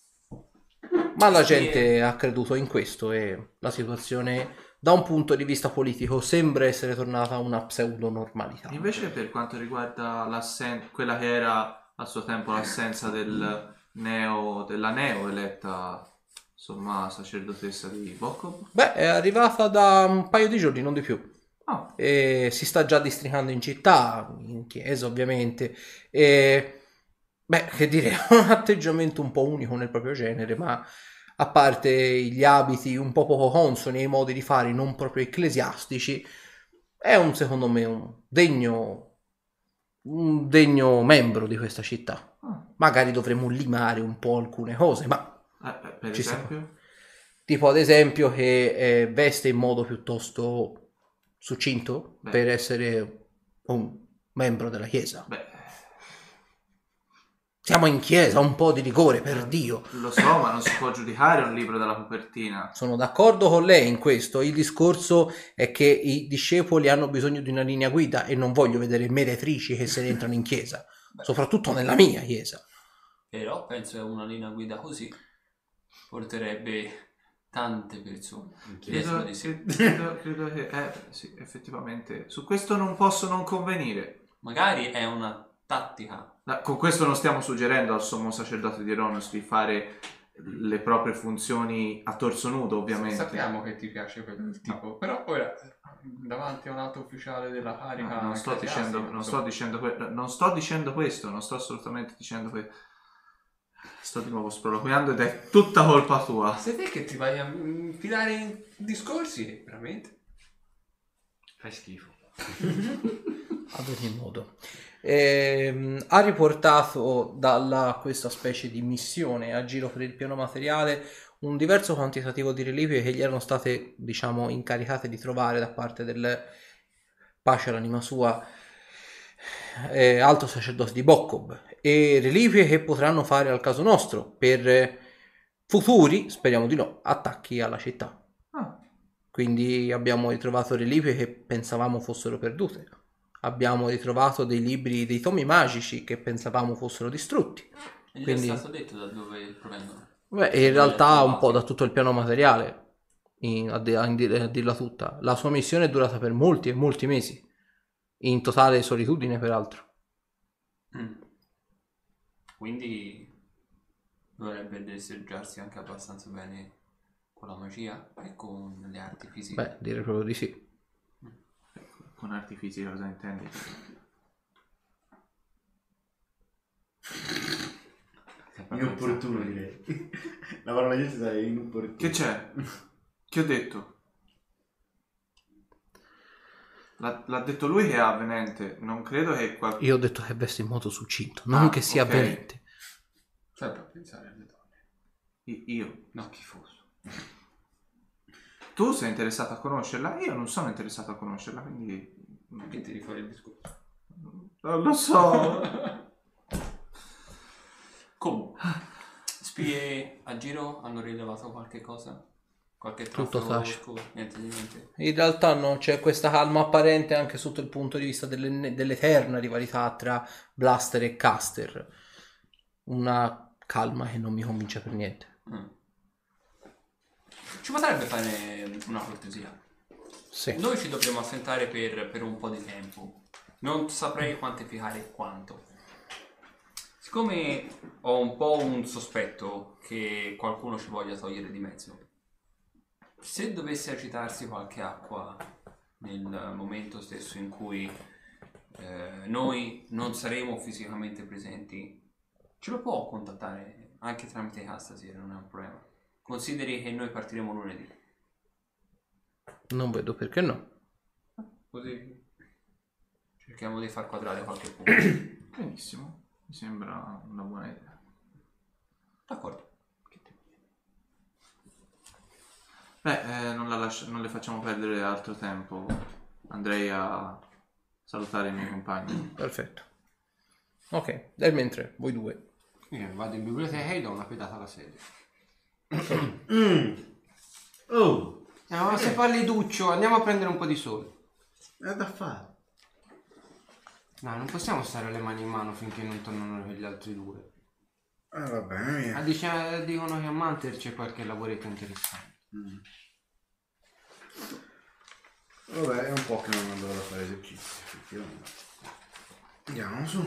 Ma la Sì, gente eh. ha creduto in questo e la situazione da un punto di vista politico sembra essere tornata a una pseudo normalità. Invece per quanto riguarda l'assen- quella che era a suo tempo l'assenza del neo, della neo eletta insomma sacerdotessa di Bokob, Beh, è arrivata da un paio di giorni, non di più. ah, E si sta già districando in città, in chiesa ovviamente, e beh, che dire, ha un atteggiamento un po' unico nel proprio genere, ma a parte gli abiti un po' poco consoni e i modi di fare non proprio ecclesiastici, è un, secondo me, un degno, un degno membro di questa città. ah, Magari dovremmo limare un po' alcune cose, ma eh, eh, per Ci sta. esempio tipo ad esempio che eh, veste in modo piuttosto succinto Beh. per essere un membro della chiesa. beh Siamo in chiesa, un po' di rigore, per Dio. lo so, ma non si può giudicare un libro dalla copertina. Sono d'accordo con lei in questo. Il discorso è che i discepoli hanno bisogno di una linea guida e non voglio vedere meretrici che se ne entrano in chiesa, soprattutto nella mia chiesa. Però penso che una linea guida così porterebbe tante persone dietro Credo, di sé. credo, credo che eh, sì, effettivamente su questo non posso non convenire. Magari è una tattica. Ma con questo non stiamo suggerendo al sommo sacerdote di Eronos di fare le proprie funzioni a torso nudo, ovviamente. Sappiamo che ti piace quel tipo, però ora davanti a un alto ufficiale della carica No, non sto ecclesiastica, dicendo, non sto insomma. dicendo, que- non sto dicendo questo, non sto assolutamente dicendo che sto di nuovo sproloquiando ed è tutta colpa tua. Sei te che ti vai a infilare in discorsi, veramente? Fai schifo. Ad ogni modo. Ehm, ha riportato dalla questa specie di missione a giro per il piano materiale un diverso quantitativo di reliquie che gli erano state, diciamo, incaricate di trovare da parte del pace all'anima sua eh, alto sacerdote di Bokob, e reliquie che potranno fare al caso nostro per futuri, speriamo di no, attacchi alla città. Ah, Quindi abbiamo ritrovato reliquie che pensavamo fossero perdute. Abbiamo ritrovato dei libri, dei tomi magici che pensavamo fossero distrutti. E gli Quindi- è stato detto da dove provengono. Beh, in realtà un po' da tutto il piano materiale, in- a, di- a di- a dirla tutta. La sua missione è durata per molti e molti mesi, in totale solitudine peraltro. Mm. Quindi dovrebbe destreggiarsi anche abbastanza bene con la magia e con le arti fisiche. Beh, direi proprio di sì. con arti fisiche cosa intendi? Inopportuno direi. La parola giusta è inopportuno. Che c'è? Che ho detto? L'ha, l'ha detto lui che è avvenente. Non credo che qualcuno... Io ho detto che veste in modo succinto, non Ah, che sia ok. avvenente. Sempre a pensare alle donne. Io. No, schifoso. Tu sei interessato a conoscerla? Io non sono interessato a conoscerla, quindi... Che tiri fuori il discorso? Non lo so. Comunque, spie a giro hanno rilevato qualche cosa? Qualche Tutto trofeo tace. oscuro? Niente di niente. In realtà no, c'è questa calma apparente anche sotto il punto di vista delle- dell'eterna rivalità tra Blaster e Caster. Una calma che non mi convince per niente. Mm. Ci potrebbe fare una cortesia. Sì. Noi ci dobbiamo assentare per, per un po' di tempo. Non saprei quantificare quanto. Siccome ho un po' un sospetto che qualcuno ci voglia togliere di mezzo, se dovesse agitarsi qualche acqua nel momento stesso in cui eh, noi non saremo fisicamente presenti, ce lo può contattare anche tramite Castasir, non è un problema. Consideri che noi partiremo lunedì. Non vedo perché no. Così cerchiamo di far quadrare qualche punto. Benissimo, mi sembra una buona idea. D'accordo. Beh, eh, non, la lascia- non le facciamo perdere altro tempo. Andrei a salutare i miei compagni. Perfetto. Ok, nel mentre voi due. Io vado in biblioteca e do una pedata alla sedia. Mm. Oh, Eh, ma se parli Duccio, andiamo a prendere un po' di sole. è da fare. No, non possiamo stare le mani in mano finché non tornano gli altri due. Eh, va bene, Ah, via. dice- dicono che a Manter c'è qualche lavoretto interessante. Mm. Vabbè, è un po' che non andavo a fare esercizio, effettivamente. Andiamo su.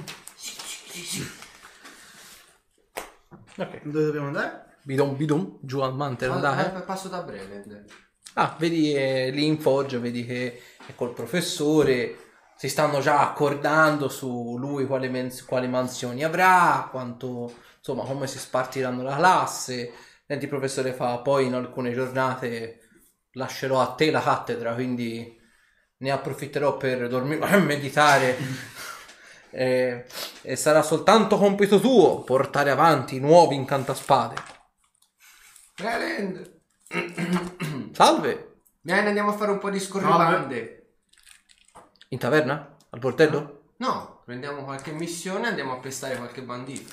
Ok. Dove dobbiamo andare? Bidon bidon, giù al Manter andare. Ah, eh, passo da Brevend. Ah, vedi eh, lì in Foggia, vedi che è col professore, si stanno già accordando su lui quale, mens- quali mansioni avrà, quanto, insomma, come si spartiranno la classe. Senti, il professore fa, poi in alcune giornate lascerò a te la cattedra, quindi ne approfitterò per dormire e meditare. e, e sarà soltanto compito tuo portare avanti i nuovi incantaspade. Brevend! Salve! Vieni, andiamo a fare un po' di scorribande. In taverna? Al portello? No, prendiamo qualche missione e andiamo a pestare qualche bandito.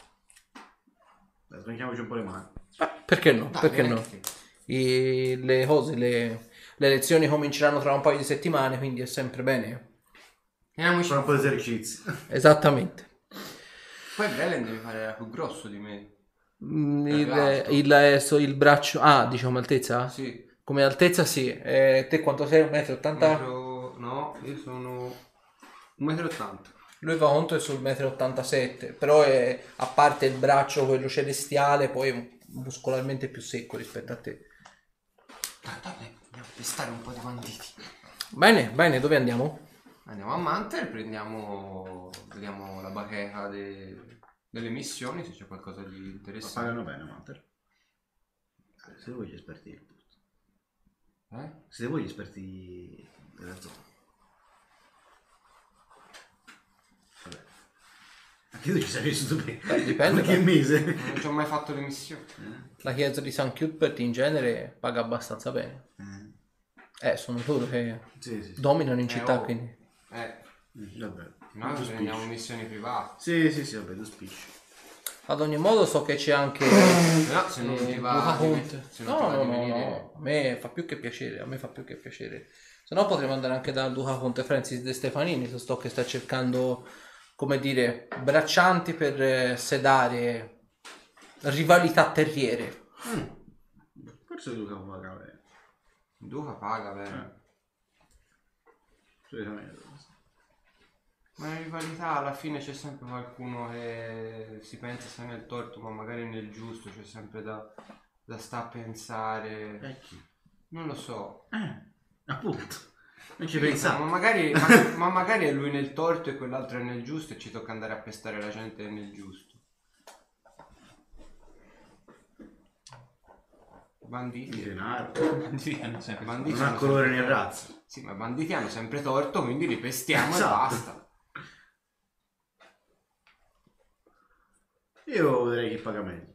Dai, tronchiamoci un po' le mani. Ah, perché no? Dai, perché vieni no? qui. I- le cose, le, le lezioni cominceranno tra un paio di settimane, quindi è sempre bene. Andiamoci. Fare un po' di esercizi. Esattamente. Poi Brevend mi pare era più grosso di me. Mm, È Il, alto. il, eh, so- il braccio... Ah, diciamo altezza? Sì. Come altezza sì. Eh, te quanto sei? un metro e ottanta? Metro... No, io sono un metro e ottanta. Lui va conto è sul uno virgola ottantasette, però è, a parte il braccio quello celestiale, poi è muscolarmente più secco rispetto a te. Dai, dai, andiamo a pestare un po' di banditi. Bene, bene, dove andiamo? Andiamo a Manter, prendiamo, vediamo la bacheca de- delle missioni, se c'è qualcosa di Lo interessante. pagano bene, Manter. Siete voi gli esperti del posto. Eh? Siete voi gli esperti della zona. Vabbè. Anche tu ci sei vissuto bene. Beh, dipende, Qualche beh. mese. Non ci ho mai fatto le missioni. La chiesa di San Cuthbert in genere paga abbastanza bene. Eh, Eh, sono loro che Sì, sì, sì. dominano in Eh, città, oh. quindi... Eh, Mm, Vabbè. noi Tu prendiamo spicci. missioni private. Sì, sì, sì, vabbè, tu spicci. Ad ogni modo so che c'è anche... No, se non eh, ti va Luca di- Conte. se non No, ti va no, di no, venire- no, a me fa più che piacere, a me fa più che piacere. Se no potremmo andare anche da Luca Conte Francis De Stefanini, se sto che sta cercando, come dire, braccianti per eh, sedare rivalità terriere. Forse Luca paga bene. Duca paga, bene. Solitamente. Ma in rivalità alla fine c'è sempre qualcuno che si pensa sia nel torto, ma magari nel giusto, c'è sempre da, da sta a pensare. Eh, chi? Non lo so. Eh, appunto. Non ci Sì, pensavo. ma magari, ma, ma magari è lui nel torto e quell'altro è nel giusto e ci tocca andare a pestare la gente nel giusto. Il Banditi. denaro. Sì, hanno sempre. Banditi Non ha hanno colore sempre né torto. razza. Sì, ma i banditi hanno sempre torto, quindi li pestiamo Esatto. e basta. Io direi che paga meglio.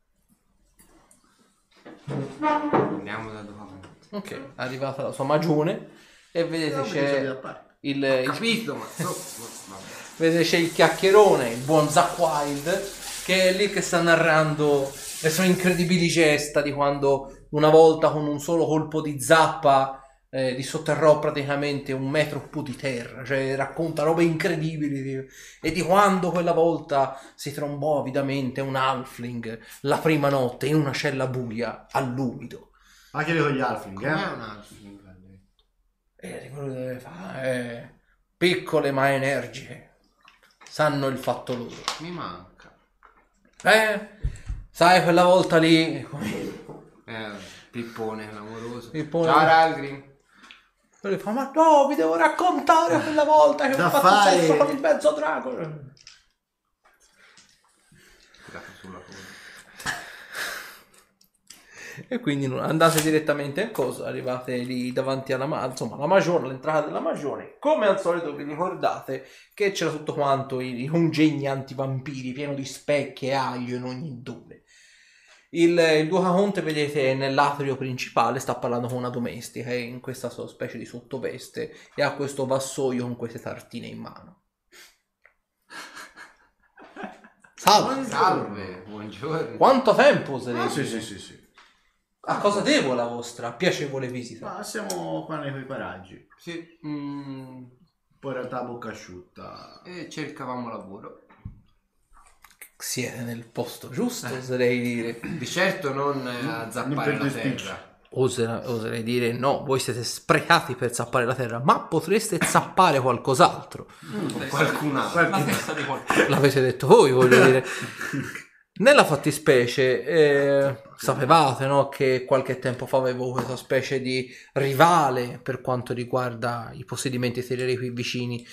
Andiamo da dove? Ok, è arrivata la sua magione e vedete No, perché c'è da c'è parte. il, il, Capito, ma so, vabbè. vedete c'è il chiacchierone, il buon Zack Wild, che è lì che sta narrando le sue incredibili gesta di quando una volta con un solo colpo di zappa eh, disotterrò praticamente un metro più di terra, cioè racconta robe incredibili di, e di quando quella volta si trombò avidamente un halfling la prima notte in una cella buia all'umido. Anche lì con gli halfling, Com'è eh? un halfling? ha detto? E di quello che deve fare, eh, piccole ma energiche, sanno il fatto loro. Mi manca. Eh, sai quella volta lì, Eh, pippone clamoroso. Pippone. Ciao Ralgrim. quello fa, ma no, vi devo raccontare quella volta che Da ho fatto fare. sesso con il mezzo drago. Tirato sulla coda. E quindi non- andate direttamente in cosa, arrivate lì davanti alla ma- insomma, la magione, all'entrata della magione. Come al solito vi ricordate che c'era tutto quanto i, i congegni antivampiri, pieno di specchi e aglio in ogni dove. Il, il Duca Conte, vedete, nell'atrio principale sta parlando con una domestica è in questa sua specie di sottoveste e ha questo vassoio con queste tartine in mano. Salve! Salve, buongiorno. Quanto tempo oserei Ah, sì, dire? sì, sì, sì. A cosa devo la vostra piacevole visita? Ma siamo qua nei tuoi paraggi. Sì, mm, Poi in realtà a bocca asciutta. e cercavamo lavoro. Siete nel posto giusto, oserei dire. Di certo non eh, a Non zappare per la desticci. terra. Osera- oserei dire no, voi siete sprecati per zappare la terra, ma potreste zappare qualcos'altro. Qualcun altro. La testa di qualcuno. L'avete detto voi, voglio dire. Nella fattispecie, eh, sapevate, no, che qualche tempo fa avevo questa specie di rivale per quanto riguarda i possedimenti terrieri qui vicini.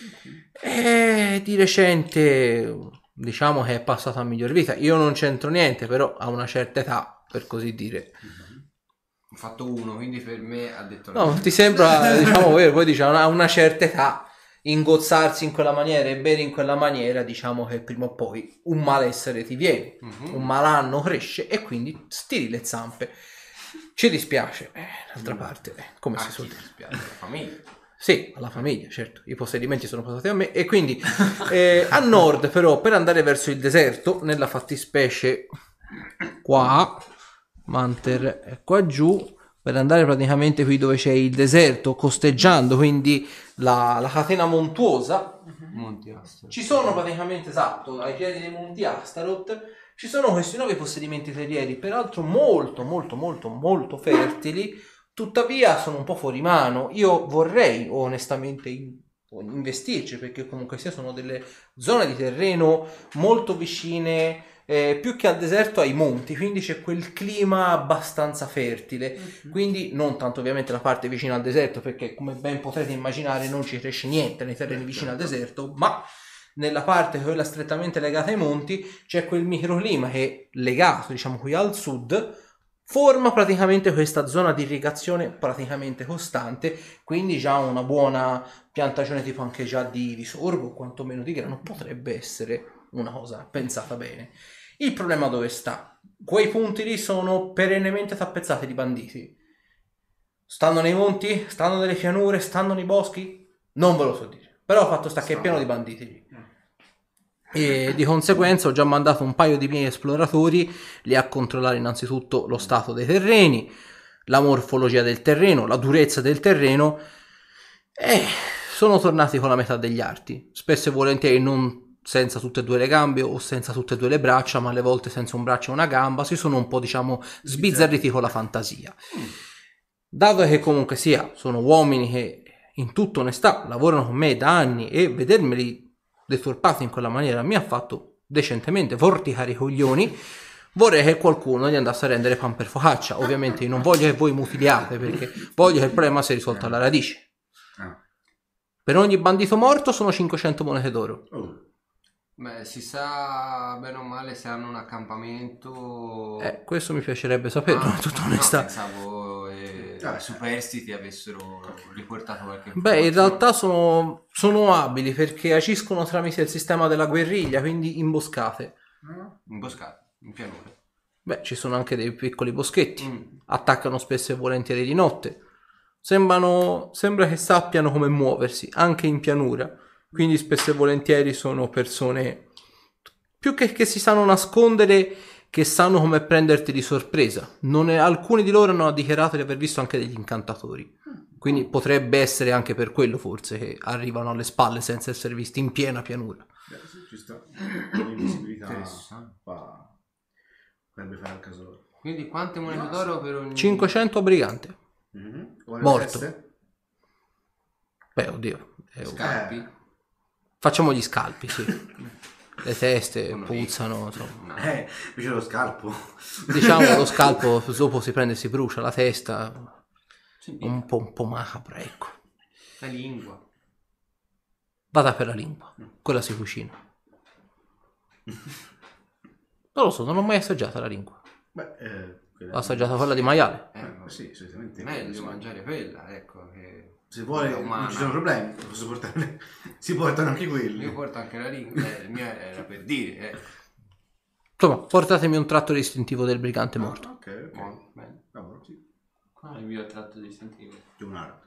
E di recente, diciamo che è passata a miglior vita. Io non c'entro niente, però a una certa età, per così dire. Ho fatto uno, quindi per me ha detto No, ti sembra, diciamo, vero, poi diciamo, a una certa età ingozzarsi in quella maniera e bere in quella maniera, diciamo che prima o poi un malessere ti viene, Mhm. un malanno cresce e quindi stiri le zampe. Ci dispiace, eh, d'altra parte, eh, come Ah, si suol chi dire. dispiace, la famiglia. Sì, alla famiglia, certo, i possedimenti sono passati a me e quindi eh, a nord però per andare verso il deserto, nella fattispecie qua, Manter è qua giù, per andare praticamente qui dove c'è il deserto, costeggiando quindi la, la catena montuosa, Monti Astor. ci sono praticamente, esatto, ai piedi dei monti Astaroth, ci sono questi nuovi possedimenti terrieri, peraltro molto, molto, molto, molto fertili, tuttavia sono un po' fuori mano. Io vorrei onestamente in- investirci, perché comunque sia sono delle zone di terreno molto vicine, eh, più che al deserto, ai monti, quindi c'è quel clima abbastanza fertile. Quindi non tanto ovviamente la parte vicina al deserto, perché come ben potrete immaginare non ci cresce niente nei terreni vicini al deserto, ma nella parte quella strettamente legata ai monti c'è quel microclima che, legato diciamo qui al sud, forma praticamente questa zona di irrigazione praticamente costante, quindi già una buona piantagione tipo anche già di, di sorgo o quantomeno di grano potrebbe essere una cosa pensata bene. Il problema dove sta? Quei punti lì sono perennemente tappezzati di banditi. Stanno nei monti? Stanno nelle pianure? Stanno nei boschi? Non ve lo so dire. Però ho fatto sta che è pieno di banditi lì. E di conseguenza ho già mandato un paio di miei esploratori lì a controllare innanzitutto lo stato dei terreni, la morfologia del terreno, la durezza del terreno, e sono tornati con la metà degli arti. Spesso e volentieri non senza tutte e due le gambe o senza tutte e due le braccia, ma alle volte senza un braccio e una gamba, si sono un po' diciamo sbizzarriti con la fantasia. Dato che comunque sia sono uomini che in tutta onestà lavorano con me da anni e vedermeli deturpati in quella maniera mi ha fatto decentemente vorticare i coglioni, vorrei che qualcuno gli andasse a rendere pan per focaccia. Ovviamente io non voglio che voi mutiliate, perché voglio che il problema sia risolto alla radice. Per ogni bandito morto sono cinquecento monete d'oro. Oh. Beh, si sa bene o male se hanno un accampamento. Eh, questo mi piacerebbe saperlo, Ah, in tutta no, onestà. pensavo eh, Ah, superstiti avessero riportato qualche Beh, in informazione. realtà sono, sono abili perché agiscono tramite il sistema della guerriglia, quindi imboscate. Imboscati, in pianura. Beh, ci sono anche dei piccoli boschetti. Mm. Attaccano spesso e volentieri di notte. Sembrano, sembra che sappiano come muoversi, anche in pianura. Quindi spesso e volentieri sono persone più che, che si sanno nascondere, che sanno come prenderti di sorpresa. Non è, alcuni di loro hanno dichiarato di aver visto anche degli incantatori. Quindi potrebbe essere anche per quello forse che arrivano alle spalle senza essere visti in piena pianura. Beh, sì, ci sta. L'invisibilità fa... potrebbe fare al caso loro. Quindi quante monete d'oro per ogni... cinquecento brigante. Mm-hmm. Morto. Beh, oddio. È... Scarpi? Facciamo gli scalpi, sì. Le teste Sono puzzano, insomma. Eh, invece lo scalpo. Diciamo lo scalpo dopo si prende e si brucia, la testa un po', un po' macabra, ecco. La lingua. Vada per la lingua, quella si cucina. Non lo so, non ho mai assaggiata la lingua. Beh, eh, Ho assaggiata quella di maiale. Eh, Eh, sì, solitamente. meglio sì. mangiare quella, ecco. Che... Se vuole, quella umana. non ci sono problemi, posso portare... si portano anche quelli. Io porto anche la lingua, eh, il mio era per dire, eh. Insomma, portatemi un tratto distintivo del brigante morto. Ah, ok, ok. Buono, bene. Cavolo, sì. Qual è il mio tratto distintivo? C'è un'arma.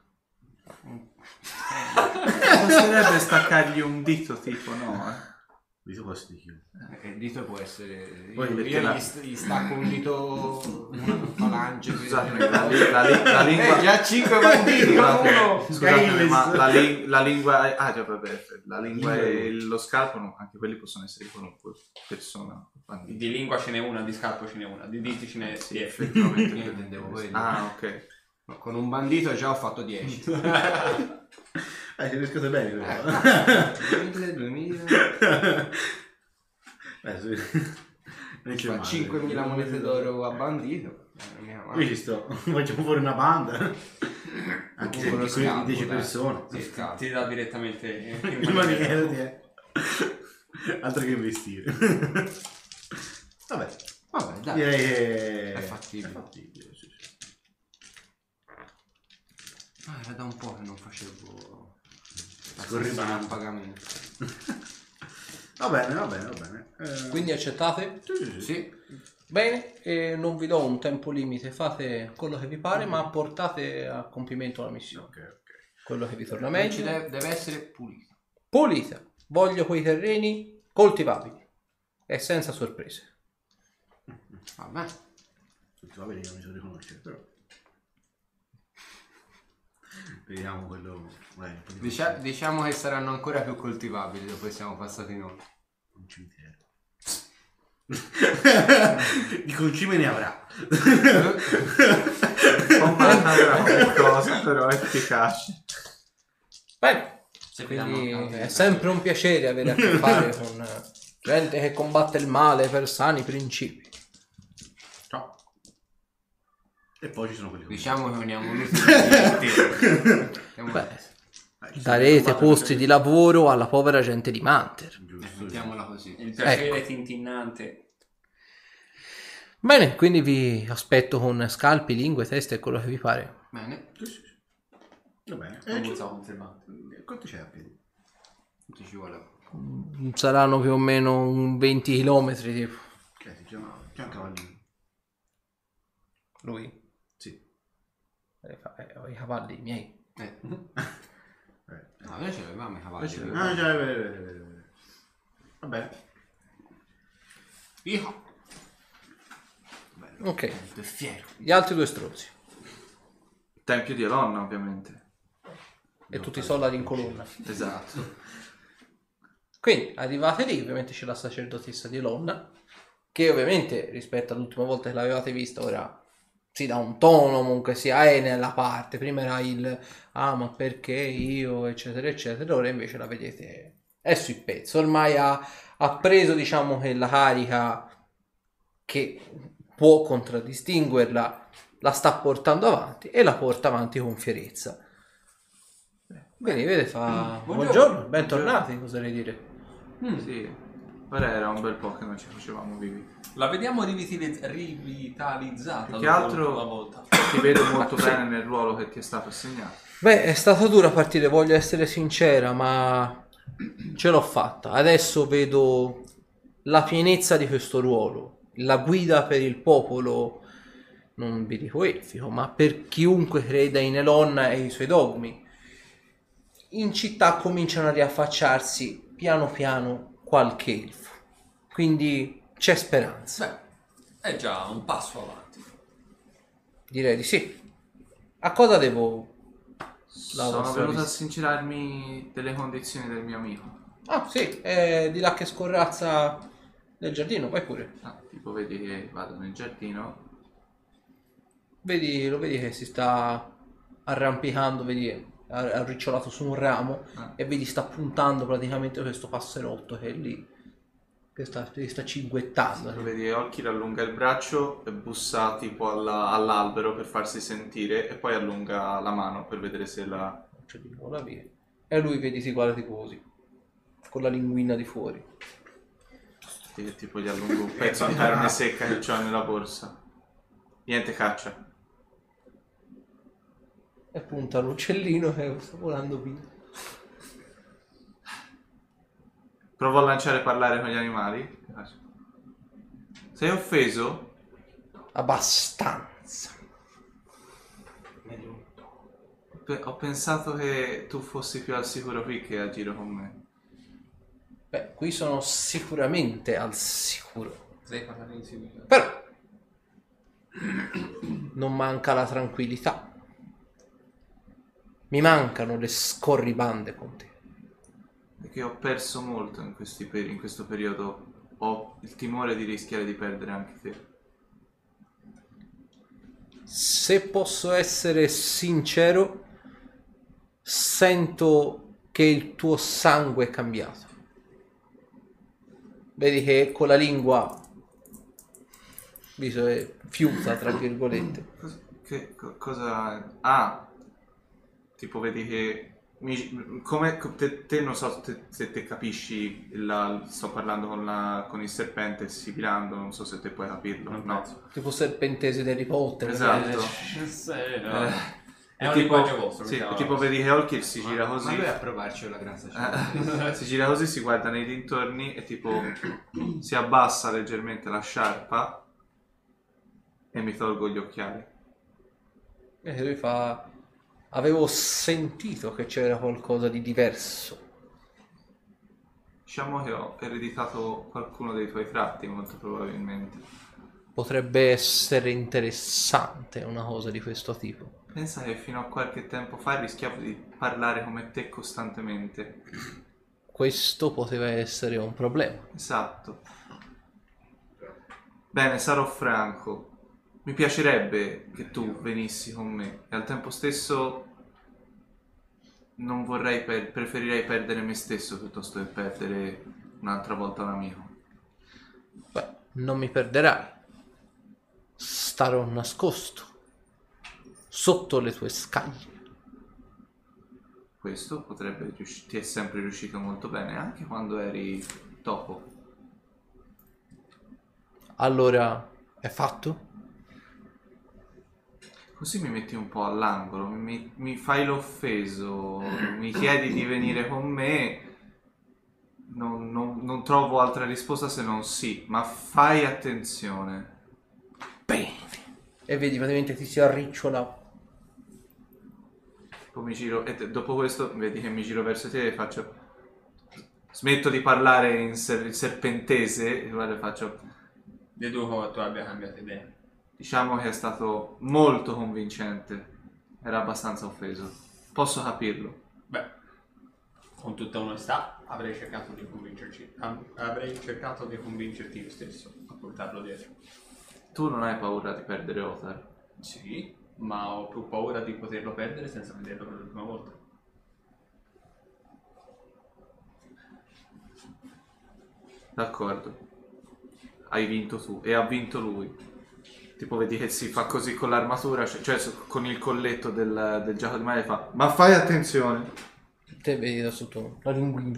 Basterebbe staccargli un dito, tipo, no? Eh? Di tu posso dire. Eh, il dito può essere... Poi io perché io la- gli, st- gli stacco un dito, una falange... per- Scusatemi, la, li- la li- la lingua... Eh, già cinque banditi, Scusatemi, uno! scusatemi, ma la, li- la lingua... Ah, già, vabbè, la lingua e lo scalpo, no, anche quelli possono essere qualunque persona. Di lingua ce n'è una, di scalpo ce n'è una, di diti ce n'è Sì, dieci. effettivamente. Io intendevo quello. Ah, ok. Ma con un bandito già ho fatto dieci. Eh, ci riscote bene però. mille, duemila... Eh, sì. Non c'è Fa male. cinquemila monete d'oro a bandito. Eh, mica male. Qui ci sto. Facciamo fuori una banda. Anche se Uno di qui scalpo, dieci dai. persone. Sì, scalpo. Ti dà direttamente in In maniera di... Altro che investire. Vabbè. Vabbè, dai. Direi che... È fattibile. È fattibile, sì, sì. Ah, era da un po' che non facevo la Scorribando. sessione al pagamento. Va bene, va bene, va bene. Eh, Quindi accettate? sì, sì, sì. Sì, Bene, e non vi do un tempo limite, fate quello che vi pare, ma portate a compimento la missione. Ok, ok. Quello che vi torna non ci meglio. deve, deve essere pulito. Pulita. Voglio quei terreni coltivabili e senza sorprese. Vabbè. Tutti va bene, non mi so riconoscere, però. Vediamo quello... Vai, un po' di Dicia- diciamo che saranno ancora più coltivabili dopo che siamo passati noi. un cimitero. Di concime ne avrà. Comanda avrà qualcosa, però è efficace. Bene, Se quindi vediamo- è sempre un piacere avere a che fare con gente che combatte il male per sani principi. Ciao. E poi ci sono quelli con... Diciamo che non abbiamo voluto divertirci. Siamo- Beh, Eh, ci sono darete combattere posti per- di lavoro alla povera gente di Manter. Giusto, giusto. Mettiamola così. Il piacere Ecco. tintinnante. Bene, quindi vi aspetto con scalpi, lingue, teste e quello che vi pare. Bene, Sì, sì, sì. Va bene. Eh, Non ci- so conservante. Quanto c'è a piedi? tutti ci vuole. Saranno più o meno un venti chilometri tipo. Eh, sì, c'è, una- c'è un cavallino. Lui? Sì. Eh, fa- eh, ho i cavalli miei. Eh. Eh, No, noi ce l'avevamo i cavalli. eh. Ah, già, è vero, è vero, è vero. Va bene. Io. Ok, È fiero. gli altri due stronzi. Tempio di Elonna, ovviamente. E tutti i soldati in colonna. Esatto. Quindi arrivate lì, ovviamente c'è la sacerdotessa di Elonna, che ovviamente rispetto all'ultima volta che l'avevate vista ora si dà un tono, comunque sia è nella parte. Prima era il ah ma perché io eccetera eccetera, ora invece la vedete è sui pezzi. Ormai ha, ha preso diciamo che la carica che può contraddistinguerla la sta portando avanti e la porta avanti con fierezza. Quindi vede fa buongiorno. buongiorno, bentornati, oserei dire. Sì. Ora era un bel po' che non ci facevamo vivi. La vediamo rivitali- rivitalizzata Più che dopo altro- l'ultima volta. Ti vedo molto bene nel ruolo che ti è stato assegnato. Beh, è stata dura partire, voglio essere sincera, ma ce l'ho fatta. Adesso vedo la pienezza di questo ruolo, la guida per il popolo, non vi dico elfico, ma per chiunque creda in Elonna e i suoi dogmi. In città cominciano a riaffacciarsi piano piano qualche elfo, quindi c'è speranza. È già un passo avanti. Direi di sì. A cosa devo... La Sono vostra venuto a visita? sincerarmi delle condizioni del mio amico. Ah, sì, è di là che scorrazza nel giardino, vai pure. Ah, tipo vedi che vado nel giardino. Vedi, lo vedi che si sta arrampicando, vedi, ha ha ricciolato su un ramo Ah. e vedi sta puntando praticamente questo passerotto che è lì, che sta, che sta cinguettando. Lo vedi che Olkir allunga il braccio e bussa tipo alla- all'albero per farsi sentire e poi allunga la mano per vedere se la... C'è di nuovo la via. E lui vedi si guarda tipo così, con la linguina di fuori. che tipo gli allungo un pezzo di carne secca che ho nella borsa. Niente caccia. E punta l'uccellino che sta volando via. Provo a lanciare e parlare con gli animali. Sei offeso? Abbastanza. Pe- ho pensato che tu fossi più al sicuro qui che a giro con me. Beh, qui sono sicuramente al sicuro. Sei parlare in seguito. Però non manca la tranquillità. Mi mancano le scorribande con te. Perché ho perso molto in, questi per- in questo periodo. Ho il timore di rischiare di perdere anche te. Se posso essere sincero, sento che il tuo sangue è cambiato. Vedi che con la lingua, visto che fiuta tra virgolette. Cos- Che co- cosa... Ah! Tipo vedi che... Mi, come te, te non so te- se te capisci, la- sto parlando con, la, con il serpente sibilando, non so se te puoi capirlo. Non No. penso. Tipo serpentesi di Harry Potter. Esatto. Sì, no. Eh, È un tipo, linguaggio vostro. sì, mettiamola tipo così. vedi che Olkir si gira Ma così, lui a provarci la grazia. eh, si gira così, si guarda nei dintorni e tipo si abbassa leggermente la sciarpa e mi tolgo gli occhiali. E lui fa... Avevo sentito che c'era qualcosa di diverso. Diciamo che ho ereditato qualcuno dei tuoi tratti, molto probabilmente. Potrebbe essere interessante una cosa di questo tipo. Pensa che fino a qualche tempo fa rischiavo di parlare come te costantemente. Questo poteva essere un problema. Esatto. Bene, sarò franco. Mi piacerebbe che tu venissi con me e al tempo stesso non vorrei per- preferirei perdere me stesso piuttosto che perdere un'altra volta un amico. Beh, non mi perderai. Starò nascosto sotto le tue scaglie. Questo potrebbe riusci- ti è sempre riuscito molto bene anche quando eri topo. Allora, è fatto? Così mi metti un po' all'angolo, mi, mi fai l'offeso, mi chiedi di venire con me, non, non- non trovo altra risposta se non sì, ma fai attenzione. Bene. E vedi, praticamente ti si arricciola. Poi mi giro, e te- dopo questo vedi che mi giro verso te e faccio, smetto di parlare in ser- serpentese e guarda, faccio, Deduco che tu abbia cambiato idea. diciamo che è stato molto convincente, era abbastanza offeso, posso capirlo. Beh, con tutta onestà avrei cercato di convincerci. am- Avrei cercato di convincerti io stesso a portarlo dietro. Tu non hai paura di perdere Othar? Sì, ma ho più paura di poterlo perdere senza vederlo per l'ultima volta. D'accordo, hai vinto tu e ha vinto lui. Tipo vedi che si fa così con l'armatura, cioè, cioè su- con il colletto del, del giaco di mare fa, ma fai attenzione. Te vedi da sotto la linguina.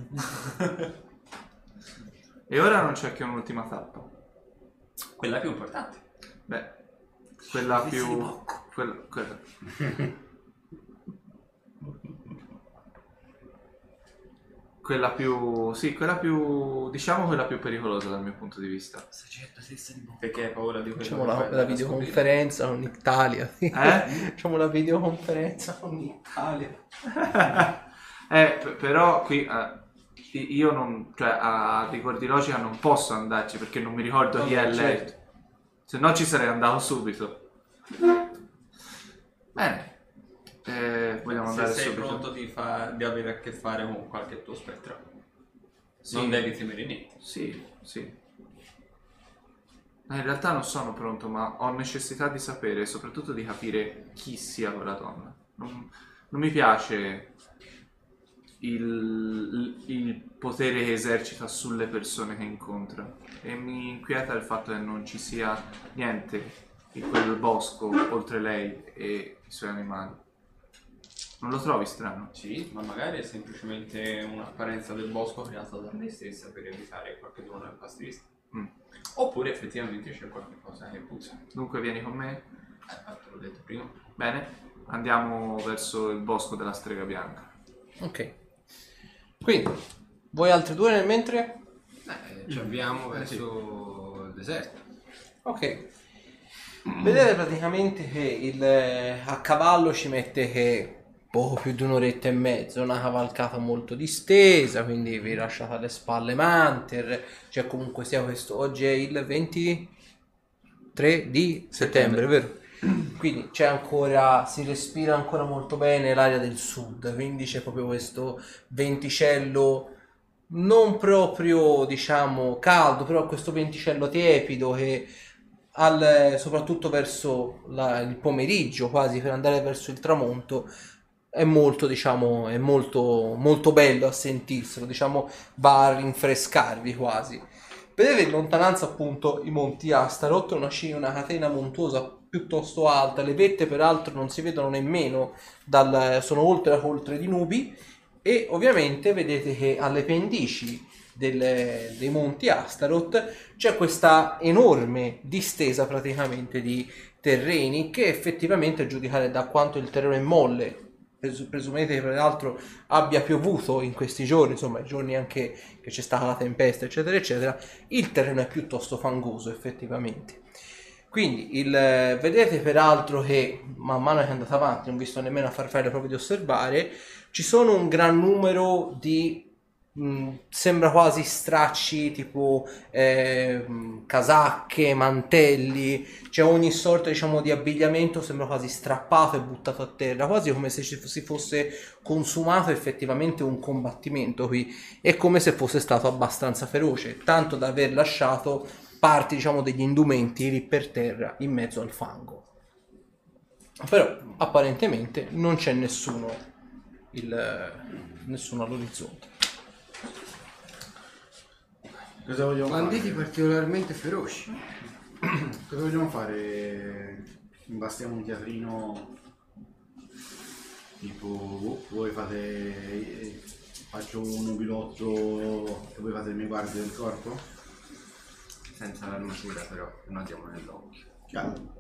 E ora non c'è che un'ultima tappa. Quella più importante. Beh, quella più... Quella, quella. Quella più... Sì, quella più... Diciamo quella più pericolosa dal mio punto di vista. Perché hai paura di quello Facciamo che la, puoi la andare a videoconferenza con Italia. Eh? Facciamo la videoconferenza con Italia. Eh, p- però qui... eh, i- io non... Cioè, a rigor di logica non posso andarci perché non mi ricordo chi è Vabbè, lei. certo. Se no ci sarei andato subito. Bene. Eh, vogliamo Se andare sei subito? pronto di, fa- di avere a che fare con qualche tuo spettro, Sì. non devi temere niente. Sì, sì. Ma in realtà non sono pronto, ma ho necessità di sapere e soprattutto di capire chi sia quella donna. Non, non mi piace il, il potere che esercita sulle persone che incontra e mi inquieta il fatto che non ci sia niente in quel bosco oltre lei e i suoi animali. Non lo trovi strano? Sì, ma magari è semplicemente un'apparenza del bosco creata da lei stessa per evitare qualche dono al pastrista. Mm. Oppure effettivamente c'è qualche cosa che puzza. Dunque vieni con me? Eh, ma te l'ho detto prima. Bene, andiamo verso il bosco della strega bianca. Ok. Quindi, voi altri due nel mentre? Eh, ci avviamo verso il deserto. Ok. Vedete praticamente che il, a cavallo ci mette che poco più di un'oretta e mezza, una cavalcata molto distesa, quindi vi lasciate alle spalle Manter, cioè comunque sia questo, oggi è il ventitré di settembre, vero? Quindi c'è ancora, si respira ancora molto bene l'aria del sud, quindi c'è proprio questo venticello non proprio diciamo caldo, però questo venticello tiepido che al, soprattutto verso la, il pomeriggio, quasi per andare verso il tramonto, è molto diciamo è molto molto bello a sentirselo, diciamo va a rinfrescarvi quasi. Vedete in lontananza appunto i monti Astaroth, una, una catena montuosa piuttosto alta, le vette peraltro non si vedono nemmeno, dal, sono oltre la coltre di nubi, e ovviamente vedete che alle pendici del, dei monti Astaroth c'è questa enorme distesa praticamente di terreni che effettivamente, a giudicare da quanto il terreno è molle, presumete che peraltro abbia piovuto in questi giorni, insomma i giorni anche che c'è stata la tempesta eccetera eccetera, il terreno è piuttosto fangoso effettivamente. Quindi il, vedete peraltro che man mano che è andata avanti, non vi sto nemmeno a far fare proprio di osservare, ci sono un gran numero di mh, sembra quasi stracci tipo eh, casacche, mantelli, c'è ogni sorta diciamo di abbigliamento, sembra quasi strappato e buttato a terra, quasi come se ci si fosse consumato effettivamente un combattimento qui, è come se fosse stato abbastanza feroce, tanto da aver lasciato parti diciamo degli indumenti lì per terra in mezzo al fango. Però apparentemente non c'è nessuno il, nessuno all'orizzonte. Cosa vogliamo Banditi fare? particolarmente feroci. Cosa vogliamo fare? Imbastiamo un teatrino tipo oh, voi fate faccio un nubilotto e voi fate le mie guardie del corpo? Senza l'armatura però, non andiamo nell'occhio. Chiaro.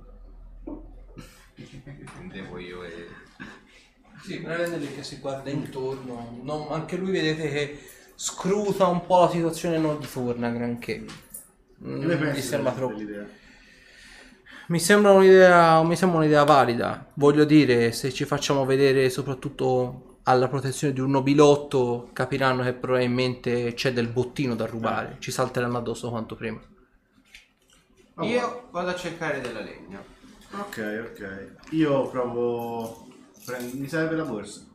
Intendevo io e... Sì, prende lì che si guarda intorno, non, anche lui vedete che scruta un po' la situazione, non gli torna granché. Mm, Che ne mi pensi sembra della- troppo. dell'idea? Mi sembra un'idea, mi sembra un'idea valida. Voglio dire, se ci facciamo vedere soprattutto alla protezione di un nobilotto, capiranno che probabilmente c'è del bottino da rubare. Ci salteranno addosso quanto prima. Io vado a cercare della legna. Ok, ok. Io provo. prendo- Mi serve la borsa.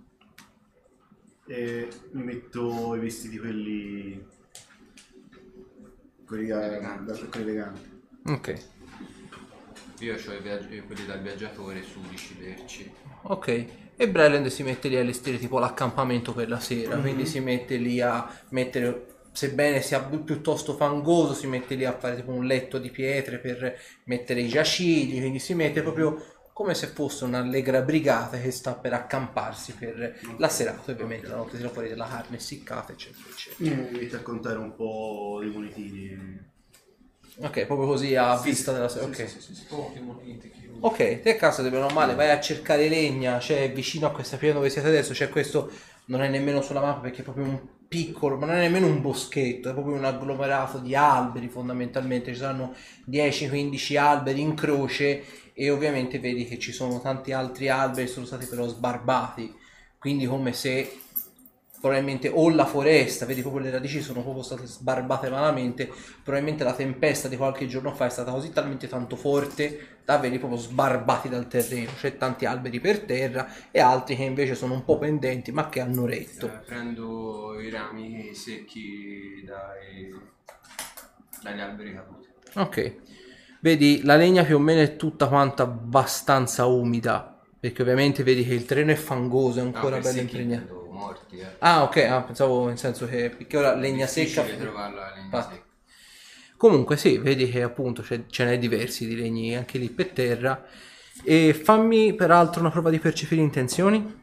E mi metto i vestiti quelli. quelli, da- Eleganti. da- quelli eleganti. Ok. Io ho i viaggi- quelli dal viaggiatore, sudici, lerci. Ok. E Breland si mette lì a allestire tipo l'accampamento per la sera, quindi si mette lì a mettere, sebbene sia pi- piuttosto fangoso, si mette lì a fare tipo un letto di pietre per mettere i giacigli, quindi si mette proprio come se fosse un'allegra brigata che sta per accamparsi per la serata, ovviamente la notte tira fuori della carne essiccata eccetera eccetera. Mi inizio a contare un po' di monetini. Ok, proprio così a vista della sera, ok. Sì, sì, sì, sì. Pochi monete che Ok, te a casa bene o male vai a cercare legna, c'è vicino a questa piana dove siete adesso, c'è questo, non è nemmeno sulla mappa perché è proprio un piccolo, ma non è nemmeno un boschetto, è proprio un agglomerato di alberi fondamentalmente, ci saranno dieci quindici alberi in croce e ovviamente vedi che ci sono tanti altri alberi che sono stati però sbarbati, quindi come se probabilmente o la foresta, vedi proprio le radici sono proprio state sbarbate malamente, probabilmente la tempesta di qualche giorno fa è stata così talmente tanto forte da averli proprio sbarbati dal terreno. C'è tanti alberi per terra e altri che invece sono un po' pendenti ma che hanno retto. Eh, prendo i rami secchi dai, dagli alberi caduti. Ok, vedi la legna più o meno è tutta quanta abbastanza umida, perché ovviamente vedi che il terreno è fangoso, è ancora No, bello secchi impregnato. intendo morti, eh. Ah, ok, ah, pensavo in senso che perché ora legna secca. Difficile trovarla la legna Infatti. secca. Comunque sì, vedi che appunto c'è- ce n'è diversi di legni anche lì per terra. E fammi peraltro una prova di percepire intenzioni.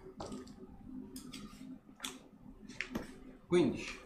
quindici.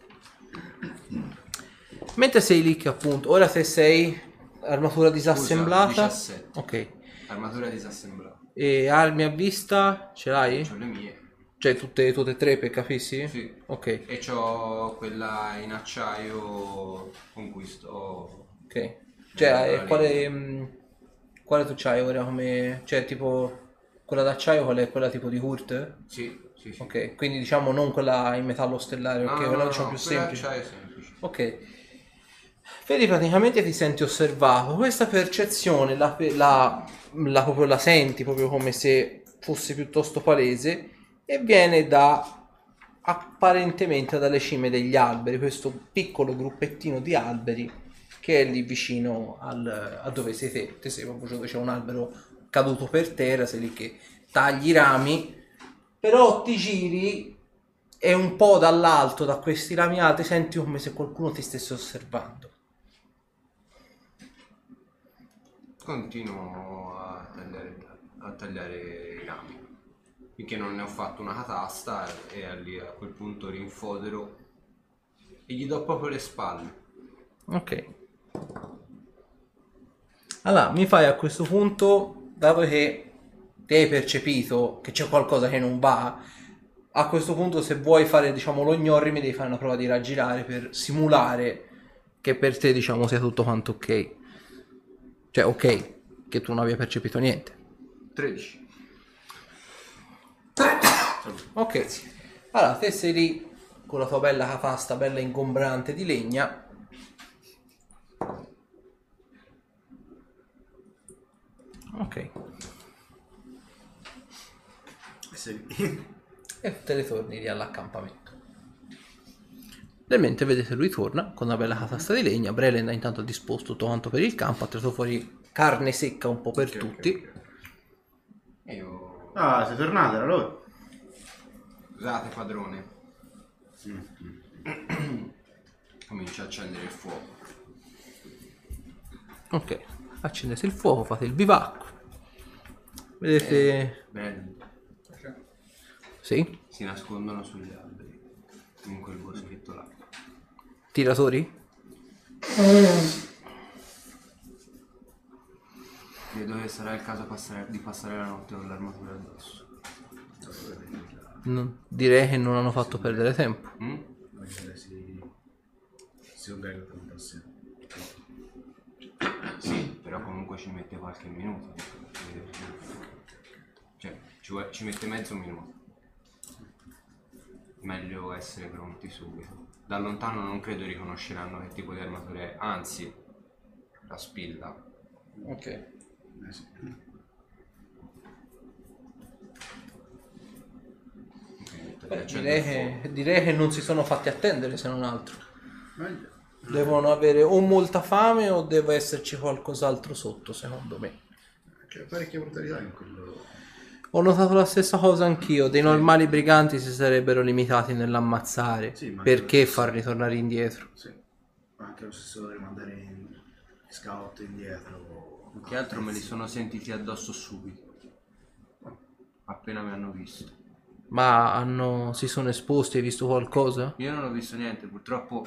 Mentre sei lì che appunto, ora se sei armatura disassemblata. diciassette. Ok. Armatura disassemblata. E armi a vista ce l'hai? C'ho le mie. Cioè tutte, tutte e tre per capissi? Sì. Ok, E c'ho quella in acciaio con cui sto... ok. Cioè, Eh, eh, quale, mh, quale tu c'hai ora come... Cioè, tipo, quella d'acciaio, qual è quella tipo di Hurt? Sì, sì, sì. Ok, quindi diciamo non quella in metallo stellare, No, ok, no, quella no, diciamo no, più quella semplice. acciaio semplice. Ok. Vedi, praticamente ti senti osservato. Questa percezione la, la, la, proprio la senti proprio come se fosse piuttosto palese e viene da apparentemente dalle cime degli alberi, questo piccolo gruppettino di alberi che è lì vicino al, a dove sei te. Te sei proprio dove c'è un albero caduto per terra, sei lì che tagli i rami, però ti giri e un po' dall'alto, da questi rami alti, senti come se qualcuno ti stesse osservando. Continuo a tagliare, a tagliare i rami finché non ne ho fatto una catasta e a, lì, a quel punto rinfodero e gli do proprio le spalle. Ok. Allora, mi fai a questo punto, dato che ti hai percepito che c'è qualcosa che non va, a questo punto se vuoi fare, diciamo, lo gnorri, mi devi fare una prova di raggirare per simulare che per te, diciamo, sia tutto quanto ok. Cioè, ok, che tu non abbia percepito niente. tredici. Ok. Allora, te sei lì con la tua bella catasta, bella ingombrante di legna. Ok. Se- E te ne torni lì all'accampamento. Nel mentre vedete lui torna con una bella catasta di legna. Brelen ha intanto disposto tutto quanto per il campo, ha tirato fuori carne secca un po' per Ok, tutti. ok, ok. E io... Ah, sei tornato, era lui? Scusate padrone. Comincio a accendere il fuoco. Ok, accendete il fuoco, fate il bivacco. Vedete... Bene. Sì? Si nascondono sugli alberi in quel boschetto là. Tiratori? Vedo che sarà il caso passare- di passare la notte con l'armatura addosso. Non- direi che non hanno fatto perdere tempo. Mm? Magari si... si organizza un po' assieme. Sì, però comunque ci mette qualche minuto. Cioè, ci, vuole- ci mette mezzo minuto. Meglio essere pronti subito. Da lontano non credo riconosceranno che tipo di armatura è, anzi, la spilla. Ok. Eh sì. Ok, Beh, accendo direi, il fuoco. che, direi che non si sono fatti attendere se non altro. Meglio. Devono avere o molta fame o deve esserci qualcos'altro sotto, secondo me. C'è parecchia brutalità in quello. Ho notato la stessa cosa anch'io. Dei normali briganti si sarebbero limitati nell'ammazzare. Sì, ma Perché anche lo stesso- farli tornare indietro? Sì. Ma anche lo stesso rimandare in scout indietro. Più che altro me li sono sentiti addosso subito. Appena mi hanno visto. Ma hanno, si sono esposti, hai visto qualcosa? Io non ho visto niente, purtroppo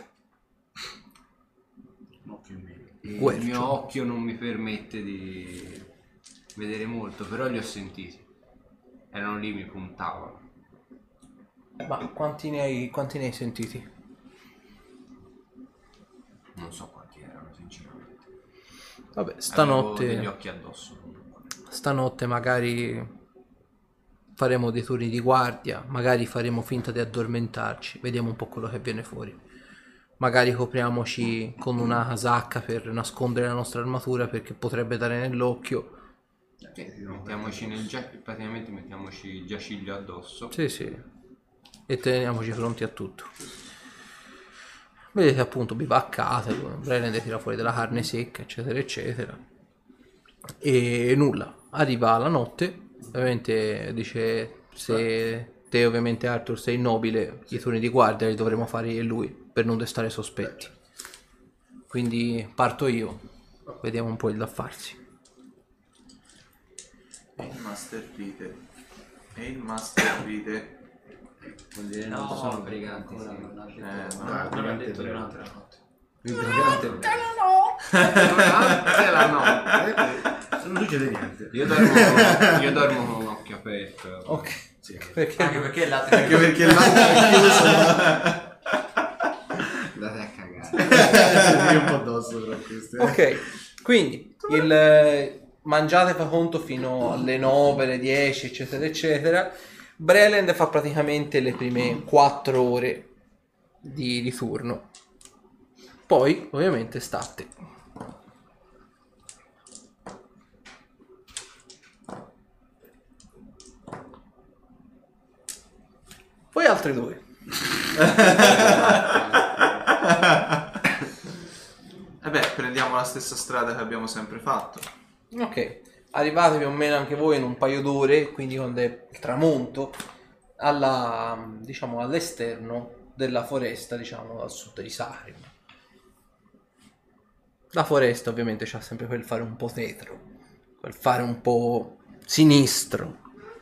Un occhio in meno. il Guercio. mio occhio non mi permette di vedere molto, però li ho sentiti. Erano lì, mi puntavano. Ma quanti ne hai, quanti ne hai sentiti? Non so quanti erano, sinceramente. Vabbè, Avevo degli stanotte, occhi addosso. stanotte magari faremo dei turni di guardia, magari faremo finta di addormentarci, vediamo un po' quello che viene fuori. Magari copriamoci con una casacca per nascondere la nostra armatura perché potrebbe dare nell'occhio. Mettiamoci nel gia- praticamente mettiamoci il giaciglio addosso. Sì, sì. E teniamoci pronti a tutto. Vedete appunto bivaccate, Breland tira fuori della carne secca, eccetera, eccetera. E nulla. Arriva la notte, ovviamente dice se te ovviamente Arthur sei nobile, i turni di guardia li dovremo fare io e lui per non destare sospetti. Quindi parto io, vediamo un po' il da farsi. E il master ride. E il master ride. Vuol dire non No, sono briganti, sì. Eh, no. Ah, Non l'ha durante detto il- durante la notte. Il brigante è vero. Durante la notte. Non succede niente. Io dormo, con, io dormo con un occhio aperto. Ok. Sì. Perché? Anche perché l'altro Anche perché l'altro è chiuso. Andate a cagare. Sì, un po' addosso però queste. Ok, quindi il eh, mangiate fa conto fino alle nove, alle dieci, eccetera, eccetera. Breland fa praticamente le prime quattro ore di, di turno. Poi, ovviamente, state. Poi altri due. E beh, prendiamo la stessa strada che abbiamo sempre fatto. Ok, arrivate più o meno anche voi in un paio d'ore, quindi quando è il tramonto, alla, diciamo, all'esterno della foresta, diciamo, al sud di Sarim. La foresta ovviamente c'ha sempre quel fare un po' tetro, quel fare un po' sinistro.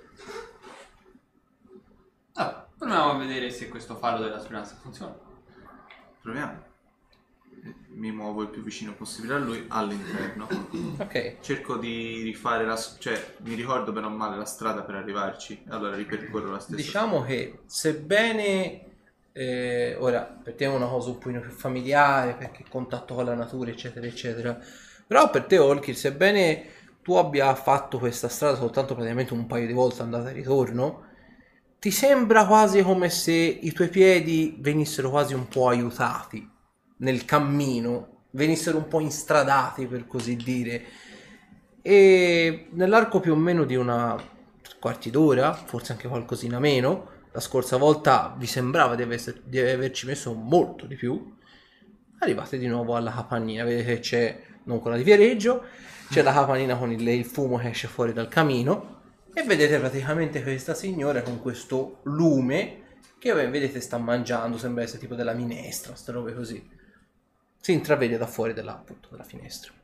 Ah, proviamo a vedere se questo faro della speranza funziona. Proviamo. Mi muovo il più vicino possibile a lui, all'interno. Ok, Cerco di rifare la... s- cioè, mi ricordo bene o male la strada per arrivarci. Allora ripercorro la stessa diciamo che sebbene eh, ora per te è una cosa un po' più familiare perché contatto con la natura eccetera eccetera, però per te Olkir, sebbene tu abbia fatto questa strada soltanto praticamente un paio di volte andata e ritorno, ti sembra quasi come se i tuoi piedi venissero quasi un po' aiutati nel cammino, venissero un po' instradati per così dire, e nell'arco più o meno di una quarti d'ora, forse anche qualcosina meno, la scorsa volta vi sembrava di, aver- di averci messo molto di più, arrivate di nuovo alla capannina, vedete che c'è non quella di Viareggio, c'è la capannina con il, il fumo che esce fuori dal camino e vedete praticamente questa signora con questo lume che beh, vedete sta mangiando, sembra essere tipo della minestra, ste robe così. Si intravede da fuori della, appunto, della finestra.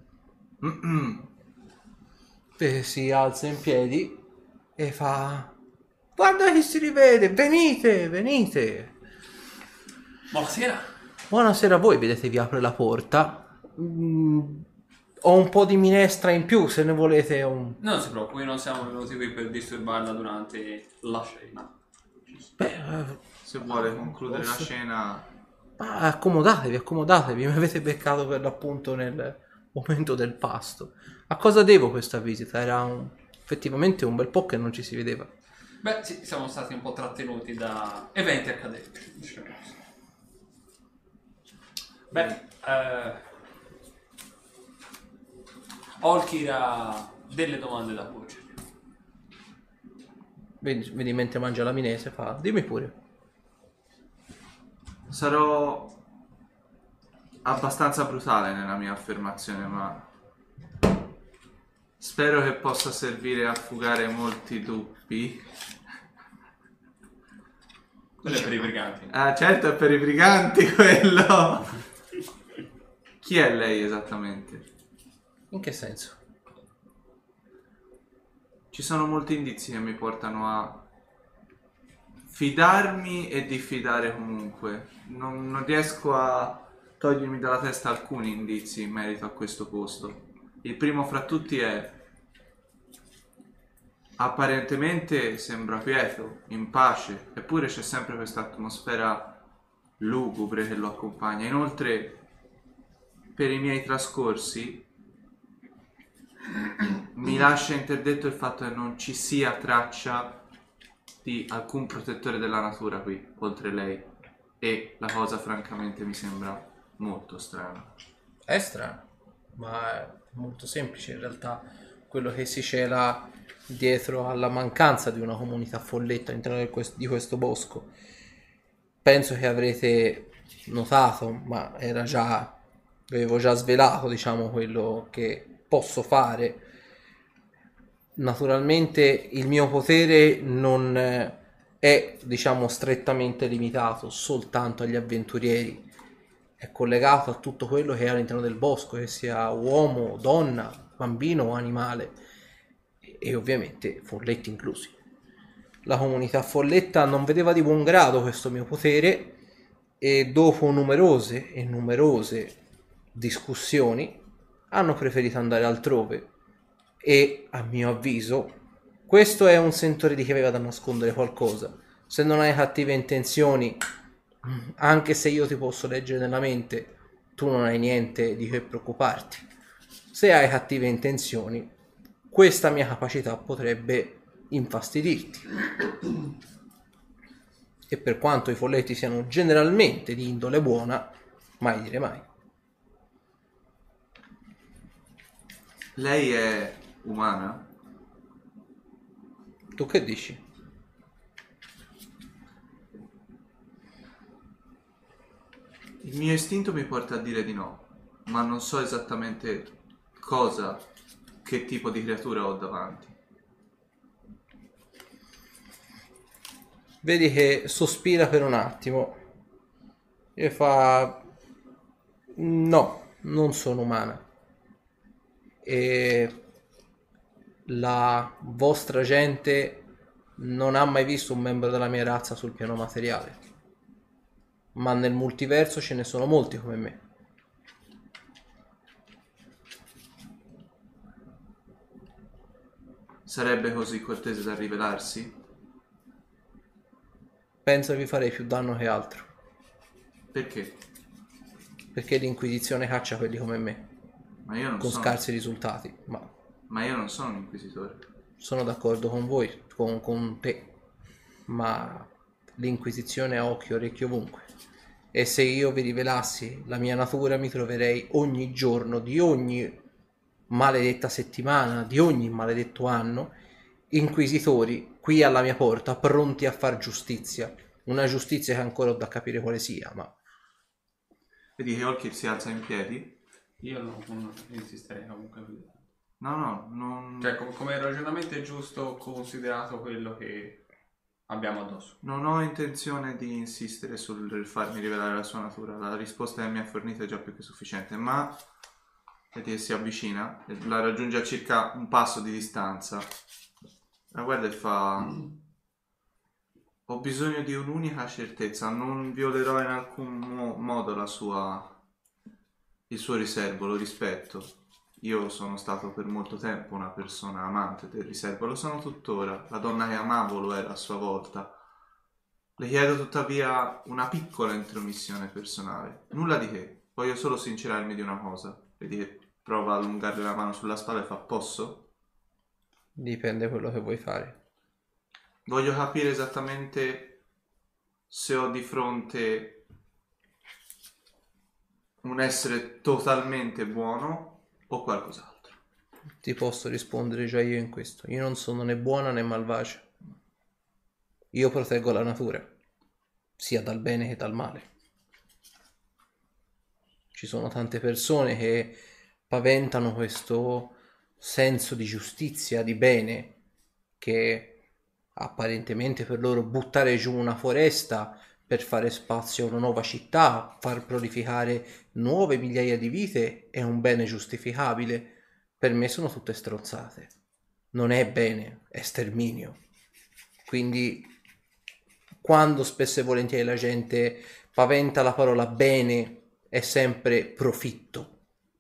E si alza in piedi e fa: guarda chi si rivede, venite, venite. Buonasera. Buonasera a voi, vedete vi apre la porta. Mm, ho un po' di minestra in più se ne volete un... Non si preoccupi, non siamo venuti qui per disturbarla durante la scena. Beh, eh, Se vuole concludere la scena... ma accomodatevi, accomodatevi, mi avete beccato per l'appunto nel momento del pasto. A cosa devo questa visita? Era un- effettivamente un bel po' che non ci si vedeva. Beh, sì, siamo stati un po' trattenuti da eventi accademici, diciamo così. Beh, eh... Olkir ha delle domande da porgermi. Vedi, vedi mentre mangia la minese fa: dimmi pure. Sarò abbastanza brutale nella mia affermazione, ma spero che possa servire a fugare molti dubbi. Quello è per i briganti. Ah, certo, è per i briganti quello. Chi è lei esattamente? In che senso? Ci sono molti indizi che mi portano a fidarmi e diffidare comunque. Non, non riesco a togliermi dalla testa alcuni indizi in merito a questo posto. Il primo fra tutti è: apparentemente sembra quieto, in pace, eppure c'è sempre questa atmosfera lugubre che lo accompagna. Inoltre, per i miei trascorsi, mi lascia interdetto il fatto che non ci sia traccia di alcun protettore della natura qui, oltre lei. E la cosa francamente mi sembra molto strana. È strano, ma è molto semplice in realtà quello che si cela dietro alla mancanza di una comunità folletta all'interno di questo, di questo bosco. Penso che avrete notato, ma era già, avevo già svelato, diciamo, quello che posso fare. Naturalmente il mio potere non è, diciamo, strettamente limitato soltanto agli avventurieri. È collegato a tutto quello che è all'interno del bosco, che sia uomo, donna, bambino o animale, e ovviamente folletti inclusi. La comunità folletta non vedeva di buon grado questo mio potere e dopo numerose e numerose discussioni hanno preferito andare altrove e, a mio avviso, questo è un sentore di chi aveva da nascondere qualcosa. Se non hai cattive intenzioni, anche se io ti posso leggere nella mente, tu non hai niente di che preoccuparti. Se hai cattive intenzioni, questa mia capacità potrebbe infastidirti. E per quanto i folletti siano generalmente di indole buona, mai dire mai. Lei è umana? Tu che dici? Il mio istinto mi porta a dire di no, ma non so esattamente cosa, che tipo di creatura ho davanti. Vedi che sospira per un attimo e fa: no, non sono umana. E la vostra gente non ha mai visto un membro della mia razza sul piano materiale, ma nel multiverso ce ne sono molti come me. Sarebbe così cortese da rivelarsi? Penso che vi farei più danno che altro, Perché? perché l'Inquisizione caccia quelli come me, Ma io non con sono... scarsi risultati, ma Ma io non sono un inquisitore. sono d'accordo con voi, con, con te, ma l'Inquisizione ha occhio e orecchio ovunque. E se io vi rivelassi la mia natura, mi troverei ogni giorno di ogni maledetta settimana, di ogni maledetto anno, inquisitori qui alla mia porta, pronti a far giustizia. Una giustizia che ancora ho da capire quale sia, ma Vedi che Olkir si alza in piedi? Io non, non insisterei comunque qui. No, no, non... Cioè, com- come ragionamento è giusto considerato quello che abbiamo addosso. Non ho intenzione di insistere sul farmi rivelare la sua natura. La risposta che mi ha fornito è già più che sufficiente, ma... Vedi che si avvicina, la raggiunge a circa un passo di distanza. La guarda e fa... Ho bisogno di un'unica certezza, non violerò in alcun mo- modo la sua... il suo riservo, lo rispetto. Io sono stato per molto tempo una persona amante del riservo, lo sono tuttora. La donna che amavo lo era a sua volta. Le chiedo tuttavia una piccola intromissione personale. Nulla di che, voglio solo sincerarmi di una cosa. Vedi che prova a allungarle la mano sulla spalla e fa: posso? dipende quello che vuoi fare. Voglio capire esattamente se ho di fronte un essere totalmente buono o qualcos'altro. Ti posso rispondere già io in questo. Io non sono né buona né malvagia. Io proteggo la natura, sia dal bene che dal male. Ci sono tante persone che paventano questo senso di giustizia, di bene, che apparentemente per loro buttare giù una foresta per fare spazio a una nuova città, far prolificare nuove migliaia di vite è un bene giustificabile. Per me sono tutte stronzate. Non è bene, è sterminio. Quindi quando spesso e volentieri la gente paventa la parola bene, è sempre profitto.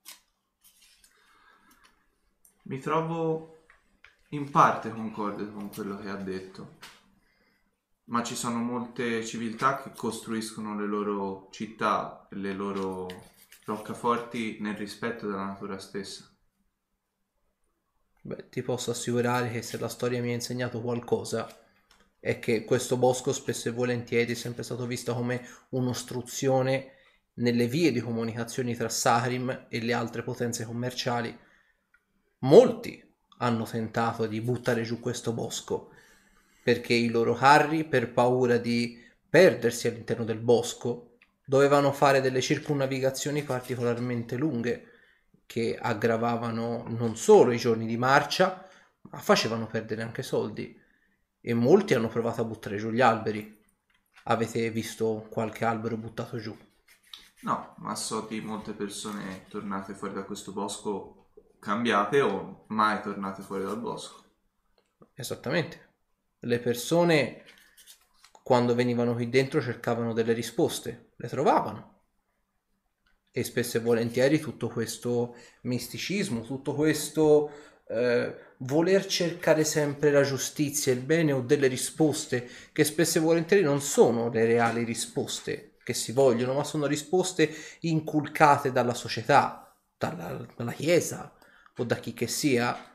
Mi trovo in parte concorde con quello che ha detto, ma ci sono molte civiltà che costruiscono le loro città, le loro roccaforti nel rispetto della natura stessa. Beh, ti posso assicurare che se la storia mi ha insegnato qualcosa, è che questo bosco spesso e volentieri è sempre stato visto come un'ostruzione nelle vie di comunicazione tra Saharim e le altre potenze commerciali. Molti hanno tentato di buttare giù questo bosco perché i loro carri, per paura di perdersi all'interno del bosco, dovevano fare delle circumnavigazioni particolarmente lunghe che aggravavano non solo i giorni di marcia, ma facevano perdere anche soldi. E molti hanno provato a buttare giù gli alberi. Avete visto qualche albero buttato giù? No, ma so di molte persone tornate fuori da questo bosco cambiate o mai tornate fuori dal bosco. Esattamente. Le persone, quando venivano qui dentro, cercavano delle risposte, le trovavano. E spesso e volentieri tutto questo misticismo, tutto questo eh, voler cercare sempre la giustizia, il bene o delle risposte che spesso e volentieri non sono le reali risposte che si vogliono, ma sono risposte inculcate dalla società, dalla, dalla chiesa o da chi che sia.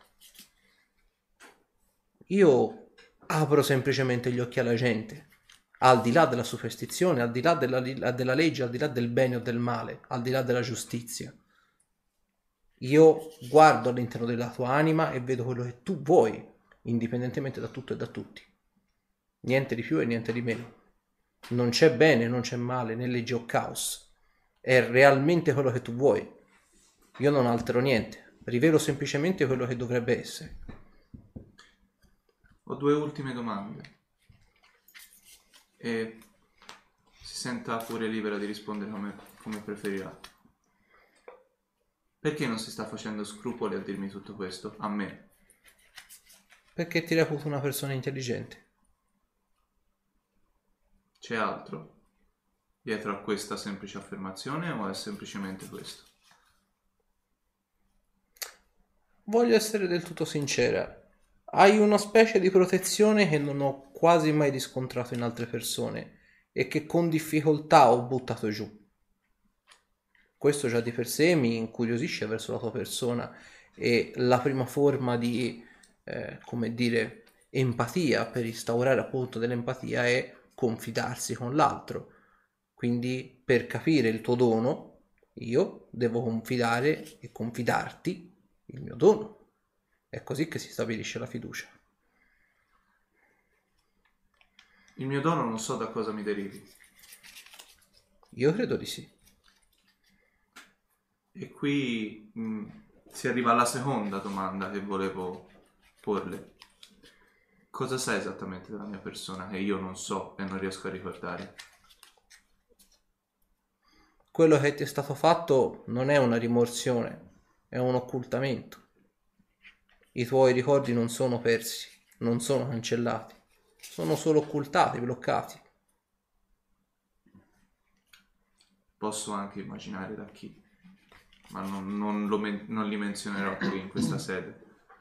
Io apro semplicemente gli occhi alla gente, al di là della superstizione, al di là della, della legge, al di là del bene o del male, al di là della giustizia. Io guardo all'interno della tua anima e vedo quello che tu vuoi, indipendentemente da tutto e da tutti. Niente di più e niente di meno. Non c'è bene, non c'è male, né legge o caos. È realmente quello che tu vuoi. Io non altero niente, rivelo semplicemente quello che dovrebbe essere. Ho due ultime domande. E si senta pure libera di rispondere come, come preferirà. Perché non si sta facendo scrupoli a dirmi tutto questo? A me. Perché ti reputo una persona intelligente. C'è altro dietro a questa semplice affermazione o è semplicemente questo? Voglio essere del tutto sincera. Hai una specie di protezione che non ho quasi mai riscontrato in altre persone e che con difficoltà ho buttato giù. Questo già di per sé mi incuriosisce verso la tua persona e la prima forma di, eh, come dire, empatia, per instaurare appunto dell'empatia, è confidarsi con l'altro. Quindi per capire il tuo dono io devo confidare e confidarti il mio dono. È così che si stabilisce la fiducia. Il mio dono non so da cosa mi derivi. Io credo di sì. E qui mh, si arriva alla seconda domanda che volevo porle. Cosa sai esattamente della mia persona che io non so e non riesco a ricordare? Quello che ti è stato fatto non è una rimorsione, è un occultamento. I tuoi ricordi non sono persi, non sono cancellati, sono solo occultati, bloccati. Posso anche immaginare da chi, ma non, non, lo men- non li menzionerò qui in questa sede.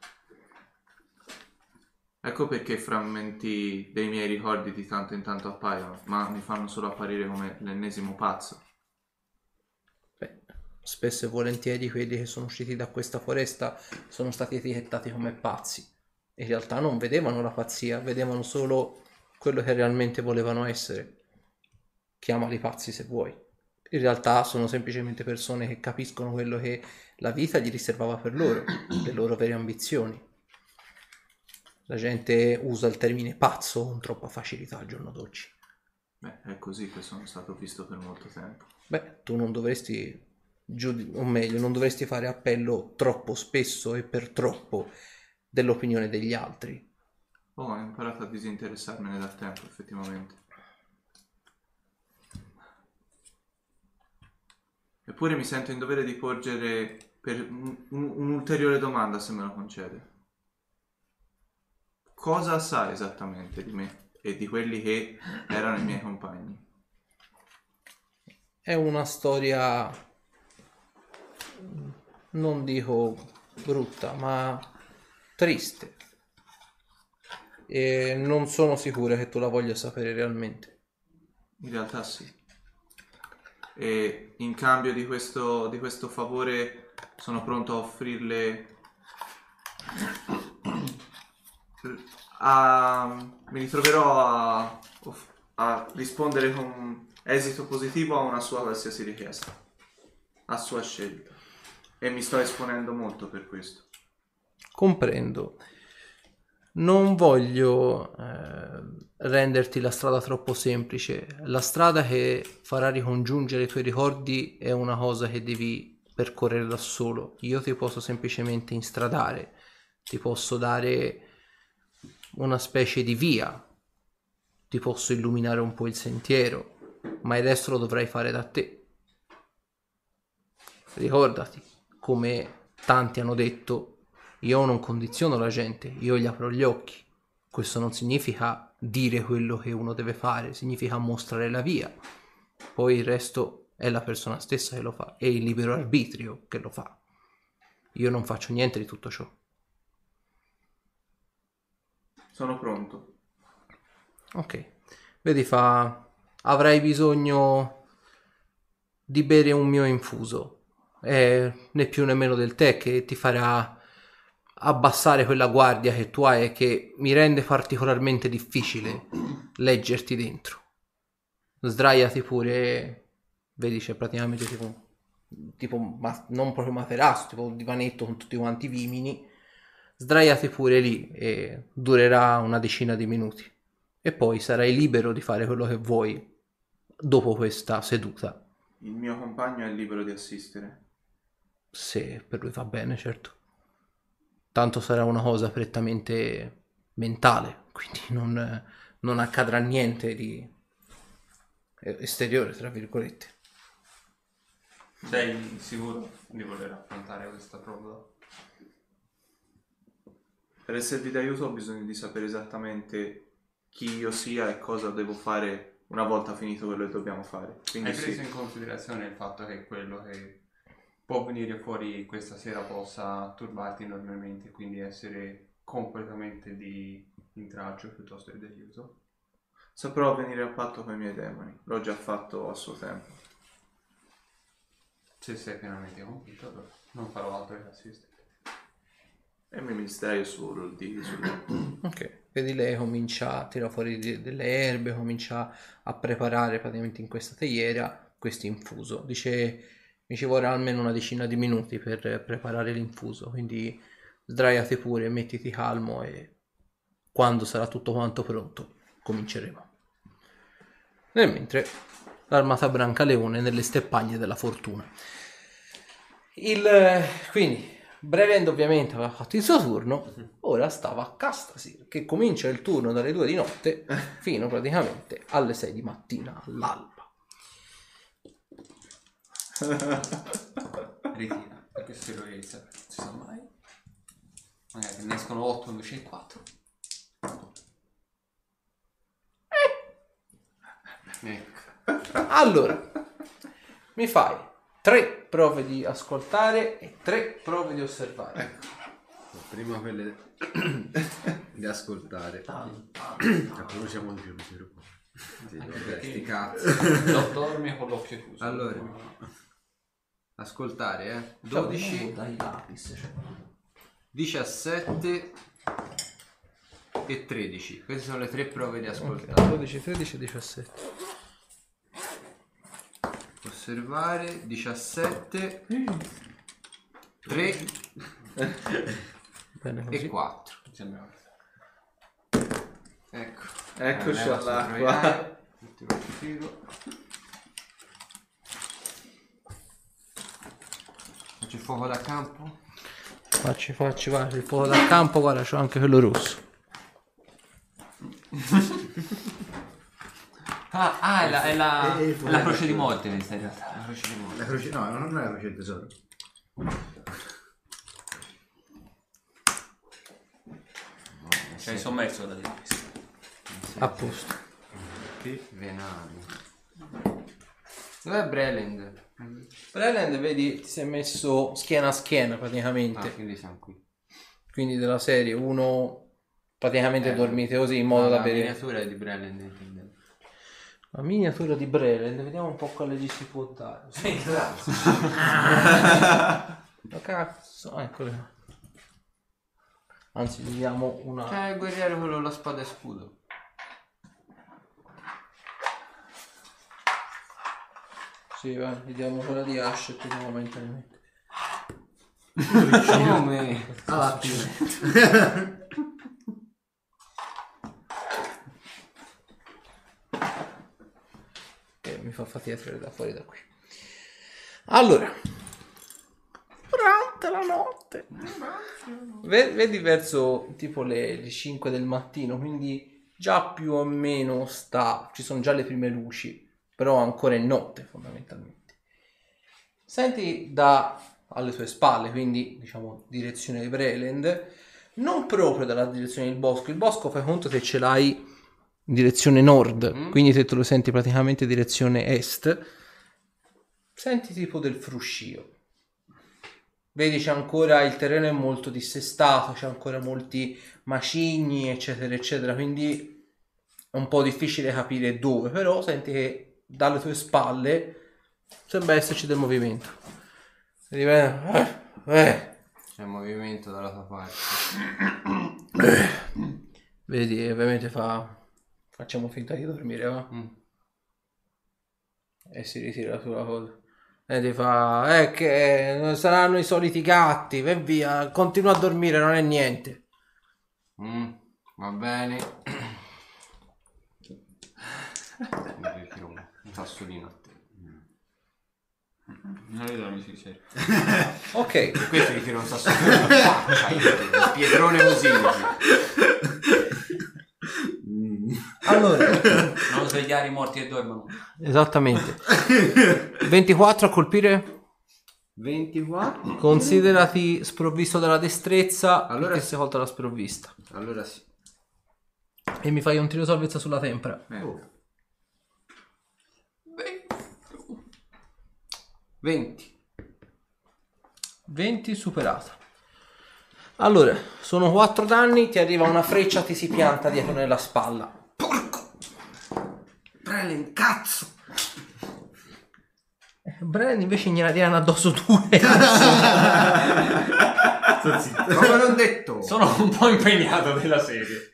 Ecco perché frammenti dei miei ricordi di tanto in tanto appaiono, ma mi fanno solo apparire come l'ennesimo pazzo. Beh, spesso e volentieri quelli che sono usciti da questa foresta sono stati etichettati come pazzi. In realtà non vedevano la pazzia, vedevano solo quello che realmente volevano essere. Chiamali pazzi se vuoi. In realtà sono semplicemente persone che capiscono quello che la vita gli riservava per loro, le loro vere ambizioni. La gente usa il termine pazzo con troppa facilità al giorno d'oggi. Beh, è così che sono stato visto per molto tempo. Beh, tu non dovresti, giudi- o meglio, non dovresti fare appello troppo spesso e per troppo dell'opinione degli altri. Oh, ho imparato a disinteressarmene da tempo, effettivamente. Eppure mi sento in dovere di porgere per un, un, un'ulteriore domanda, se me lo concede. Cosa sai esattamente di me e di quelli che erano i miei compagni? È una storia, non dico brutta, ma triste. E non sono sicura che tu la voglia sapere realmente. In realtà sì. E in cambio di questo, di questo favore sono pronto a offrirle a, mi ritroverò a, a rispondere con esito positivo a una sua qualsiasi richiesta, a sua scelta, e mi sto esponendo molto per questo. Comprendo. Non voglio eh, renderti la strada troppo semplice. La strada che farà ricongiungere i tuoi ricordi è una cosa che devi percorrere da solo. Io ti posso semplicemente instradare, ti posso dare una specie di via, ti posso illuminare un po' il sentiero, ma il resto lo dovrai fare da te. Ricordati, come tanti hanno detto, io non condiziono la gente, io gli apro gli occhi. Questo non significa dire quello che uno deve fare, significa mostrare la via. Poi il resto è la persona stessa che lo fa, è il libero arbitrio che lo fa. Io non faccio niente di tutto ciò. Sono pronto. Ok. Vedi, fa... avrai bisogno di bere un mio infuso. È né più né meno del tè, che ti farà abbassare quella guardia che tu hai e che mi rende particolarmente difficile leggerti dentro. Sdraiati pure, vedi c'è praticamente tipo, tipo ma, non proprio materasso, tipo un divanetto con tutti quanti i vimini. Sdraiati pure lì e durerà una decina di minuti e poi sarai libero di fare quello che vuoi dopo questa seduta. Il mio compagno è libero di assistere? Se per lui va bene, certo. Tanto sarà una cosa prettamente mentale, quindi non, non accadrà niente di esteriore, tra virgolette. Sei sicuro di voler affrontare questa prova? Per esservi d'aiuto ho bisogno di sapere esattamente chi io sia e cosa devo fare una volta finito quello che dobbiamo fare. Quindi Hai preso sì. in considerazione il fatto che quello che può venire fuori questa sera possa turbarti enormemente, quindi essere completamente di intraggio piuttosto che di aiuto? Saprò venire a patto con i miei demoni, l'ho già fatto a suo tempo. Se sei pienamente convinto, allora non farò altro che assistere. E mi misterio sul di sul letto. Ok, vedi lei comincia a tirare fuori de- delle erbe, comincia a preparare praticamente in questa teiera questo infuso. Dice mi ci vorrà almeno una decina di minuti per preparare l'infuso, quindi sdraiati pure, mettiti calmo e quando sarà tutto quanto pronto cominceremo. Nel mentre l'armata Brancaleone nelle steppagne della fortuna. Il quindi Breland ovviamente aveva fatto il suo turno, ora stava a Castasir, che comincia il turno dalle due di notte fino praticamente alle sei di mattina, all'alba. Ritira, perché se lo inizia, non si sa mai. Magari ne escono otto invece di quattro. Ecco. Allora, mi fai tre prove di ascoltare e tre prove di osservare. Ecco. Prima quelle di ascoltare. La conosciamo di più, mi sembra. Sì, vabbè, sti cazzi. Do- dormi con l'occhio chiuso. Allora, ascoltare, eh. dodici, dai lapis, cioè. diciassette e tredici. Queste sono le tre prove di Ok, ascoltare. dodici, tredici e diciassette. Osservare, diciassette, tre Bene così. e quattro. Mi sembra. Ecco. Eccoci Leva all'acqua. sul roiaio, ultimo filo. Faccio il fuoco da campo. Facci, facci, guarda, il fuoco dal campo, guarda, c'ho anche quello rosso. Ah, ah, è la, è la, E- e- è la croce di morte questa in realtà. La croce di morte. La croce, no, non è la croce del tesoro. Sei sommerso da lapis. A posto. Venari. Dov'è Breland? Breland, vedi, ti sei messo schiena a schiena praticamente. Ah, quindi siamo qui. Quindi della serie, uno praticamente Eh, dormite così in modo la da bere. miniatura è di Breland, intendevo. La miniatura di Breland, vediamo un po' quale gli si può dare. Sì, grazie. Ma cazzo, eccole. Anzi, gli diamo una... C'è il guerriero quello con la spada e scudo. Sì, vai, gli diamo quella di Ash e vediamo momentaneamente. Come? Ah, Che mi fa fatica a tirare da fuori da qui. Allora, durante la notte, V- vedi verso tipo le, le cinque del mattino, quindi già più o meno sta, ci sono già le prime luci, però ancora è notte fondamentalmente. Senti da alle tue spalle, quindi diciamo direzione di Breland, non proprio dalla direzione del bosco. Il bosco fai conto che ce l'hai in direzione nord, Mm. quindi te, te lo senti praticamente direzione est. Senti tipo del fruscio. Vedi c'è ancora, il terreno è molto dissestato, c'è ancora molti macigni eccetera eccetera, quindi è un po' difficile capire dove, però senti che dalle tue spalle sembra esserci del movimento. Vedi, eh, eh, C'è movimento dalla tua parte. vedi, ovviamente fa, facciamo finta di dormire, va? Mm. E si ritira sulla cosa. E ti fa, eh che saranno i soliti gatti, e via, continua a dormire, non è niente. Mm, va bene. Mi tiro un sassolino a te. Non vedo amici c'è. Ok, Per questo gli tiro un sassolino in faccia, io, un pietrone così. allora, Non svegliare i morti che dormono. esattamente. ventiquattro a colpire, ventiquattro. considerati sprovvisto dalla destrezza, Allora perché sì. sei colta la sprovvista. Allora sì. E mi fai un tiro salvezza sulla tempra. Oh. venti. venti superata. Allora, sono quattro danni, ti arriva una freccia, ti si pianta dietro nella spalla. Porco! Brelen, cazzo! Bren invece gliela tirano addosso due. Come l'ho detto! Sono un po' impegnato nella serie.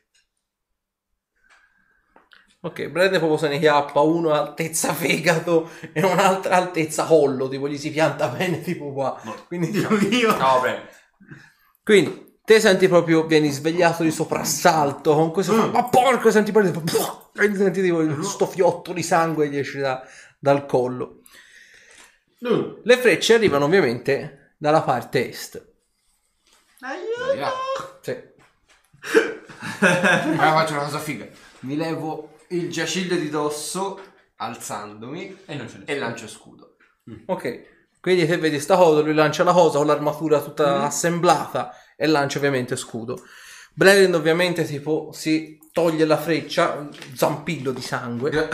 Ok, Bren proprio se ne chiappa uno altezza fegato e un'altra altezza collo, tipo gli si pianta bene tipo qua. Quindi, io. No, beh. quindi te senti proprio, vieni svegliato di soprassalto con questo, Mm. ma porco, senti poi tipo, e senti tipo sto fiotto di sangue che gli esce da- dal collo. Mm. Le frecce arrivano ovviamente dalla parte est. Dai, Sì. ora faccio una cosa figa. Mi levo il giaciglio di dosso alzandomi E non ce ne e lancio scudo. Ok, quindi se vedi sta cosa, lui lancia la cosa con l'armatura tutta assemblata e lancia ovviamente scudo. Brelin ovviamente tipo si toglie la freccia, un zampillo di sangue,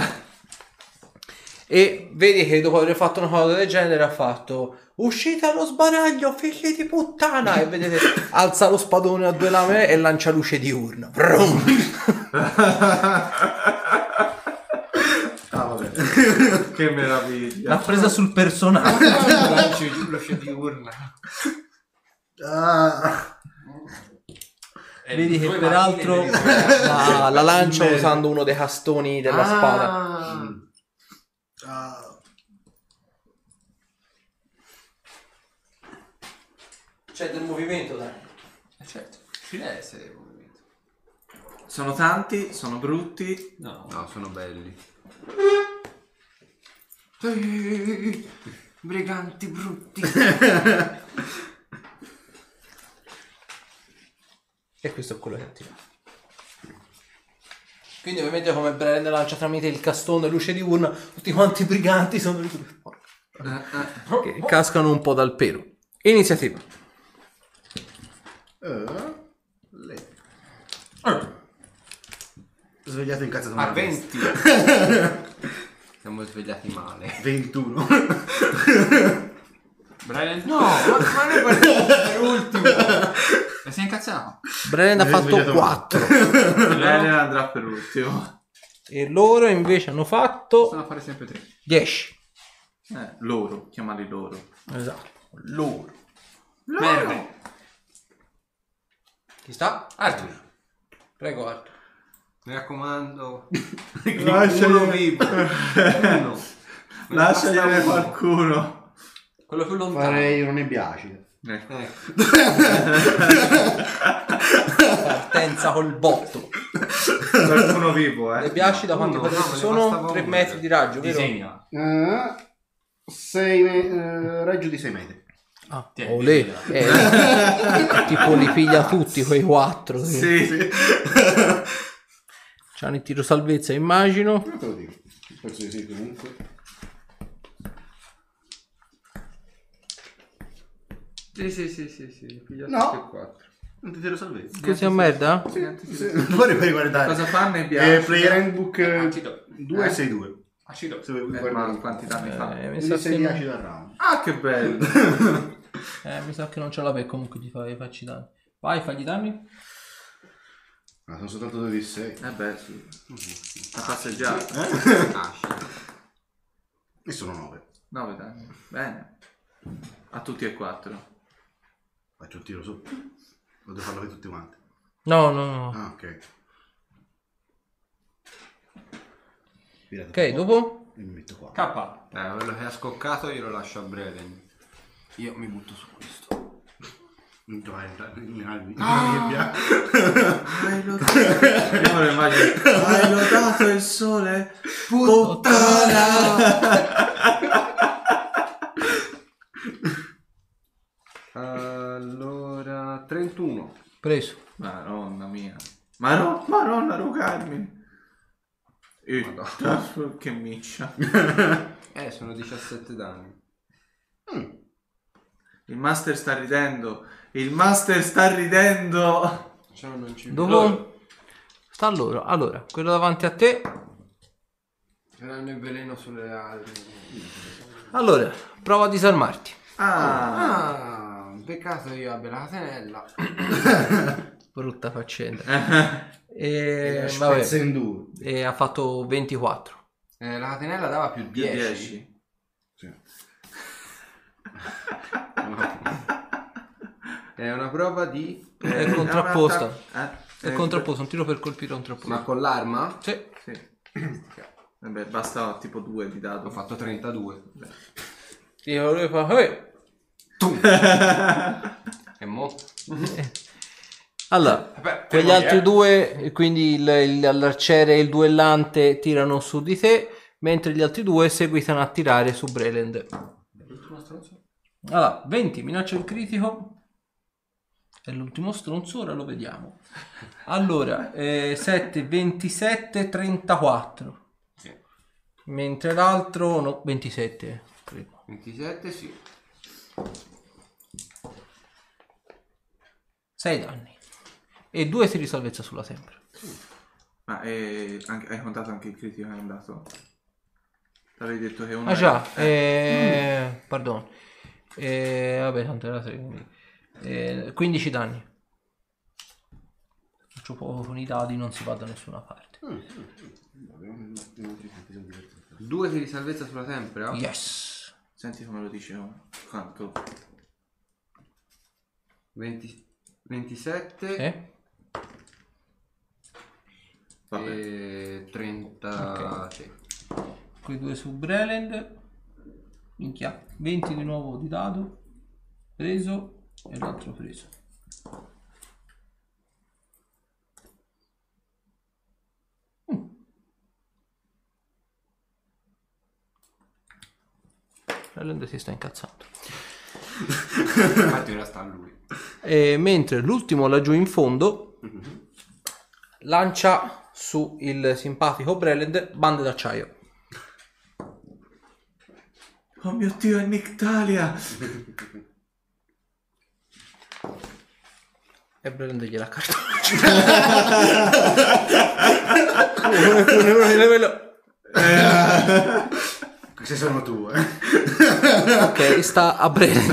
e vedi che dopo aver fatto una cosa del genere ha fatto uscite allo sbaraglio figli di puttana, e vedete alza lo spadone a due lame e lancia luce diurna. Brum. Ah, vabbè. Che meraviglia. L'ha presa sul personaggio. Lancio luce di urna. Ah. Vedi che Due peraltro mattine devi- la, la lancia usando uno dei castoni della Ah. spada. Ah. C'è del movimento, dai. Eh, certo, ci deve essere il movimento. Sono tanti, sono brutti. No. No, sono belli. Ehi, briganti brutti. E questo è quello che attiva. Quindi ovviamente come Bren lancia tramite il castone luce diurna, tutti quanti i briganti sono lì che cascano un po' dal pelo. Iniziativa. Eh, le- Svegliato in casa A venti. Siamo svegliati male. ventuno. Brian? No, ma, ma noi partiamo per ultimo. E sei incazzato? Bren ha Mi hai fatto svegliato quattro Bene, andrà per ultimo. e loro invece hanno fatto Sono a fare sempre tre. dieci. Eh, loro, chiamali loro. Esatto. Loro. Bene. Chi sta? Arthur. Prego Arthur. Mi raccomando. Lasciagli- Uno vivo. Uno. Lasciagliene Basta uno. qualcuno. Quello più lontano. Farei una nebbia acida. Ecco. Ecco. Partenza col botto. Qualcuno vivo, eh. Le piaci da quanti Uno, quadretti no, me ne sono? bastava tre uno. metri di raggio, vero? Disegna. sei me- eh, raggio di sei metri. Ah, Tieni, olè. via. Eh, tipo li piglia tutti quei quattro. Sì, sì. C'hanno il tiro salvezza, immagino. Non te lo dico. Penso di sì comunque. Sì, sì, sì, sì, sì. Pigliate No. tutti e quattro. Non ti tiro salvezza. Così a merda? Sì, vuoi riguardare. Cosa fanno i Eh, piaci? player handbook Acido. due Eh? sei due. Acido. Se vuoi Eh, guardare. ma quanti danni fa? Eh, mi, Quindi sa sei che di non... acido al round. Ah, che bello. eh, mi sa che non ce la per comunque di fare facci danni. Vai, fagli danni. Ah, sono soltanto due di sei. Eh beh, sì. Una passeggiata. Ah, shit. E sono nove. nove danni. Bene. A tutti e quattro. Faccio un tiro su. Lo devo farlo per tutti quanti. No, no, no. Ah, ok. Pirata Ok, dopo? E mi metto qua. K. Eh, quello che ha scoccato io lo lascio a Breden. Io mi butto su questo. Non trovare in albi. Nebbia. Hai lodato. Io me lo immagino. Hai lodato il sole. Allora, trentuno. Preso. Madonna mia. Maro- Maronna, Rucarmi. E Madonna. che miccia. Eh, sono diciassette danni. Il master sta ridendo. Il master sta ridendo. Cioè, non ci Dopo? Sta a loro. Allora, quello davanti a te. C'erano il veleno sulle ali. Allora, prova a disarmarti. Ah. Ah, peccato io abbia la catenella. Brutta faccenda. E E, spezza vabbè, in due. e ha fatto ventiquattro. Eh, la catenella dava più Più dieci. dieci. Sì. È una prova di... È contrapposta. Eh, È eh, contrapposto, un tiro per colpire contrapposto. Ma con l'arma? Sì. Sì. Vabbè, basta tipo due di dado. Ho fatto trentadue. E lui fa, "Eh". E mo? Allora, Vabbè, quegli fermo lì, altri eh. due, quindi il, il- l'arciere e il duellante tirano su di te, mentre gli altri due seguitano a tirare su Breland. Allora, venti, minaccia il critico. È l'ultimo stronzo, ora lo vediamo. Allora, eh, sette, ventisette, trentaquattro. Sì. Mentre l'altro, no, ventisette, credo. ventisette, sì. sei danni. E due tiri salvezza sulla tempra. Ma eh, anche- hai contato anche il critico che è andato? T'avevi detto che uno... Ah già, era- eh, pardon. Eh, vabbè, tanto era tre, quindi, eh, quindici danni. Faccio poco con i dadi, non si va da nessuna parte. Due tiri di salvezza sulla tempra? Yes. Senti come lo dicevo. Quanto? venti, ventisette Eh? Vabbè. e trenta. Sì. Quei due su Breland. Minchia. venti di nuovo di dado. Preso. E l'altro preso. Mm. Breland si sta incazzando. Infatti ora sta a lui. E mentre l'ultimo laggiù in fondo lancia su il simpatico Breland bande d'acciaio. Oh mio Dio, è Nictalia! E Breland gliela cartoccia. Queste sono tue. Ok, sta a Breland.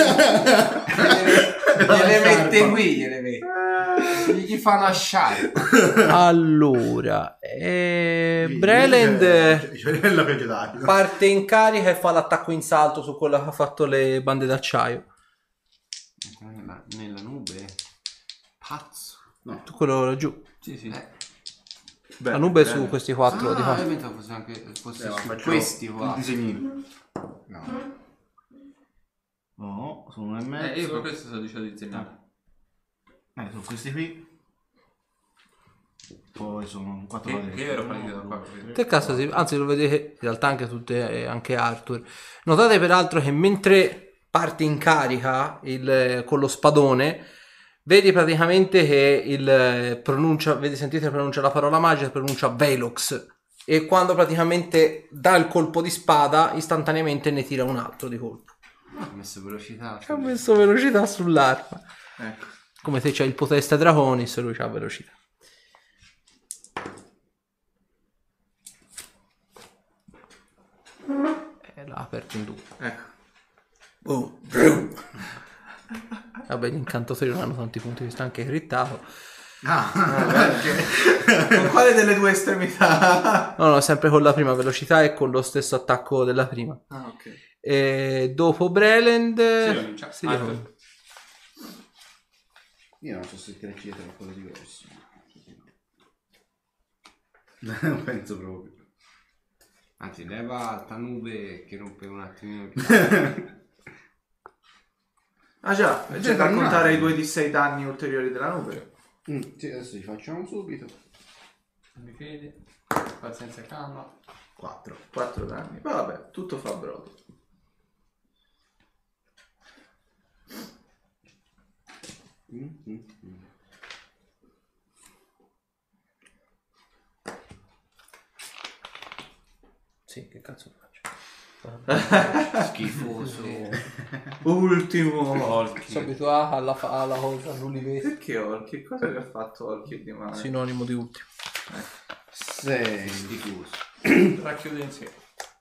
Gliele mette qui, gliele mette. Gli fa una sciarpa. Allora, eh, Breland C'è la peggio d'acqua. parte in carica e fa l'attacco in salto su quello che ha fatto le bande d'acciaio. Nella, nella nube. Cazzo. No. Tu quello laggiù. Sì, sì. Eh. La nube è su questi quattro Ah, di qua. io pensavo fosse anche fosse Eh, ma su faccio questi un qua. disegnino. No. No, sono uno e Eh, mezzo. io per questo sto dicendo di disegnare. Eh, sono questi qui. Poi sono quattro Che, quadretti. che ero Uno, partito da qua. due, capito? tre, Te cazzo, si- quattro. anzi lo vedete in realtà anche tutte, eh, anche Arthur. Notate peraltro che mentre parte in carica il, con lo spadone, vedi praticamente che il eh, pronuncia, vedi, sentite pronuncia la parola magica, pronuncia Velox. E quando praticamente dà il colpo di spada, istantaneamente ne tira un altro di colpo. Ho messo velocità. Ha messo velocità sull'arma. Ecco. Come se c'è il poteste Draconis, lui c'ha velocità. E l'ha aperto in due. Ecco. Boom. Vabbè, gli incantatori non hanno tanti punti di vista, anche crittato. Con quale delle due estremità? No, no, sempre con la prima velocità e con lo stesso attacco della prima. Ah, ok. E dopo Breland... Sì, comincia. Sì, Ah, dopo- Io non so se ti recita qualcosa di diverso. Non penso proprio. Anzi, leva alta nube che rompe un attimino più. Ah già, c'è Già da dannato. contare i due di sei danni ulteriori della nube. Mm, sì, adesso li facciamo subito. Mi credi? Pazienza e calma. quattro. quattro danni. Ma vabbè, tutto fa brodo. Mm, mm, mm. Sì, che cazzo faccio? Schifoso. Ultimo Olki. Sono abituato alla, fa- alla cosa, all'ulivese. Perché Olki? Cosa che ha fatto Olki di male? Sinonimo di ultimo. sei. Di chiuso. Racchiude insieme.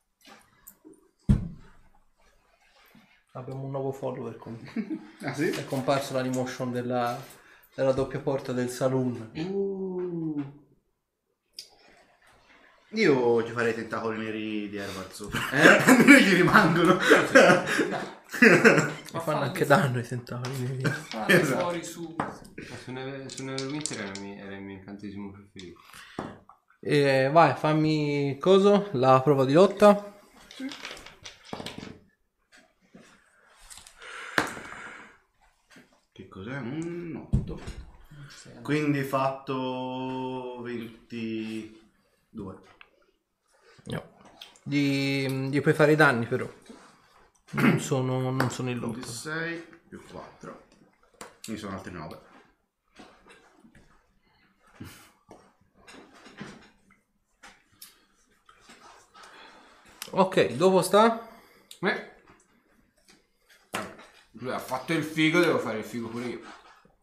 Abbiamo un nuovo follower con... Ah sì? È comparso l'animotion della, della doppia porta del saloon. Uh. Io ci farei i tentacoli neri di Erward sopra. Eh? Noi ci rimangono. Ma fanno anche danno i tentacoli. miei. Fate Esatto. fuori su. Ma su Neve- su Neverwinter era il mio, era il mio incantesimo preferito. E vai, fammi coso, la prova di lotta. Che cos'è? Un otto. Quindi fatto ventidue. No. Gli, gli puoi fare i danni però. Non sono, non sono il lotto. ventisei più quattro. Quindi sono altri nove. Ok, dopo sta. Eh. Lui ha fatto il figo, devo fare il figo pure io.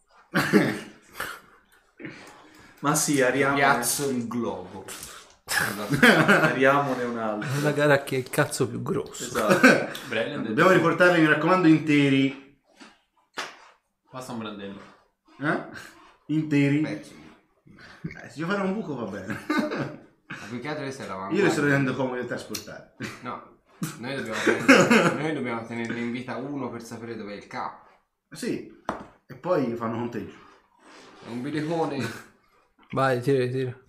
Ma sì, ariamone, Piazzo il globo. ariamone un altro. Una gara a chi è il cazzo più grosso. Esatto. Brilliant. Dobbiamo riportarli, mi raccomando, interi. Basta un brandello. Eh? Interi. Pezzo. Eh, se io fare un buco va bene. Ma più che altro questa è la Io le sto rendendo comodi da trasportare. No, noi dobbiamo, tenere, noi dobbiamo tenerli in vita uno per sapere dov'è il capo. Sì. E poi fanno conteggio. È un bilicone. Vai, tira, tira.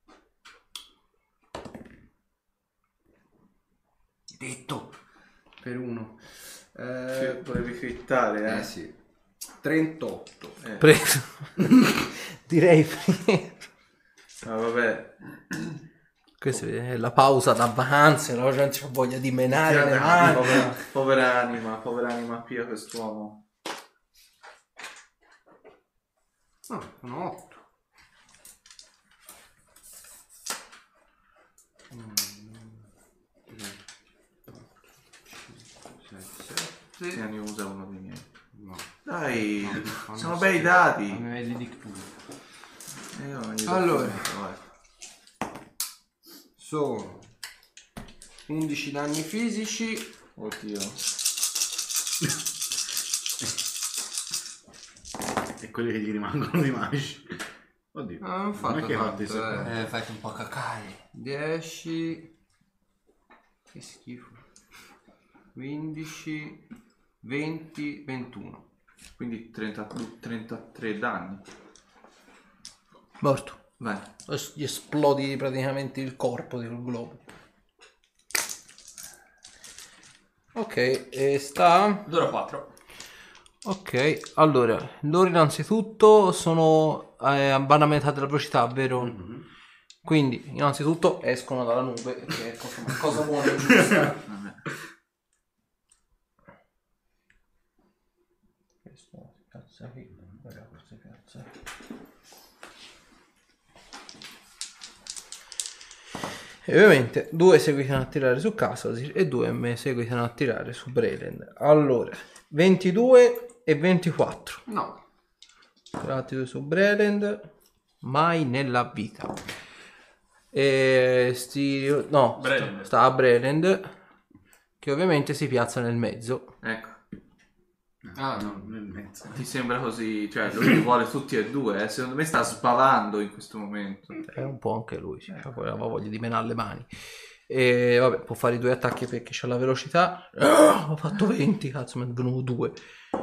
Detto. Per uno. Eh, Che volevi crittare, eh? eh sì. trentotto. Eh. Preso. Direi preso. Ah, vabbè. Questa è la pausa da vacanze, la gente ha voglia di menare le Tirate mani. Povera, povera anima, povera anima pia quest'uomo. No, sono otto. Sì, ne usa uno dei miei. No. Dai, No, sono no, bei sì. dati. Fammi vedere di più. Eh, io non gli do Allora. punto, vai. Sono undici danni fisici. Oddio. E quelli che gli rimangono di magici. Oddio. Ah, non ho non fatto è che hai fatto i tanto, secondi. eh. Eh, fate un po' cacare. dieci. Che schifo. quindici. venti. ventuno. Quindi trenta, trentatré danni. Morto. Vai. Es- Gli esplodi praticamente il corpo del globo. Ok, e sta... Dura quattro. Ok, allora, loro innanzitutto sono eh, vanno a metà della velocità, vero? Mm-hmm. Quindi, innanzitutto escono dalla nube, che è cosa, cosa buona e giusta. Questo cazzo qui, guarda questo cazzo. E ovviamente due seguitano a tirare su Casasir e due me seguitano a tirare su Breland. Allora, ventidue e ventiquattro. No. Tirati due su Breland. Mai nella vita. E sti... No, Breland. sta, sta a Breland, che ovviamente si piazza nel mezzo. Ecco. Ah, no. Nel mezzo. Ti sembra così? Cioè, lui li vuole tutti e due, eh? Secondo me sta sbavando in questo momento. È un po' anche lui, sì, poi aveva voglia di menare le mani. E vabbè, può fare i due attacchi perché c'ha la velocità. Ah, ho fatto venti, cazzo, me ne è venuto due.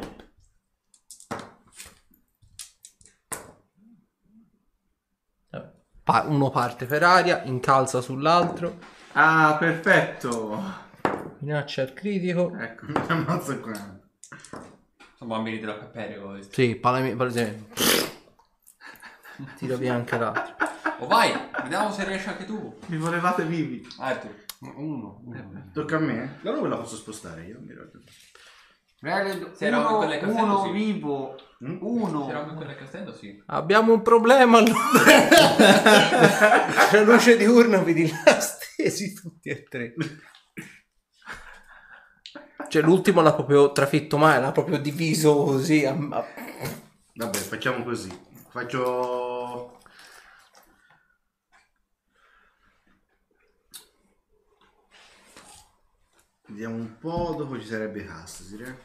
Vabbè, pa- uno parte per aria, incalza sull'altro, Ah, perfetto. minaccia al critico. Ecco. Ammazza qua. Sono bambini della Caperio questi. Sì, palami, per esempio. Tira via anche l'altro. Oh vai, vediamo se riesci anche tu. Mi volevate vivi. Arthur. Uno. uno. Tocca a me? La nube la posso spostare io, mi ricordo. Breland, Se eravamo uno, quelle castello, uno sì. vivo. Mm? Uno. Se eravamo in quella castello, sì. Abbiamo un problema allora. La luce diurna vi dilà stesi tutti e tre. Cioè l'ultimo l'ha proprio trafitto male, l'ha proprio diviso così. a- a- Vabbè, facciamo così. Faccio... Vediamo un po', dopo ci sarebbe Castasir, eh?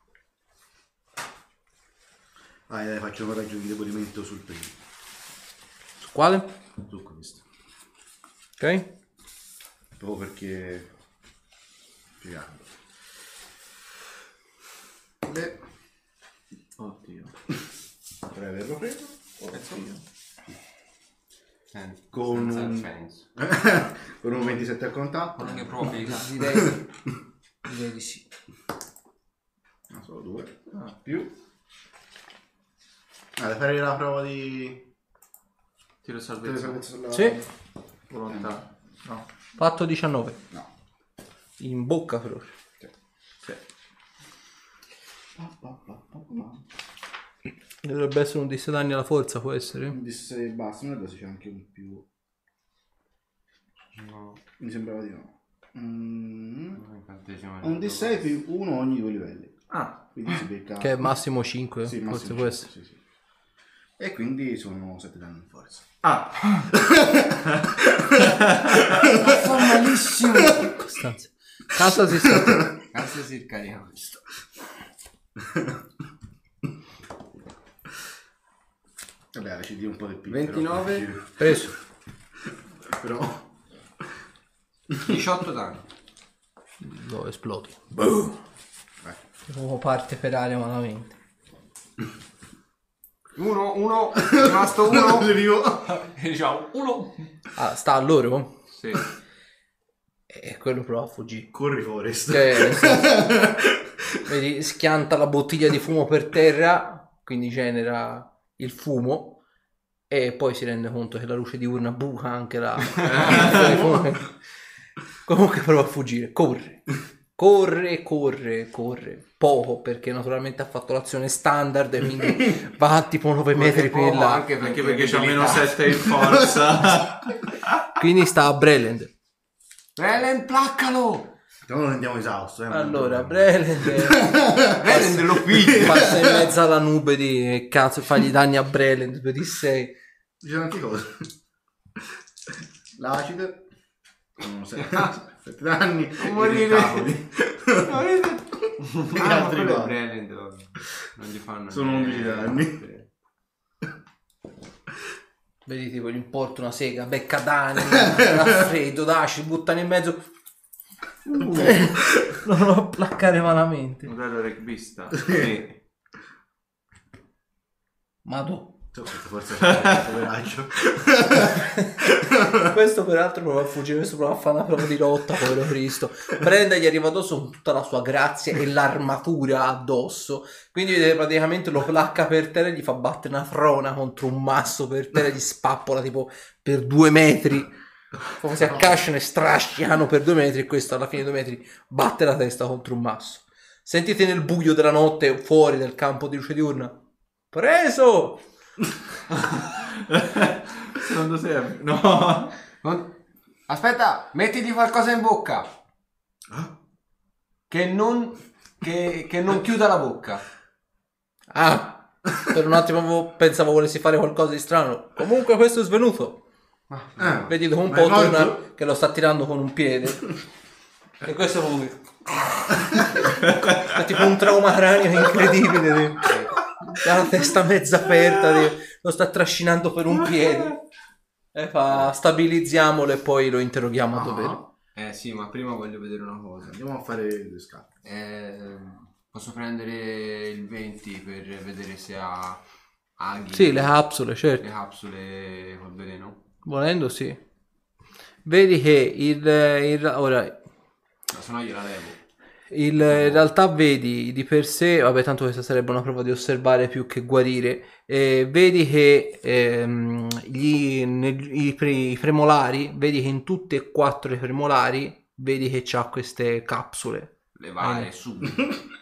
Ah, dai, faccio un raggio di indebolimento sul primo. Su quale? Su questo. Ok. Proprio perché... Spiegando. Le... Oddio. Potrei averlo preso. Penso. Eh, Con senza un- senso. Con un ventisette a contatto. Con che probabilità? Direi, direi di sì. No, solo due. Ah, più. Ah, da fare la prova di... Tiro salvezza. salvezza sulla... Sì. Volontà. No. Fatto diciannove. No. In bocca proprio. Sì. Dovrebbe essere un disse danni alla forza, può essere? Un D sei basta, non è c'è anche un più... No. Mi sembrava di no. Mm. Non incantesimo. Un D sei più uno ogni due livelli. Ah. Quindi si becca... Che è massimo cinque, Sì, forse massimo può cinque, essere. sì, sì. E quindi sono sette danni in forza. Ah. Fa malissimo. Costanza. Casa si sta... Cazzo si carica questo. Vabbè, ci dia un po' del più. ventinove. Preso. Però... diciotto danni. No, esplodi. Vai. Uno parte per aria malamente. Uno, uno, è rimasto uno. vivo. Diciamo, uno. Ah, sta a loro? Sì. E quello prova a fuggire. Corri Forest. Cioè, nel senso, vedi, schianta la bottiglia di fumo per terra, quindi genera il fumo, e poi si rende conto che la luce diurna buca anche la... Comunque prova a fuggire, corre, corre, corre, corre, poco, perché naturalmente ha fatto l'azione standard, e quindi va tipo nove metri più in là. Anche Anche perché, perché c'ha meno debilità. sette in forza. Quindi sta a Breland. Breland, placcalo. Non lo rendiamo esausto. Eh, Allora, non- Breland Breland lo piglia. passa in mezzo alla nube di cazzo, fagli danni a Breland, due di sei. Dicevano anche cose. L'acido. Sono sette danni. Non morire. Tavoli. Ah, ma altri quello è qua. Breland. Non gli fanno Sono undici danni. Vedi tipo gli importa una sega, becca danni, raffreddo, d'acido, buttano in mezzo. Non lo placcare malamente. Modello rugbista. Sì. Madò. Forse coraggio. Questo peraltro prova a fuggire, questo prova a fare una prova di lotta, povero Cristo. Brenda gli arriva addosso con tutta la sua grazia e l'armatura addosso, quindi vedete praticamente lo placca per terra e gli fa battere una frona contro un masso per terra, gli spappola tipo per due metri, come si accasciano e strasciano per due metri, e questo alla fine due metri batte la testa contro un masso. Sentite nel buio della notte fuori del campo di luce diurna: preso! Secondo te? No. Non- Aspetta, mettiti qualcosa in bocca. Che non, che, che non chiuda la bocca. Ah, per un attimo avevo- pensavo volessi fare qualcosa di strano. Comunque questo è svenuto. Ah, Vedi dopo un ma po' è morto? torna che lo sta tirando con un piede. E questo è proprio... è tipo un trauma cranio incredibile. Ha la testa mezza aperta, lo sta trascinando per un piede. E fa: stabilizziamolo e poi lo interroghiamo a dovere. Eh sì, ma prima voglio vedere una cosa. Andiamo a fare due scatti. Eh, posso prendere il venti per vedere se ha aghi, Sì, le capsule, le certo. capsule col veleno? Volendo sì. Vedi che il, il ora No, se no gliela levo. il, in realtà vedi di per sé, vabbè, tanto questa sarebbe una prova di osservare più che guarire. Eh, vedi che ehm, gli, negli- i, pre- i premolari, vedi che in tutti e quattro i premolari, vedi che c'ha queste capsule. Levare Eh. subito.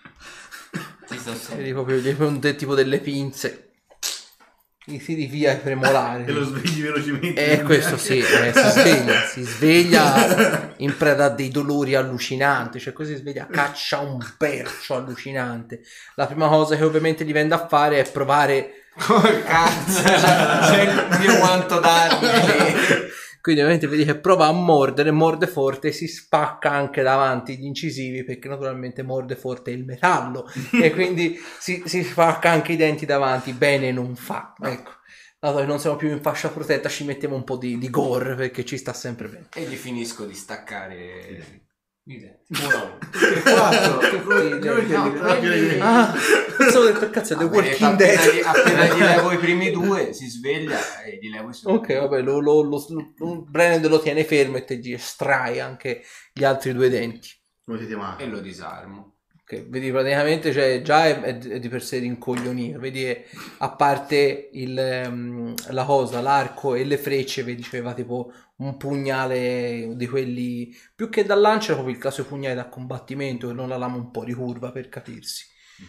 Ci sto sempre. Vedi proprio gli- un de- tipo delle pinze. Gli tiri via i premolari. E lo svegli velocemente. E questo sì, eh, si sveglia, si sveglia in preda a dei dolori allucinanti, cioè così si sveglia, caccia un percio allucinante. La prima cosa che ovviamente gli viene da fare è provare, Come cazzo, c'è il mio quanto darmi. quindi ovviamente vedi che prova a mordere, morde forte e si spacca anche davanti gli incisivi, perché naturalmente morde forte il metallo e quindi si, si spacca anche i denti davanti. Bene non fa, ecco. Dato che non siamo più in fascia protetta, ci mettiamo un po' di, di gore perché ci sta sempre bene. E gli finisco di staccare i denti. Uno. Tutti e quattro. Tutti- Dove te No, li- prendi- Ah, pensavo detto cazzo, The Vabbè, Walking appena, Dead. gli, appena gli levo i primi due si sveglia e gli levo i secondi. Ok, vabbè, lo, lo, lo, lo- Brennan lo tiene fermo e te gli estrai anche gli altri due denti. Come ti chiamavi? E lo disarmo. Ok, vedi praticamente, cioè, già è, è- è di per sé rincoglionito. Vedi che a parte il, ehm, la cosa, l'arco e le frecce, vedi, c'aveva tipo un pugnale di quelli più che da lancia, proprio il classico pugnale da combattimento che non la lama un po' di curva per capirsi.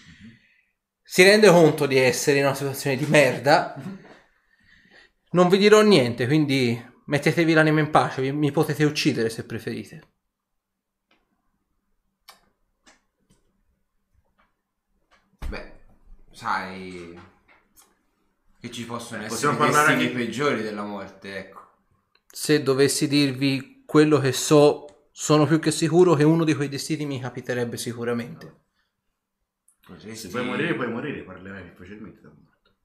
Si rende conto di essere in una situazione di merda. Non vi dirò niente, quindi mettetevi l'anima in pace, vi- mi potete uccidere se preferite. Beh, sai che ci possono Eh, essere possiamo parlare destini anche- peggiori della morte, ecco. Se dovessi dirvi quello che so, sono più che sicuro che uno di quei destini mi capiterebbe sicuramente. Potresti... Se puoi morire, puoi morire, parlerai più facilmente da morto.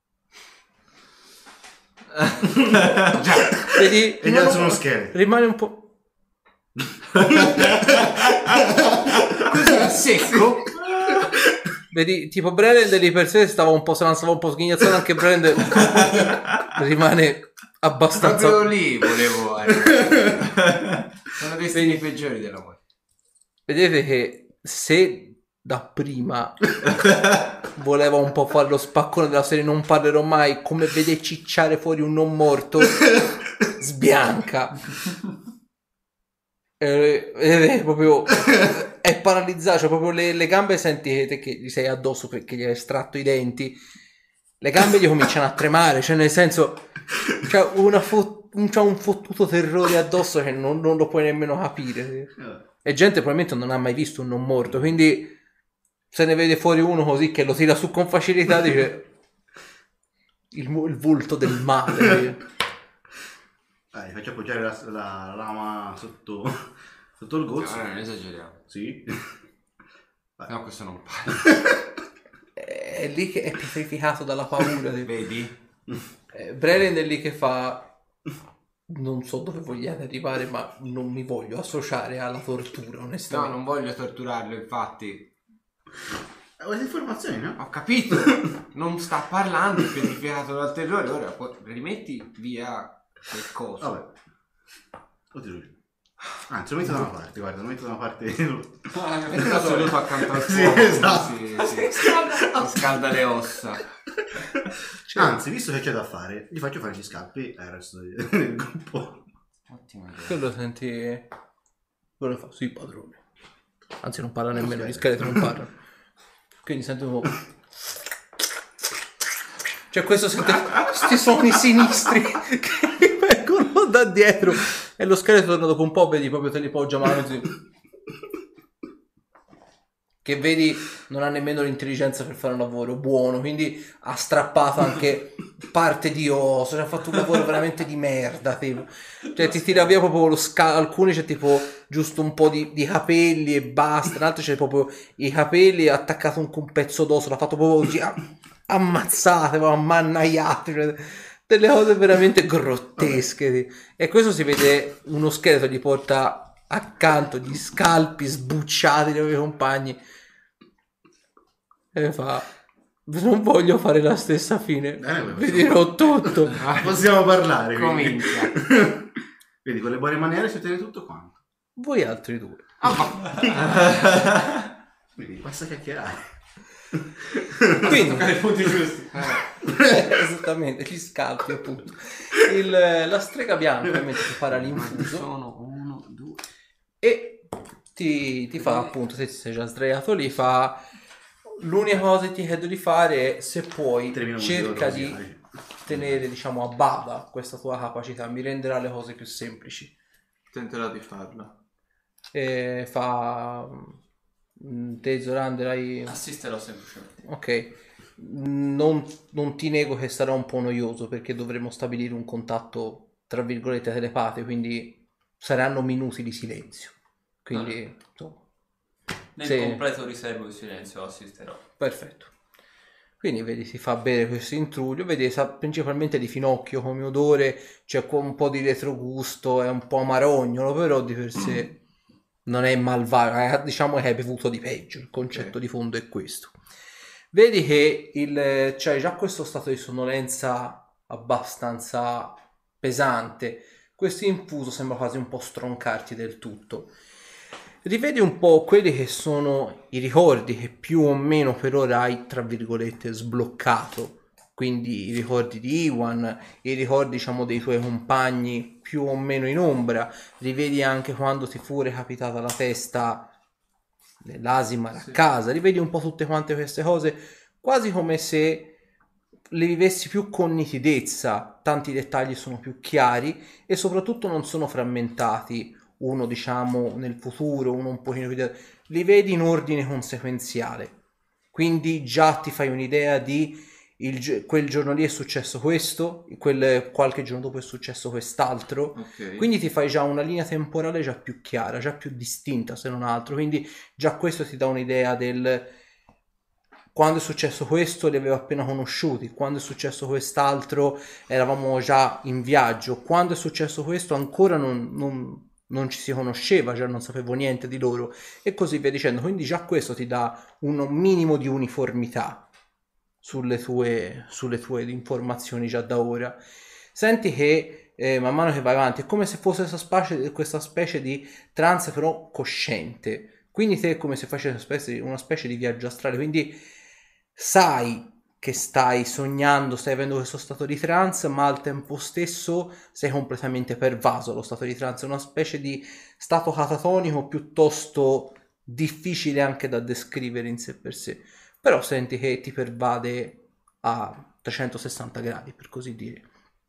Già, Vedi, E gli altri sono scheletri. rimane un po'... così a secco. Vedi, tipo Brennan di per sé stava un po', se non stava un po' sghignazzando, anche Brennan rimane abbastanza... Proprio lì volevo arrivare. Sono destini peggiori della morte. Vedete che se da prima voleva un po' fare lo spaccone della serie non parlerò mai, come vede cicciare fuori un non morto, sbianca. Eh, eh, proprio è paralizzato, cioè proprio le, le gambe sentite che gli sei addosso perché gli hai estratto i denti, le gambe gli cominciano a tremare, cioè nel senso c'ha, una fo- c'ha un fottuto terrore addosso che non, non lo puoi nemmeno capire, e gente probabilmente non ha mai visto un non morto, quindi se ne vede fuori uno così che lo tira su con facilità, dice il, il volto del male. Dai, faccio appoggiare la, la lama sotto, sotto il gozzo. No, non esageriamo. Sì. No, questo non parla. È lì che è pietrificato dalla paura. Vedi? Eh, Brennan è lì che fa: non so dove vogliate arrivare, ma non mi voglio associare alla tortura, No, onestamente. non voglio torturarlo, infatti. Queste informazioni, no? Ho capito, non sta parlando, è pianificato dal terrore, ora poi rimetti via quel coso. Vabbè. Oddio. Anzi, lo metto da una parte, guarda, lo metto da una parte. Metterlo seduto accanto al Sì, fuoco, esatto. sì, sì. Si scalda le ossa. Cioè, anzi, visto che c'è da fare, gli faccio fare gli scalpi al resto del gruppo. Ottima idea. Quello senti... Quello fa, sì padrone. Anzi non parla nemmeno, gli scheletri non parlano. Quindi senti un po'... Cioè questo sente questi suoni sinistri che vengono da dietro e lo scheletro torna dopo un po', vedi proprio te li poggia mano così. Che vedi non ha nemmeno l'intelligenza per fare un lavoro buono, quindi ha strappato anche parte di osso, cioè ha fatto un lavoro veramente di merda, tipo. Cioè ti tira via proprio lo scalo, alcuni c'è tipo giusto un po' di, di capelli e basta, in altri c'è proprio i capelli e attaccato un, un pezzo d'osso, l'ha fatto proprio così, ah, ammazzate, ammannaiate, cioè, delle cose veramente grottesche. E questo si vede, uno scheletro gli porta accanto gli scalpi sbucciati dei miei compagni e fa: non voglio fare la stessa fine, Eh, vi dirò tutto. Possiamo parlare. quindi. Comincia. Vedi, con le buone maniere si ottiene tutto quanto. Voi altri due. Quindi basta chiacchierare. Quindi Toccare i punti giusti. eh, esattamente, gli scalpi appunto. Il, la strega bianca mentre ti farà l'infuso Sono uno, due. e ti, ti fa appunto, se ti sei già sdraiato lì, fa l'unica cosa che ti chiedo di fare è, se puoi, Termino cerca così, di dai. tenere diciamo a bada questa tua capacità, mi renderà le cose più semplici. Tenterò di farla. E fa mm, te Zorander hai... Assisterò semplicemente. ok, non, non ti nego che sarà un po' noioso perché dovremo stabilire un contatto tra virgolette telepatico, quindi saranno minuti di silenzio, quindi insomma, Nel Sì. completo riservo di silenzio assisterò. perfetto. Quindi vedi, si fa bere questo intruglio, vedi, sa principalmente di finocchio come odore, c'è qua un po' di retrogusto, è un po' amarognolo, però di per sé non è malvagio, eh, diciamo che hai bevuto di peggio, il concetto Ok. di fondo è questo. Vedi che il, c'hai già questo stato di sonnolenza abbastanza pesante, questo infuso sembra quasi un po' stroncarti del tutto. Rivedi un po' quelli che sono i ricordi che più o meno per ora hai, tra virgolette, sbloccato. Quindi i ricordi di Iwan, i ricordi, diciamo, dei tuoi compagni più o meno in ombra. Rivedi anche quando ti fu recapitata la testa dell'Asimar a casa. Rivedi un po' tutte quante queste cose, quasi come se le vivessi più con nitidezza. Tanti dettagli sono più chiari e soprattutto non sono frammentati, uno diciamo nel futuro, uno un pochino più, li vedi in ordine conseguenziale, quindi già ti fai un'idea di il, quel giorno lì è successo questo, quel, qualche giorno dopo è successo quest'altro, Ok. quindi ti fai già una linea temporale già più chiara, già più distinta se non altro, quindi già questo ti dà un'idea del quando è successo questo li avevo appena conosciuti, quando è successo quest'altro eravamo già in viaggio, quando è successo questo ancora non, non non ci si conosceva, già non sapevo niente di loro e così via dicendo, quindi già questo ti dà un minimo di uniformità sulle tue, sulle tue informazioni già da ora. Senti che eh, man mano che vai avanti è come se fosse questa specie, questa specie di trance però cosciente, quindi te è come se facessi una specie, una specie di viaggio astrale, quindi sai che stai sognando, stai avendo questo stato di trance, ma al tempo stesso sei completamente pervaso dallo stato di trance, è una specie di stato catatonico piuttosto difficile anche da descrivere in sé per sé, però senti che ti pervade a trecentosessanta gradi, per così dire.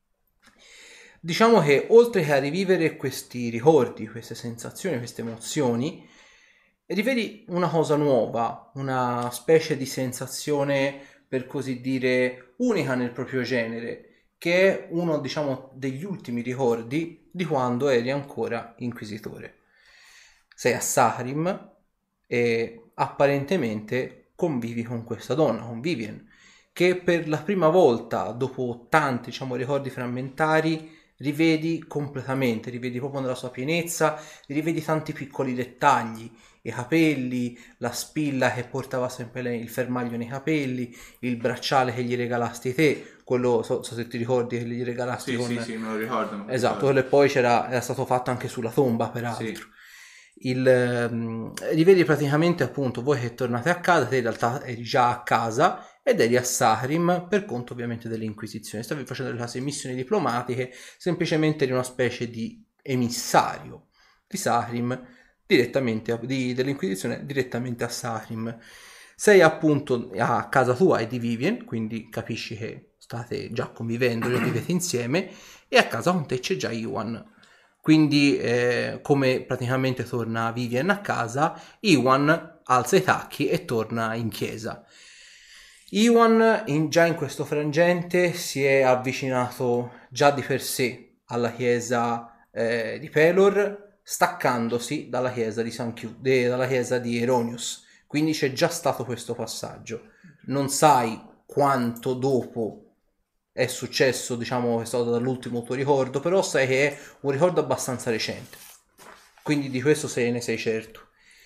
Diciamo che oltre che a rivivere questi ricordi, queste sensazioni, queste emozioni, rivedi una cosa nuova, una specie di sensazione per così dire unica nel proprio genere, che è uno diciamo degli ultimi ricordi di quando eri ancora inquisitore. Sei a Saharim e apparentemente convivi con questa donna, con Vivian, che per la prima volta dopo tanti diciamo ricordi frammentari rivedi completamente, rivedi proprio nella sua pienezza, rivedi tanti piccoli dettagli, i capelli, la spilla che portava sempre lei, il fermaglio nei capelli, il bracciale che gli regalasti te, quello, so, so se ti ricordi che gli regalasti Sì, con... sì, sì, me lo ricordo. me lo Esatto, ricordo. quello e poi c'era, era stato fatto anche sulla tomba peraltro. Sì. Il, ehm, rivedi praticamente appunto voi che tornate a casa, te in realtà eri già a casa ed eri a Sahrim per conto ovviamente dell'Inquisizione, stavi facendo le classi missioni diplomatiche, semplicemente eri una specie di emissario di Sahrim direttamente a- di- dell'Inquisizione direttamente a Sahrim. Sei appunto a casa tua e di Vivien, quindi capisci che state già convivendo, già vivete insieme, e a casa con te c'è già Iwan. Quindi eh, come praticamente torna Vivien a casa, Iwan alza i tacchi e torna in chiesa. Iwan in- già in questo frangente si è avvicinato già di per sé alla chiesa eh, di Pelor, staccandosi dalla chiesa di San Chiu, de- dalla chiesa di Eronius. Quindi c'è già stato questo passaggio. Non sai quanto dopo è successo, diciamo, è stato dall'ultimo tuo ricordo, però sai che è un ricordo abbastanza recente. Quindi di questo se ne sei certo.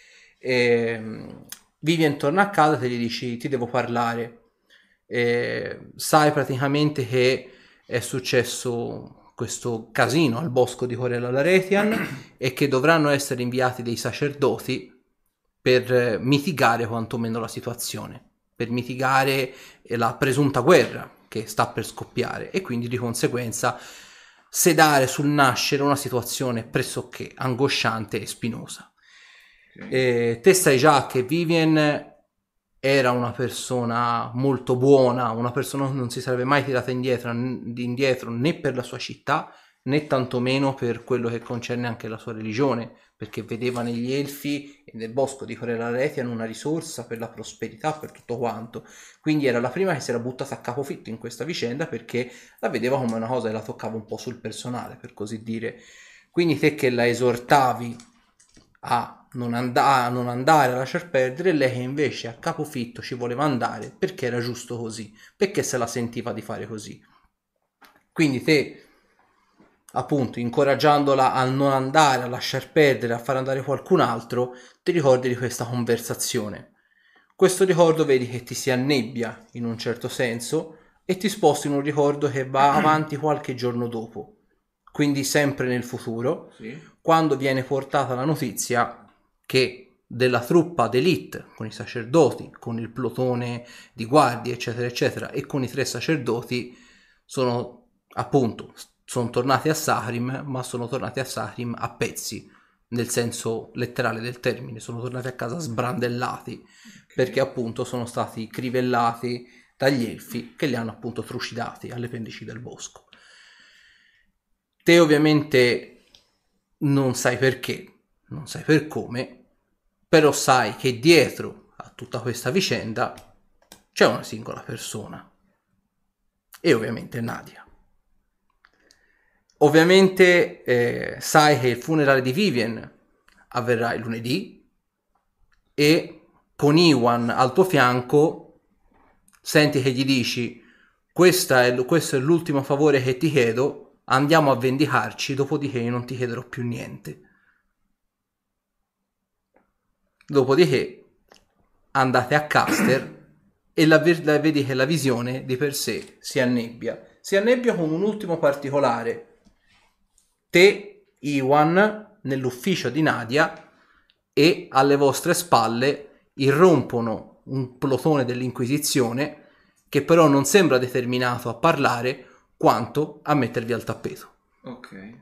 Ehm, Vivien torna a casa, te gli dici ti devo parlare. Eh, sai praticamente che è successo questo casino al bosco di Corella Laretian e che dovranno essere inviati dei sacerdoti per eh, mitigare quantomeno la situazione, per mitigare eh, la presunta guerra che sta per scoppiare e quindi di conseguenza sedare sul nascere una situazione pressoché angosciante e spinosa. Ok. E te sai già che Vivien era una persona molto buona, una persona che non si sarebbe mai tirata indietro, indietro né per la sua città né tantomeno per quello che concerne anche la sua religione, perché vedeva negli elfi e nel bosco di Corella Laretian una risorsa per la prosperità, per tutto quanto. Quindi era la prima che si era buttata a capofitto in questa vicenda perché la vedeva come una cosa che la toccava un po' sul personale, per così dire. Quindi te che la esortavi a non, and- a non andare a lasciar perdere, lei che invece a capofitto ci voleva andare perché era giusto così, perché se la sentiva di fare così. Quindi te, appunto, incoraggiandola a non andare, a lasciar perdere, a far andare qualcun altro, ti ricordi di questa conversazione. Questo ricordo vedi che ti si annebbia in un certo senso e ti sposti in un ricordo che va avanti qualche giorno dopo, quindi sempre nel futuro, Sì. quando viene portata la notizia che della truppa d'élite, con i sacerdoti, con il plotone di guardie, eccetera, eccetera, e con i tre sacerdoti, sono appunto, sono tornati a Sahrim, ma sono tornati a Sahrim a pezzi, nel senso letterale del termine, sono tornati a casa sbrandellati, perché appunto sono stati crivellati dagli elfi che li hanno appunto trucidati alle pendici del bosco. Te ovviamente non sai perché, non sai per come, però sai che dietro a tutta questa vicenda c'è una singola persona, e ovviamente Nadia. Ovviamente eh, sai che il funerale di Vivien avverrà il lunedì e con Iwan al tuo fianco senti che gli dici Questa è, questo è l'ultimo favore che ti chiedo, andiamo a vendicarci, dopodiché io non ti chiederò più niente. Dopodiché andate a Caster e la, la, vedi che la visione di per sé si annebbia. Si annebbia con un ultimo particolare. Te, Iwan, nell'ufficio di Nadia e alle vostre spalle irrompono un plotone dell'Inquisizione che però non sembra determinato a parlare quanto a mettervi al tappeto. Ok.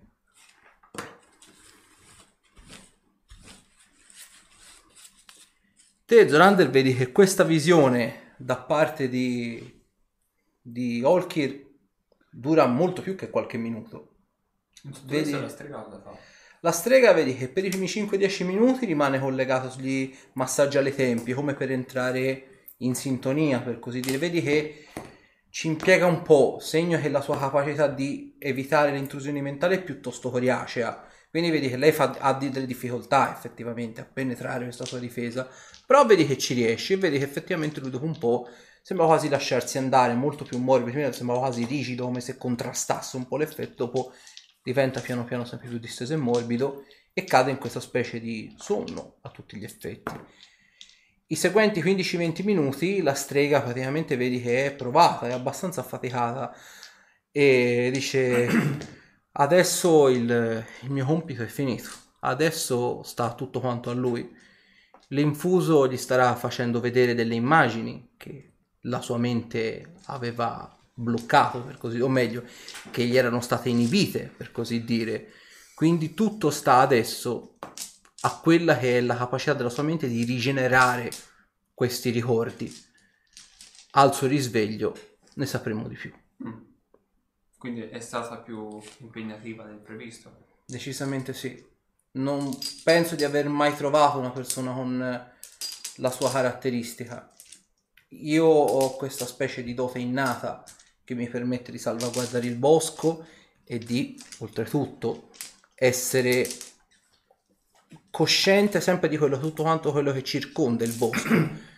Te, Zorander, vedi che questa visione da parte di, di Olkir dura molto più che qualche minuto. Vedi Vedi la strega cosa fa? la strega, vedi che per i primi cinque dieci minuti rimane collegato sugli massaggi alle tempie, come per entrare in sintonia, per così dire. Vedi che ci impiega un po', segno che la sua capacità di evitare le intrusioni mentali è piuttosto coriacea. Quindi vedi che lei fa, ha delle difficoltà effettivamente a penetrare questa sua difesa, però vedi che ci riesce e vedi che effettivamente lui dopo un po' sembra quasi lasciarsi andare, molto più morbido, prima sembrava quasi rigido, come se contrastasse un po' l'effetto, dopo diventa piano piano sempre più disteso e morbido e cade in questa specie di sonno a tutti gli effetti. I seguenti quindici venti minuti la strega praticamente vedi che è provata, è abbastanza affaticata e dice adesso il, il mio compito è finito, adesso sta tutto quanto a lui. L'infuso gli starà facendo vedere delle immagini che la sua mente aveva bloccato, per così, o meglio, che gli erano state inibite, per così dire. Quindi tutto sta adesso a quella che è la capacità della sua mente di rigenerare questi ricordi. Al suo risveglio ne sapremo di più. Mm. Quindi è stata più impegnativa del previsto? Decisamente sì. Non penso di aver mai trovato una persona con la sua caratteristica. Io ho questa specie di dote innata che mi permette di salvaguardare il bosco e di, oltretutto, essere cosciente sempre di quello, tutto quanto quello che circonda il bosco.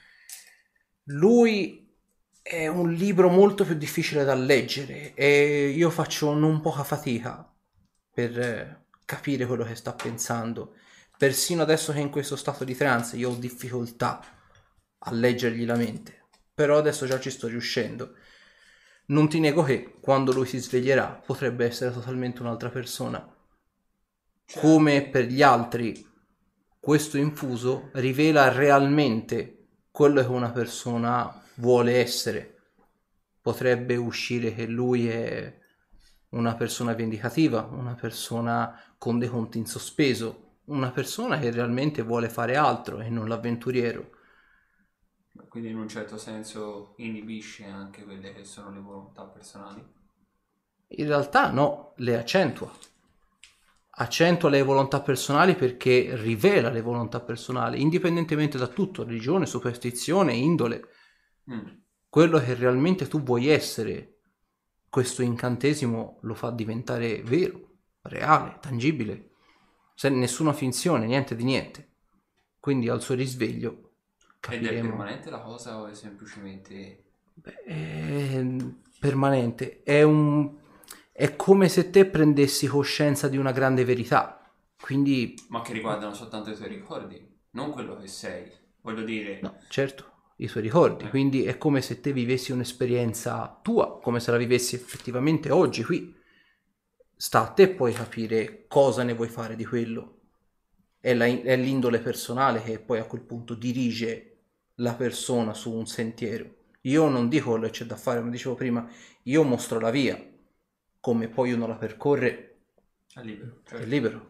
Lui è un libro molto più difficile da leggere e io faccio non poca fatica per capire quello che sta pensando. Persino adesso che è in questo stato di trance io ho difficoltà a leggergli la mente, però adesso già ci sto riuscendo. Non ti nego che quando lui si sveglierà potrebbe essere totalmente un'altra persona. Come per gli altri, questo infuso rivela realmente quello che una persona vuole essere. Potrebbe uscire che lui è una persona vendicativa, una persona con dei conti in sospeso, una persona che realmente vuole fare altro e non l'avventuriero. Quindi in un certo senso inibisce anche quelle che sono le volontà personali? In realtà no, le accentua. Accentua le volontà personali perché rivela le volontà personali, indipendentemente da tutto, religione, superstizione, indole. Mm. Quello che realmente tu vuoi essere, questo incantesimo lo fa diventare vero, reale, tangibile, senza nessuna finzione, niente di niente. Quindi al suo risveglio capiremo. Ed è permanente la cosa o è semplicemente... Beh, è permanente, è un... è come se te prendessi coscienza di una grande verità, quindi... Ma che riguardano soltanto i tuoi ricordi, non quello che sei, voglio dire... No, certo, i suoi ricordi, Eh. quindi è come se te vivessi un'esperienza tua, come se la vivessi effettivamente oggi qui. Sta a te poi capire cosa ne vuoi fare di quello. È, la, è l'indole personale che poi a quel punto dirige la persona su un sentiero. Io non dico quello che c'è da fare, come dicevo prima, io mostro la via, come poi uno la percorre È libero. è Certo. libero.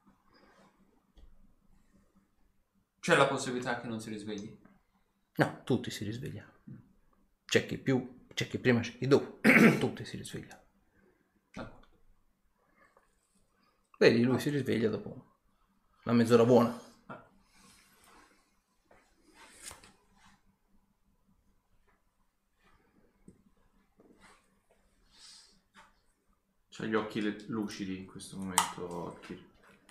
C'è la possibilità che non si risvegli? No, tutti si risvegliano. C'è chi più, c'è chi prima, c'è chi dopo. Tutti si risvegliano. D'accordo. Vedi, lui si risveglia dopo una mezz'ora buona. C'ha gli occhi le- lucidi in questo momento, Kir.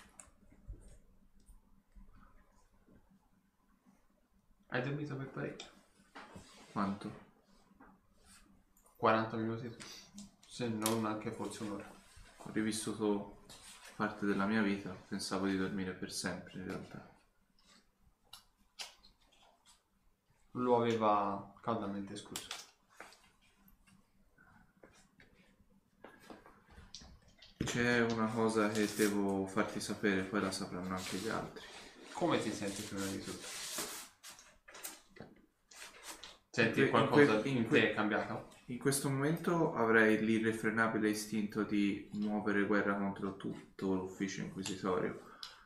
Hai dormito per parecchio? Quanto? quaranta minuti? Se non anche forse un'ora. Ho rivissuto parte della mia vita, pensavo di dormire per sempre in realtà. Lo aveva caldamente escluso. C'è una cosa che devo farti sapere, poi la sapranno anche gli altri. Come ti senti prima di tutto? Senti In que- qualcosa in que- in, in te que- è cambiato? In questo momento avrei l'irrefrenabile istinto di muovere guerra contro tutto l'ufficio inquisitorio,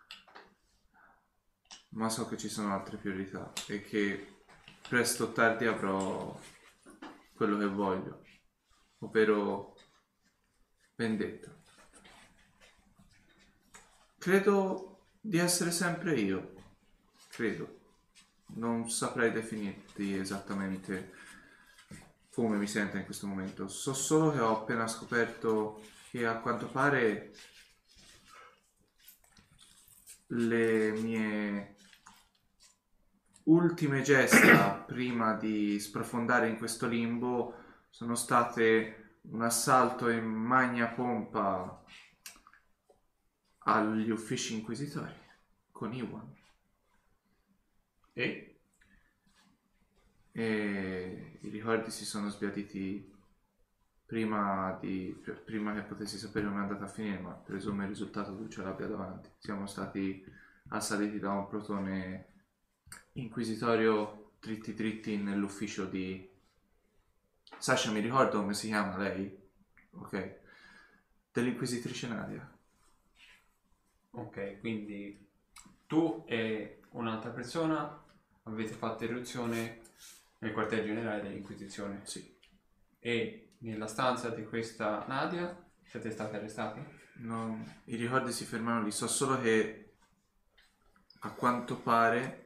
ma so che ci sono altre priorità e che presto o tardi avrò quello che voglio, ovvero vendetta. Credo di essere sempre io, credo. Non saprei definirti esattamente come mi sento in questo momento. So solo che ho appena scoperto che a quanto pare le mie ultime gesta prima di sprofondare in questo limbo sono state un assalto in magna pompa agli uffici inquisitori con Iwan. E? E i ricordi si sono sbiaditi prima, di, prima che potessi sapere come è andata a finire, ma presumo il risultato tu ce l'abbia davanti. Siamo stati assaliti da un protone inquisitorio dritti dritti nell'ufficio di... Sasha, mi ricordo come si chiama lei? Ok. Dell'inquisitrice Nadia. Ok, quindi tu e un'altra persona avete fatto irruzione nel quartier generale dell'Inquisizione. Sì. E nella stanza di questa Nadia siete stati arrestati? No, i ricordi si fermano lì. So solo che a quanto pare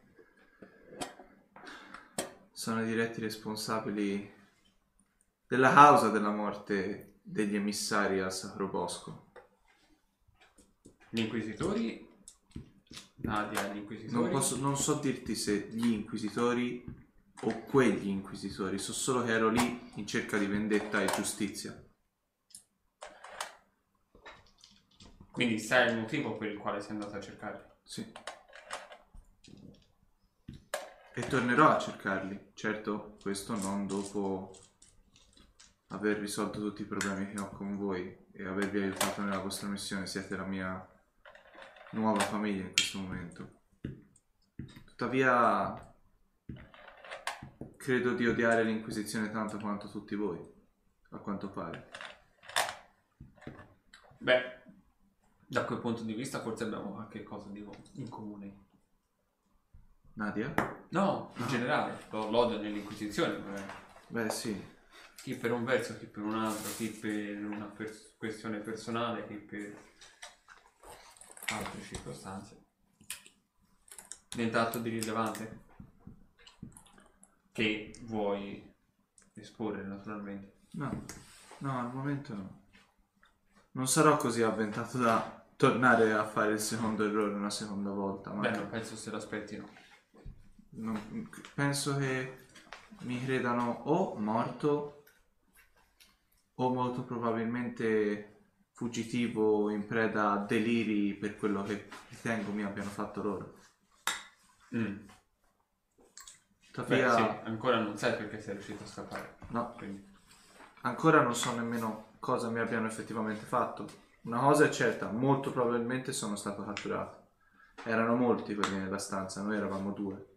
sono i diretti responsabili della causa della morte degli emissari al Sacro Bosco. Gli inquisitori? Nadia, gli inquisitori? Non, posso, non so dirti se gli inquisitori o quegli inquisitori, so solo che ero lì in cerca di vendetta e giustizia. Quindi sai il motivo per il quale sei andato a cercarli? Sì. E tornerò a cercarli. Certo, questo non dopo aver risolto tutti i problemi che ho con voi e avervi aiutato nella vostra missione. Siete la mia nuova famiglia in questo momento. Tuttavia credo di odiare l'Inquisizione tanto quanto tutti voi, a quanto pare. Beh, da quel punto di vista forse abbiamo qualche cosa di in comune. Nadia? No, in generale, lo- l'odio nell'Inquisizione. magari. Beh sì, Chi per un verso, chi per un altro, chi per una pers- questione personale, chi per altre circostanze. Nient'altro di rilevante che vuoi esporre naturalmente. no, no, al momento no. Non sarò così avventato da tornare a fare il secondo errore una seconda volta, ma Beh, non penso se l'aspetti, no. non- penso che mi credano o morto o molto probabilmente fuggitivo in preda a deliri per quello che ritengo mi abbiano fatto loro. Mm. Beh, Tuttavia, sì, ancora non sai perché sei riuscito a scappare. no, Quindi. ancora non so nemmeno cosa mi abbiano effettivamente fatto. Una cosa è certa, molto probabilmente sono stato catturato. Erano molti quelli nella stanza, noi eravamo due.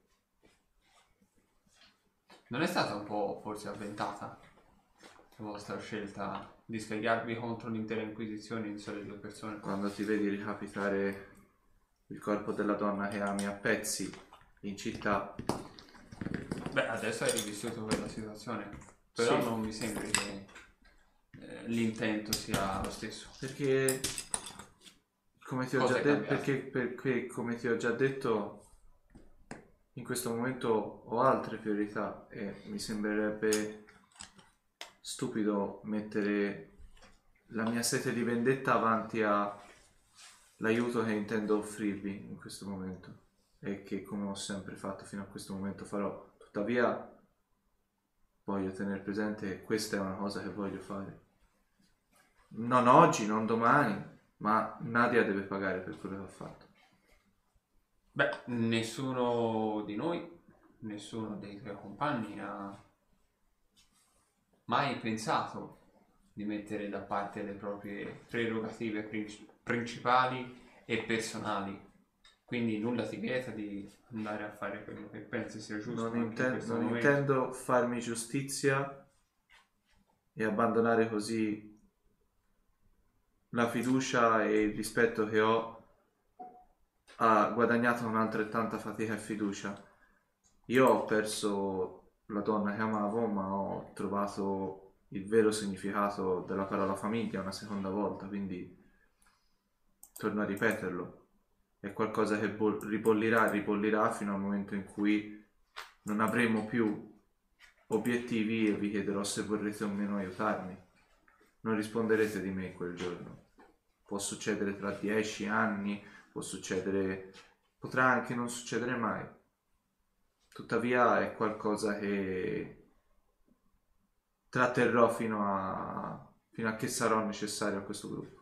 Non è stata un po' forse avventata la vostra scelta di scagliarvi contro l'intera Inquisizione in sole due persone? Quando ti vedi ricapitare il corpo della donna che ami a pezzi in città, Beh, adesso hai rivissuto quella situazione, però Sì. non mi sembra che eh, l'intento sia lo stesso. perché come ti ho Cosa già è detto, cambiato? perché, perché come ti ho già detto, in questo momento ho altre priorità e mi sembrerebbe stupido mettere la mia sete di vendetta avanti all'aiuto che intendo offrirvi in questo momento e che, come ho sempre fatto fino a questo momento, farò. Tuttavia voglio tenere presente che questa è una cosa che voglio fare, non oggi, non domani, ma Nadia deve pagare per quello che ha fatto. Beh, nessuno di noi, nessuno dei tuoi compagni ha mai pensato di mettere da parte le proprie prerogative princi- principali e personali. Quindi nulla ti vieta di andare a fare quello che pensi sia giusto. Non, anche in inten- questo non momento. intendo farmi giustizia e abbandonare così la fiducia e il rispetto che ho ha guadagnato con altrettanta fatica e fiducia. Io ho perso la donna che amavo, ma ho trovato il vero significato della parola famiglia una seconda volta, quindi torno a ripeterlo. È qualcosa che bol- ribollirà, ribollirà fino al momento in cui non avremo più obiettivi e vi chiederò se vorrete o meno aiutarmi. Non risponderete di me quel giorno. Può succedere tra dieci anni, può succedere, potrà anche non succedere mai. Tuttavia è qualcosa che tratterrò fino a, fino a che sarò necessario a questo gruppo.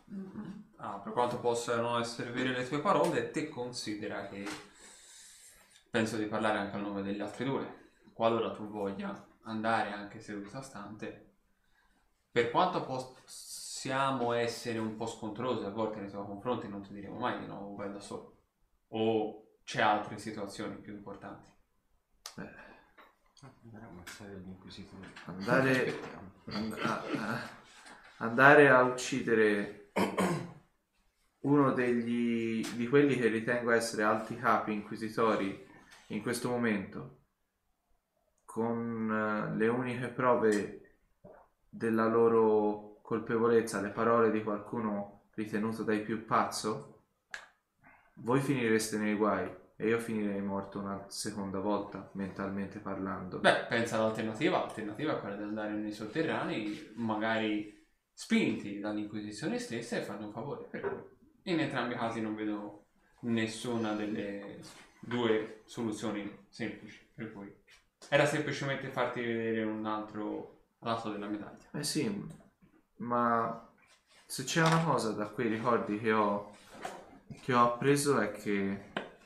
Ah, per quanto possano essere vere le tue parole, te considera che penso di parlare anche al nome degli altri due. Qualora tu voglia andare anche seduta stante, per quanto possiamo essere un po' scontrosi a volte nei tuoi confronti, non ti diremo mai di no, vai da solo. O c'è altre situazioni più importanti? Andare a ammazzare gli inquisitori. Andare, and- a- a- andare a uccidere uno degli, di quelli che ritengo essere alti capi inquisitori in questo momento, con eh, le uniche prove della loro colpevolezza, le parole di qualcuno ritenuto dai più pazzo, voi finireste nei guai e io finirei morto una seconda volta, mentalmente parlando. Beh, pensa all'alternativa. L'alternativa è quella di andare nei sotterranei, magari spinti dall'Inquisizione stessa, e farne un favore. Per cui, in entrambi i casi non vedo nessuna delle due soluzioni semplici. Per cui era semplicemente farti vedere un altro lato della medaglia. Eh sì, ma se c'è una cosa da quei ricordi che ho, che ho appreso è che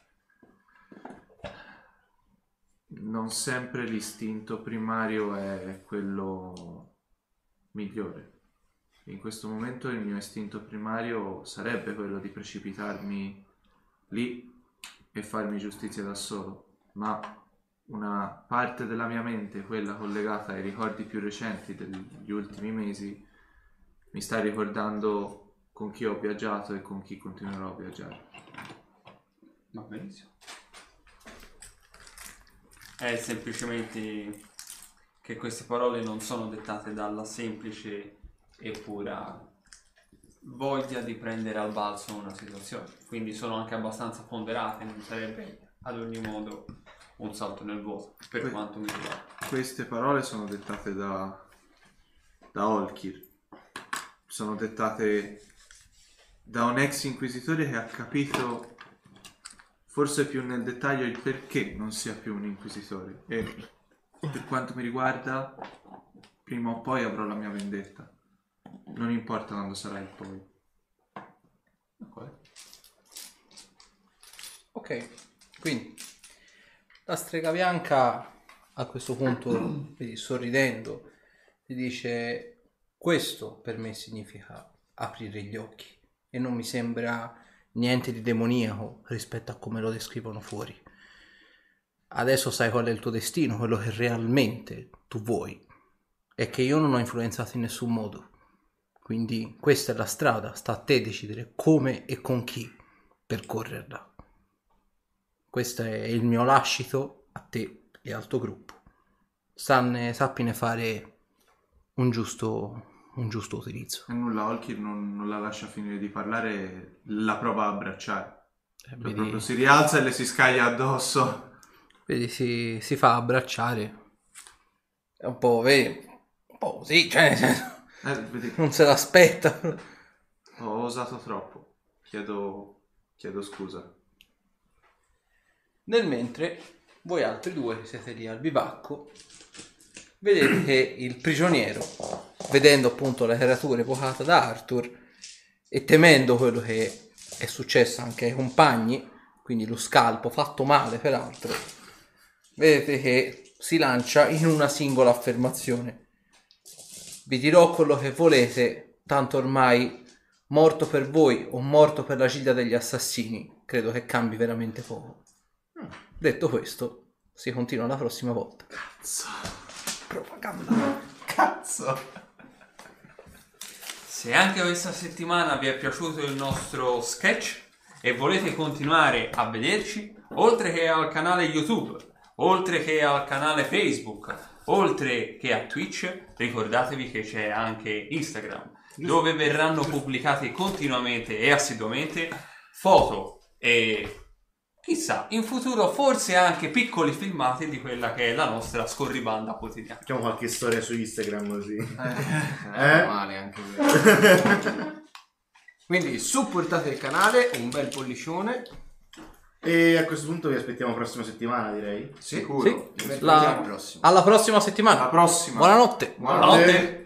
non sempre l'istinto primario è quello migliore. In questo momento il mio istinto primario sarebbe quello di precipitarmi lì e farmi giustizia da solo, ma una parte della mia mente, quella collegata ai ricordi più recenti degli ultimi mesi, mi sta ricordando con chi ho viaggiato e con chi continuerò a viaggiare. Va benissimo. È semplicemente che queste parole non sono dettate dalla semplice e pura voglia di prendere al balzo una situazione, quindi sono anche abbastanza ponderate, non sarebbe ad ogni modo un salto nel vuoto, per Que- quanto mi riguarda. Queste parole sono dettate da, da Olkir, sono dettate da un ex inquisitore che ha capito forse più nel dettaglio il perché non sia più un inquisitore, e per quanto mi riguarda prima o poi avrò la mia vendetta, non importa quando sarà il poi. Ok. Ok, quindi la strega bianca a questo punto, vedi, sorridendo, ti dice: questo per me significa aprire gli occhi, e non mi sembra niente di demoniaco rispetto a come lo descrivono fuori. Adesso sai qual è il tuo destino, quello che realmente tu vuoi, e che io non ho influenzato in nessun modo. Quindi questa è la strada, sta a te decidere come e con chi percorrerla. Questo è il mio lascito a te e al tuo gruppo. Sanne, sappine fare un giusto, un giusto utilizzo. E nulla, Olkir non, non la lascia finire di parlare, la prova a abbracciare. Eh, Cioè, vedi, proprio si rialza e le si scaglia addosso. vedi si, si fa abbracciare. È un po', vedi, un po' così, cioè nel senso, Eh, vedi, non se l'aspetta. ho osato troppo. Chiedo, chiedo scusa. Nel mentre voi altri due che siete lì al bivacco vedete che il prigioniero, vedendo appunto la creatura evocata da Arthur e temendo quello che è successo anche ai compagni, quindi lo scalpo fatto male peraltro, vedete che si lancia in una singola affermazione: vi dirò quello che volete, tanto ormai morto per voi o morto per la gilda degli assassini, credo che cambi veramente poco. Detto questo, si continua la prossima volta. Cazzo. Propaganda. Cazzo. Se anche questa settimana vi è piaciuto il nostro sketch e volete continuare a vederci, oltre che al canale YouTube, oltre che al canale Facebook, oltre che a Twitch, ricordatevi che c'è anche Instagram, dove verranno pubblicate continuamente e assiduamente foto e chissà, in futuro forse anche piccoli filmati di quella che è la nostra scorribanda quotidiana. Facciamo qualche storia su Instagram così. Eh, eh? Male anche quello. Quindi supportate il canale, un bel pollicione. E a questo punto vi aspettiamo la prossima settimana, direi. Sicuro. Sì. Il La- prossimo. Alla prossima settimana. Alla prossima. Buonanotte. Buonanotte. Buonanotte.